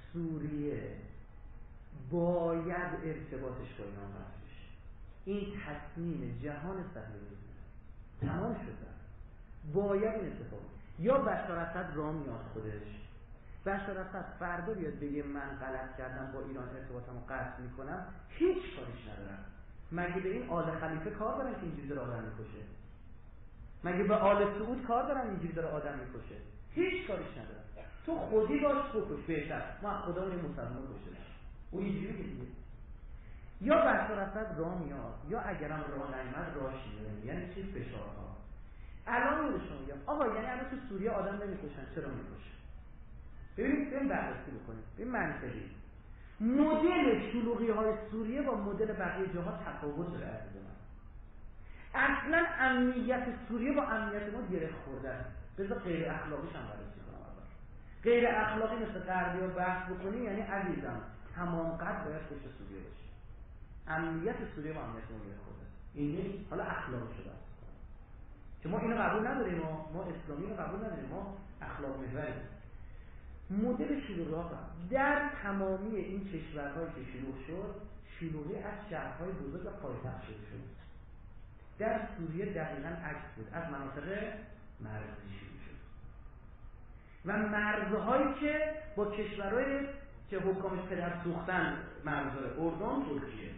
Speaker 2: سوریه باید ارتباطش با ایران قطع بشه. این تصمیم جهان صهیونیسم تمام شده، باید این اتفاق. یا بشار اسد راه میاد خودش، بشار اسد فردا بیاد بگه من غلط کردم با ایران ارتباطمو قطع میکنم، هیچ کاریش ندارم. مگه به این آل خلیفه کار دارن که اینجوری داره آدم میکشه؟ مگه به آل سعود کار دارن اینجوری داره آدم میکشه؟ هیچ کاریش ندارن. تو خودی باش بکش بهتر، ما خدا اون مسلمان کشته باشه اون اینجوری دیگه. یا بشار اسد راه میاد، یا اگرم راه نیامد راهش میاد. یعنی چی؟ فشارها. الان میگم میگم آقا یعنی الان تو سوریه آدم نمیکشن، چرا میکشن؟ ببینید این بررسی بکنید. این منطقی مدل شلوغی های سوریه با مدل بقیه جاها تفاوت داره عزیز من. اصلا امنیت سوریه با امنیت ما گره خورده است. بذار غیر اخلاقیش هم بررسی کنم. اول غیر اخلاقی مثل غربی‌ها بحث بکنی یعنی عزیزم تمام قد باید پشت سوریه باشه. امنیت سوریه با امنیت ما گره خورده است. این نیست. حالا اخلاقی شده است که ما اینو قبول نداریم، ما, ما اسلامی رو قبول نداریم، ما اخلاق محوریم. مدل شلوغی در تمامی این کشورهایی که شلوغ شد، شلوغی از شهرهای بزرگ و پایتخت شروع شد. در سوریه دقیقاً عکس بود، از مناطق مرزی شروع شد و مرزهایی که با کشورهای که حکامش پدر سوختن، مرزهای اردن، ترکیه.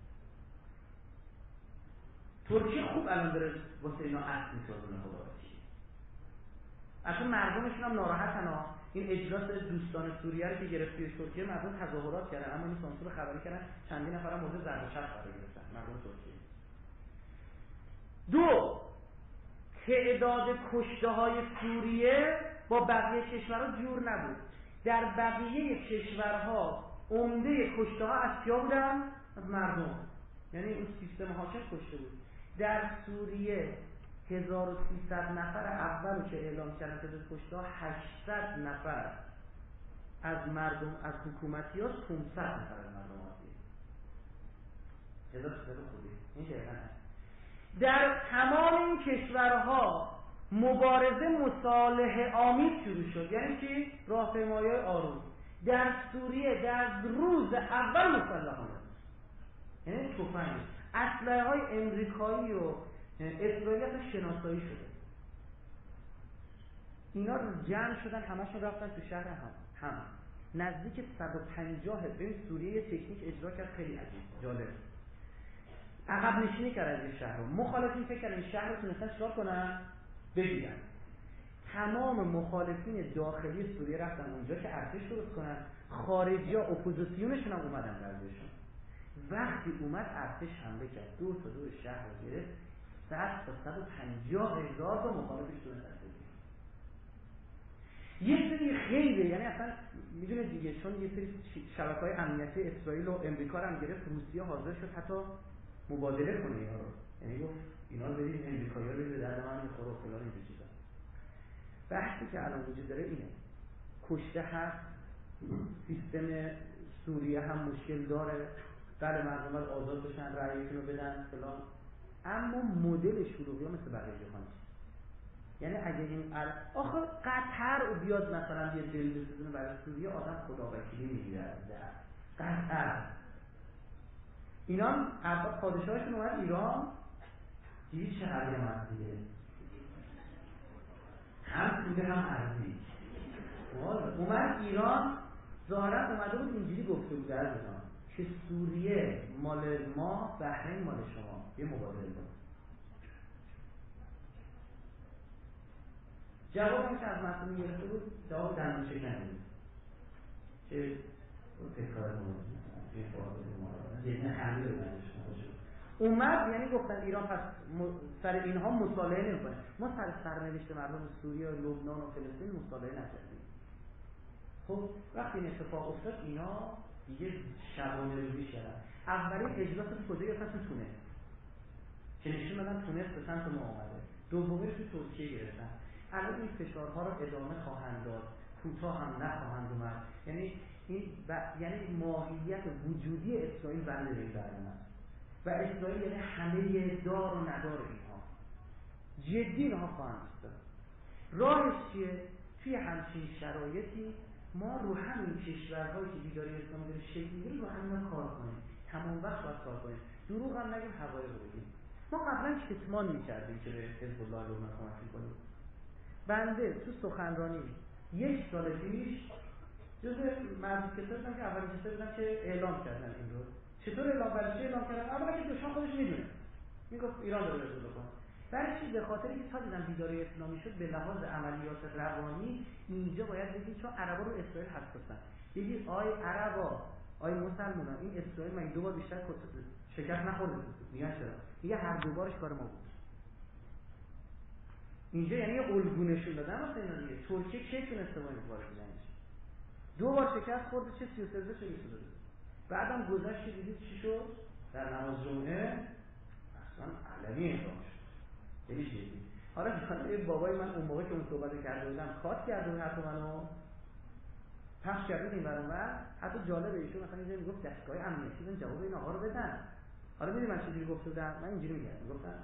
Speaker 2: ترکیه خوب الان داره واسه اینا عکس میسازونه خداوندی. اصلا مردمشون هم ناراحتن ها. این اجلاس دوستان سوریه رو که گرفت توی ترکیه مردم تظاهرات کردن، اما این سانسور خبری کردن چندین نفر مورد ضرب و شتم قرار گرفتن مردم ترکیه. دو، تعداد کشته های سوریه با بقیه کشورها جور نبود. در بقیه کشورها عمده کشته ها از کیا بودن؟ از مردم. یعنی اون سیستم حاکم کشته بود. در سوریه هزار و سیصد نفر اول که اعلام کردن تعداد کشته ها، هشتصد نفر از مردم، از حکومتی ها، پانصد نفر از مردم عادی. هزار و سیصد خوبی این دقیقا هست. در تمام این کشورها مبارزه مصالحه آمیز شروع شد. یعنی چی؟ راهپیمایی آروم. در سوریه در روز اول مسلحانه، یعنی تفنگ، اسلحه های امریکایی و اسرائیلی شناسایی شده. اینا جمع شدن، همشون رفتن تو شهر هم هم نزدیک صد و پنجاه. ببین سوریه یه تکنیک اجرا کرد خیلی عجیب جالب. عقب نشینی کرد از این شهر رو. مخالفین فکر کردن این شهر رو تونستن چیکار کنن؟ بگیرن. تمام مخالفین داخلی سوریه رفتن اونجا که ارتش درست کنن. خارجی‌ها اپوزیسیونشون هم اومدن درزشون. وقتی اومد ارتش حمله کرد، دور تا دور شهر رو گرفت، صد تا صد و پنجاه هزار تا مخالفش تونستن بگیرن. یه سری خیلی، یعنی اصلا میدونه دیگه، چون یه سری شبکه‌های امنیتی اسرائیل و امریکا رو هم گرفت، روسیه حاضر شد حتی مبادله کنه اینا رو. یعنی گفت اینا رو بدید امریکایی‌ها رو به درد من می‌خوره و فلان این چیزا. بحثی که الان وجود داره اینه. کشته هست، سیستم سوریه هم مشکل داره، بله مردم باید آزاد بشن، رأیشون رو بدن فلان، اما مدل شلوغی ها مثل بقیه جهان نیست. یعنی اگه این ار... آخه قطر و بیاد مثلا یه دل بسازونه برای سوریه، آدم خداوکیلی میگیره از ده. قطر اینا اول پادشاهشون اومد ایران، دیدی چه حریم هست دیگه، هم سوده هم ارزی اومد ایران، ظاهرا اومده بود اینجوری گفته بود از ایران که سوریه مال ما، بحرین مال شما، یه مبادله بود. جواب هم که از مسئول گرفته بود، جواب دندون شکنی بود که تکرار بود این فعاده ما یه خنده رو بندش اومد. یعنی گفتن ایران پس سر اینها مصالحه نمی کنه. ما سر سرنوشت مردم سوریه و لبنان و فلسطین مصالحه نکردیم. خب وقتی این اتفاق افتاد اینا دیگه شبانه روزی شدن. اولین اجلاس تو کجا گرفتن؟ تو تونس، که نشون دادن تونس به سمت ما آمده. دومیش تو ترکیه گرفتن. الان این فشارها رو ادامه خواهند داد، کوتاه هم نخواهند اومد. یعنی این ب... یعنی ماهیت وجودی اسرائیل بنده به این برنامه است و اسرائیل یعنی همه دار و ندار اینها. جدی اینها خواهند است. راهش چیه؟ توی همچین شرایطی ما رو همین کشورهایی که بیداری اسلامی داره شکل میگیره رو همین کار کنیم، تمام وقت باید کار کنیم، دروغ هم نگیم، حقایق رو بگیم. ما قبلا کتمان می‌کردیم که به حزب الله لبنان کمک می‌کنیم. بنده تو سخنرانی یک سال پیش جزء مردم کسایی بودم که اولین کسایی بودم که اعلام کردن این رو. چطور اعلام برای چه اعلام کردن؟ اولا که دشمن خودش میدونه، میگفت ایران داره حزب الله. برای چی؟ به خاطر اینکه تا دیدن بیداری اسلامی شد به لحاظ عملیات روانی اینجا باید بگید چون عربا رو اسرائیل حساسن، بگید آی عربا، آی مسلمانان، این اسرائیل من دو بار بیشتر شکست نخورده بود. میگن چرا؟ میگه هر دو بارش کار ما بود. اینجا یعنی الگونشون دادن واسه اینا دیگه. ترکیه کی تونسته با این وارد جنگش؟ دو بار شکست خورده، چه سی و سه چه بیست و دو. بعدم گذشت دیدید چی شد؟ در نماز جمعه اصلا علنی اعلام شد. یعنی چی؟ حالا مثلا یه بابای من اون موقع که اون صحبت کرده بودم کات کرده بود حرف منو پخش کرده این برام بعد حتی جالبه ایشون مثلا اینجا میگفت دستگاه امنیتی بدن جواب این آقا رو بدن. حالا میدونی من چجوری گفته بودم؟ من اینجوری میگم گفتم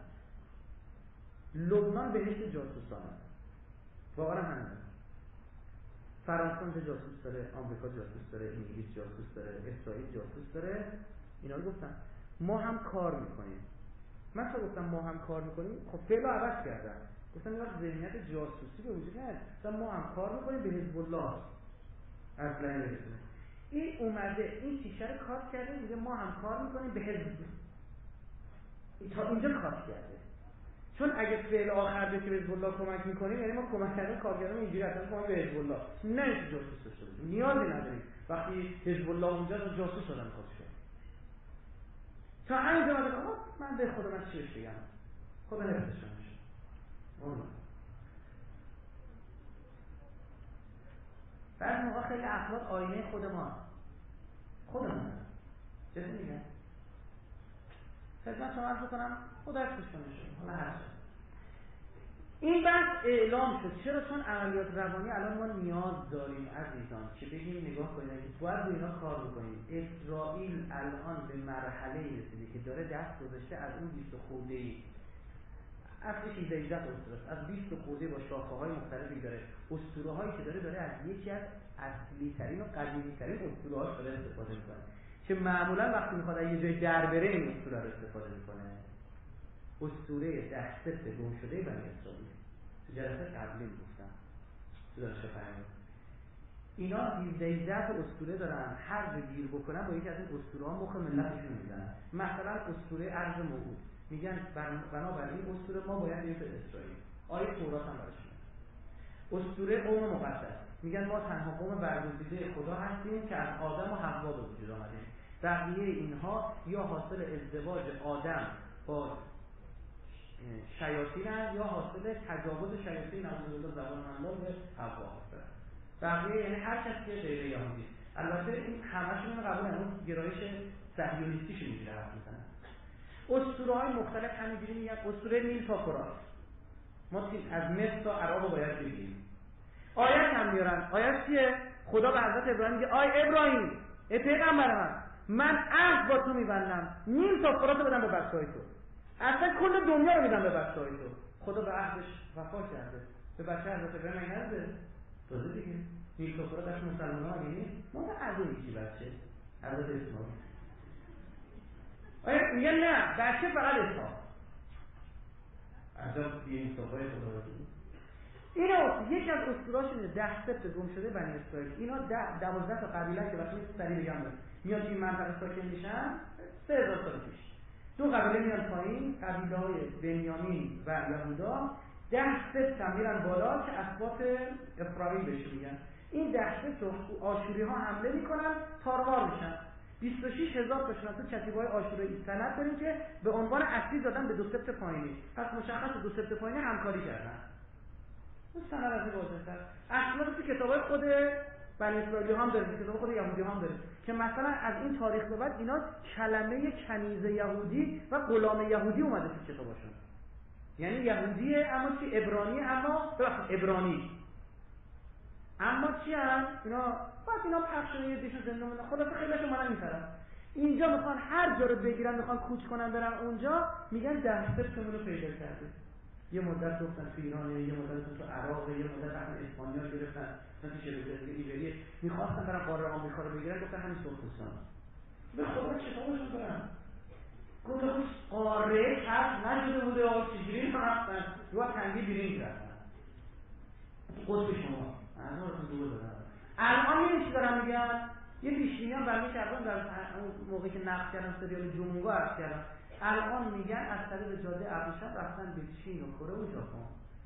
Speaker 2: لبنان بهشت جاسوسانه. واقعا همینه. فرانسه جاسوس داره، آمریکا جاسوس داره، انگلیس جاسوس داره، اسرائیل جاسوس داره. اینا رو گفتم. ما هم کار میکنیم. من تا گفتم ما هم کار میکنیم، خب فعل رو عوض کردم. گفتم این وقت ذهنیت جاسوسی به وجود نیاد. گفتم ما هم کار میکنیم به حزب الله. اصلا نمیدونه. این اومده این تیشه رو کات کرده میگه ما هم کار میکنیم به حزب. تا اینجا کات کرده. چون اگه فعل آخر به حزب الله کمک میکنیم یعنی ما کمک کردن کارگران اینجوری اصلا کمک به حزب الله نه اینکه جاسوس داشته باشیم، نیازی نداریم. وقتی حزب الله اونجا رو جاسوس آدم خودشه. تا اینجا من بگم من به خدا من چیش بگم خدا نفسشون میشه. والله بعضی موقع خیلی افراد آینه خود ما خودمون چه میگن؟ خدمت شما عرض بکنم خدا حفظش کنه. حالا هر چه این بحث اعلام شد. چرا؟ چون عملیات روانی الان ما نیاز داریم عزیزان که بگیم نگاه کنید که باید روی اینا کار بکنیم. اسرائیل الان به مرحله رسیده که داره دست گذاشته از اون بیست خورده‌ای اصلش ایزده اسطوره از بیست خورده با شاخه‌های مختلفی داره. اسطوره‌هایی که داره داره از یکی از اصلی ترین و قدیمی ترین اسطوره‌هاش داره استفاده می‌کنه که معمولا وقتی می‌خواد یه جای در بره این اسطوره رو استفاده می‌کنه. اسطوره دهشت گم شده بنی اسرائیل تو جلسه قبلی گفتم تو دانش فرهنگ اینا هجده اسطوره دارن، هر جا گیر بکنن با یکی از این اسطوره‌ها مخ ملتشون میزنن. مثلا اسطوره ارض موعود میگن بنابراین این اسطوره ما باید بریم به اسرائیل. آیه تورات هم براشون. اسطوره قوم مقدس میگن ما تنها قوم برگزیده خدا هستیم که از آدم و حوا به وجود آمدیم. بقیه اینها یا حاصل ازدواج آدم با شیاطین هست یا حاصل تجاوز شیاطین نعوذ بالله زبان الله به حوا هست. بقیه یعنی هر کسی که غیر یهودی. البته این همشون اینو قبول ندارن، گرایش صهیونیستیش میگیره حرف میزنن. اسطوره‌های مختلف همینجوری میگن اسطوره نیل تا فرات. ما از مصر تا عراق باید بگیم. آیت هم میارن. آیت چیه؟ خدا به حضرت ابراهیم میگه آی ابراهیم ای پیغمبر من من عهد با تو میبندم نیل تا فرات بدم به بچه‌های تو. اصلا کل دنیا رو میدم به بچه‌های تو. خدا به عهدش وفا کرده. به بچه حضرت ابراهیم نرده. تازه دیگه نیل تا فرات اش مسلمان‌ها میگن ما به عهد کی بچه؟ حضرت اسماعیل. آیا میگن نه بچه فقط اسحاق. عجب این صحبت خدا رو اینا یکی از اسطوره‌هاشون ده سبت گم شده بنی اسرائیل. اینا ده دوازده تا قبیله که وقتی سری بگم میاد این منطقه ساکن میشن سه هزار سال پیش. دو قبیله میان پایین، قبیله‌های بنیامین و یهودا. ده سبت هم میرن بالا که اسباط افرایم بهش میگن. این ده سبت رو آشوری‌ها حمله میکنن، تاروار میشن. بیست و شش هزار تا شناسه کتیبه‌های آشوری سند داریم که به عنوان اصلی دادن به دو سبت پایینی. پس مشخص دو سبت پایینی همکاری کردن. اون سند از این واضح‌تر. اصلا تو کتاب‌های خود بنی اسرائیلی هم داره، کتاب خود یهودی هم داره که مثلا از این تاریخ به بعد اینا کلمه کنیز یهودی و غلام یهودی اومده تو کتاباشون. یعنی یهودیه اما چی عبرانی اما ببخشید عبرانی. اما چی هم اینا بعد اینا پخش شده یه دیشو زندون خلاص خیلیشون منن این طرف. اینجا میخوان هر جا رو بگیرن، میخوان کوچ کنن برن اونجا، میگن ده سبتمون رو پیدا کرده. یه مدت گفتن تو ایرانه، یه مدت تو عراق، یه مدت رفتن اسپانیا گرفتن، مثلا تو شبکه ایبری می‌خواستن برن قاره آمریکا رو بگیرن، گفتن همین سرخپوستان. به خدا کتابشون دارن. گفتن قاره کف نشده بوده آقا چجوری رفتن؟ رو تنگی بیرین کردن. قطب شما از اون رو دور دادن. الان یه چیزی دارم میگم، یه پیشبینی هم برمی کردن در اون موقعی که نقد کردن سریال جونگو عرض کردن. الان میگن از طریق جاده ابریشم رفتن به چین و کره و ژاپن.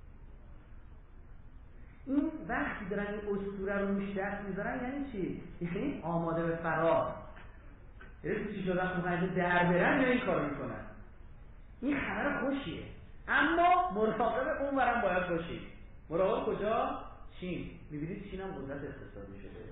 Speaker 2: این وقتی دارن این اسطوره رو روش دست میذارن یعنی چی؟ یعنی آماده به فرار. یعنی چی شده خونه در برن یا این کار میکنن. این خبر خوشیه، اما مراقب اون ورم باید باشید. مراقب کجا؟ چین. میبینید چین هم قدرت اقتصادی شده.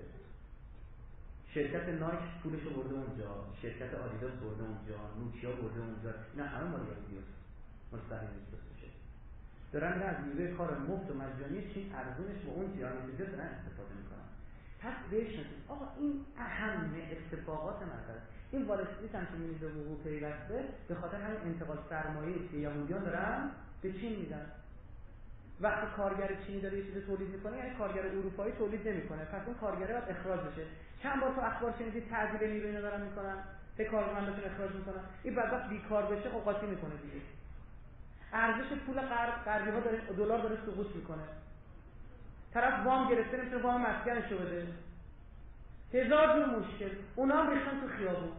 Speaker 2: شرکت نایک پولش رو برده اونجا، شرکت آدیداس برده اونجا، نوکیا برده اونجا. اینا همه مال یهودیاست. مستقیم میشه. دارن از نیروی کار مفت و مجانی چین ارزونش با اون تیرانیتیزه دارن استفاده میکنن. پس بشناسید آقا این اهم اتفاقات مسئله. این وال استریت هم که می‌بینید به وقوع پیوسته به خاطر همین انتقال سرمایه‌ای که یهودیان دارن به چین میدن. وقتی کارگر چینی داره یه چیز تولید میکنه یعنی کارگر اروپایی تولید نمیکنه، پس اون کارگره باید اخراج بشه. چند بار تو اخبار شنیدید تعدیل نیروی اینا دارن میکنن، به کارمنداشون اخراج میکنن. این بدبخت بیکار بشه خب قاطی میکنه دیگه. ارزش پول غرب غربی ها داره دلار داره سقوط میکنه. طرف وام گرفته نمیتونه وام مسکنشو بده. هزار جور مشکل. اونا هم ریختن تو خیابون.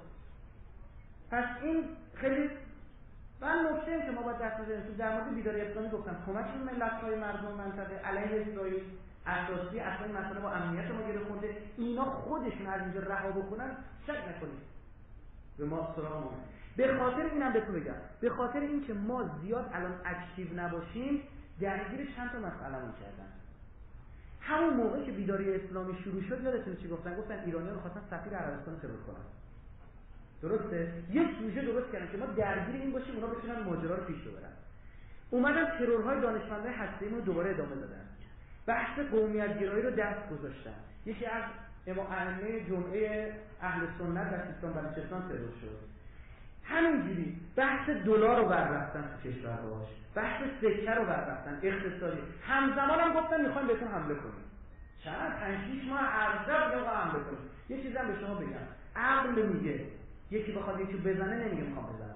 Speaker 2: پس این خیلی من نکته این که ما باید دست بزنیم تو در مورد بیداری اسلامی گفتم کمک این ملت‌های مردم منطقه علیه اسرائیل اساسی اصلا این مسئله با امنیت ما گره خورده. اینا خودشون از اینجا رها بکنن شک نکنید به ما سراغ ما. به خاطر اینم بهتون بگم، به خاطر اینکه ما زیاد الان اکتیو نباشیم درگیر چند تا مسئله‌مون کردن. همون موقع که بیداری اسلامی شروع شد یادتونه چی گفتن؟ گفتن ایرانیان خواستن سفیر عربستان ترور کنن. درسته؟ یه سوژه درست کردن که ما درگیر این باشیم اونا بتونن ماجرا رو پیش ببرن. اومدن ترورهای دانشمندان هسته‌ای رو دوباره ادامه دادن. بحث قومیت گرایی رو دست گذاشتن. یکی از امام ائمه جمعه اهل سنت در سیستان بلوچستان ترور شد. همینجوری بحث دلار رو بررفتن تو کشور باش، بحث سکه رو بررفتن اقتصادی. همزمان هم گفتن میخوایم بهتون حمله کنیم. چند پنج شش ماه عرضه بگم حمله کنیم. یه چیزی هم به شما بگم، عقل میگه یکی بخواد یکی بزنه نمیگه میخوام بزنم.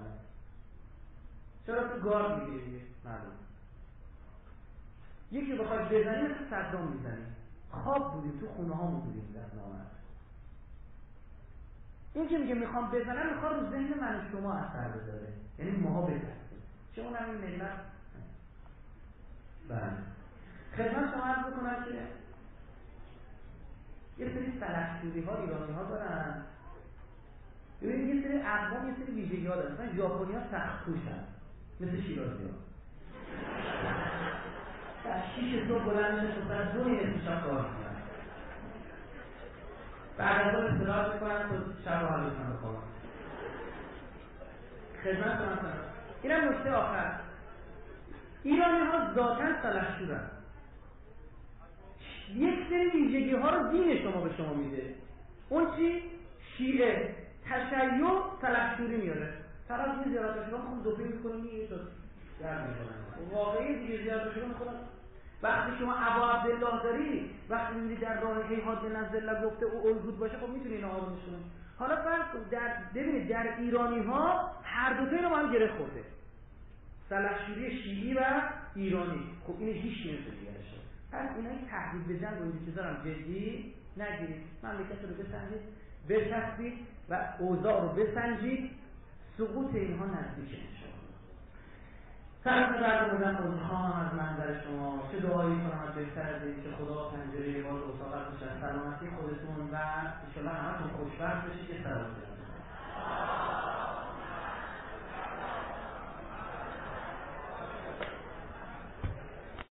Speaker 2: چرا تو گارد میگیری دیگه معلوم. یکی بخواد بزنی مثل صدام میزنی. خواب بودیم تو خونه هامون بودیم در نامه. این که میگه میخوام بزنم میخواد رو ذهن من و شما اثر بذاره، یعنی ماها بزنیم چه اونم این ملت. بله خدمت شما عرض بکنم که یه سری سلحشوری ها ایرانی ها دارن. ببینید یه سری اقوام یه سری ویژگی ها دارن. مثلا ژاپنی ها سخت کوشن مثل شیرازی ها. در شیش صبح بلند میشه تا دو نیمه شب کار میکنن. بعد از اون استراحت میکنن تا شب و حال بکنن بخوابن. خدمت کنم کنم اینم نکته آخر. ایرانی ها ذاتاً سلحشورن. یک سری ویژگی ها رو دین شما به شما میده. اون چی؟ شیعه تشیع سلحشوری میاره. طرف یه زیارت شما میخوام دوپی میکنه میگه شد درد میکنن. واقعی دیگه زیارت شما میخوام. وقتی شما ابا عبدالله داری، وقتی میبینی در راه هیهات به نزد الله گفته او الگود باشه خب میتونی اینو آرومش کنی. حالا فرض کن در ببینید در ایرانی ها هر دو تا رو با هم گره خورده. سلحشوری شیعی و ایرانی. خب اینو هیچ نمیتونه نگرش داره. پس اینا این تهدید به جنگ و این چیزا رو جدی نگیرید. مملکت رو بسنجید، بچسبید و اوضاع رو بسنجید. سقوط اینها نزدیکه انشاءالله. سرم درد بودن عذرخواهم از منظر شما. چه دعایی کنم از بهتر از این که خدا پنجره باز و اتاقت بشه از سلامتی خودتون و انشاءالله همتون خوشبخت بشید که سلامتی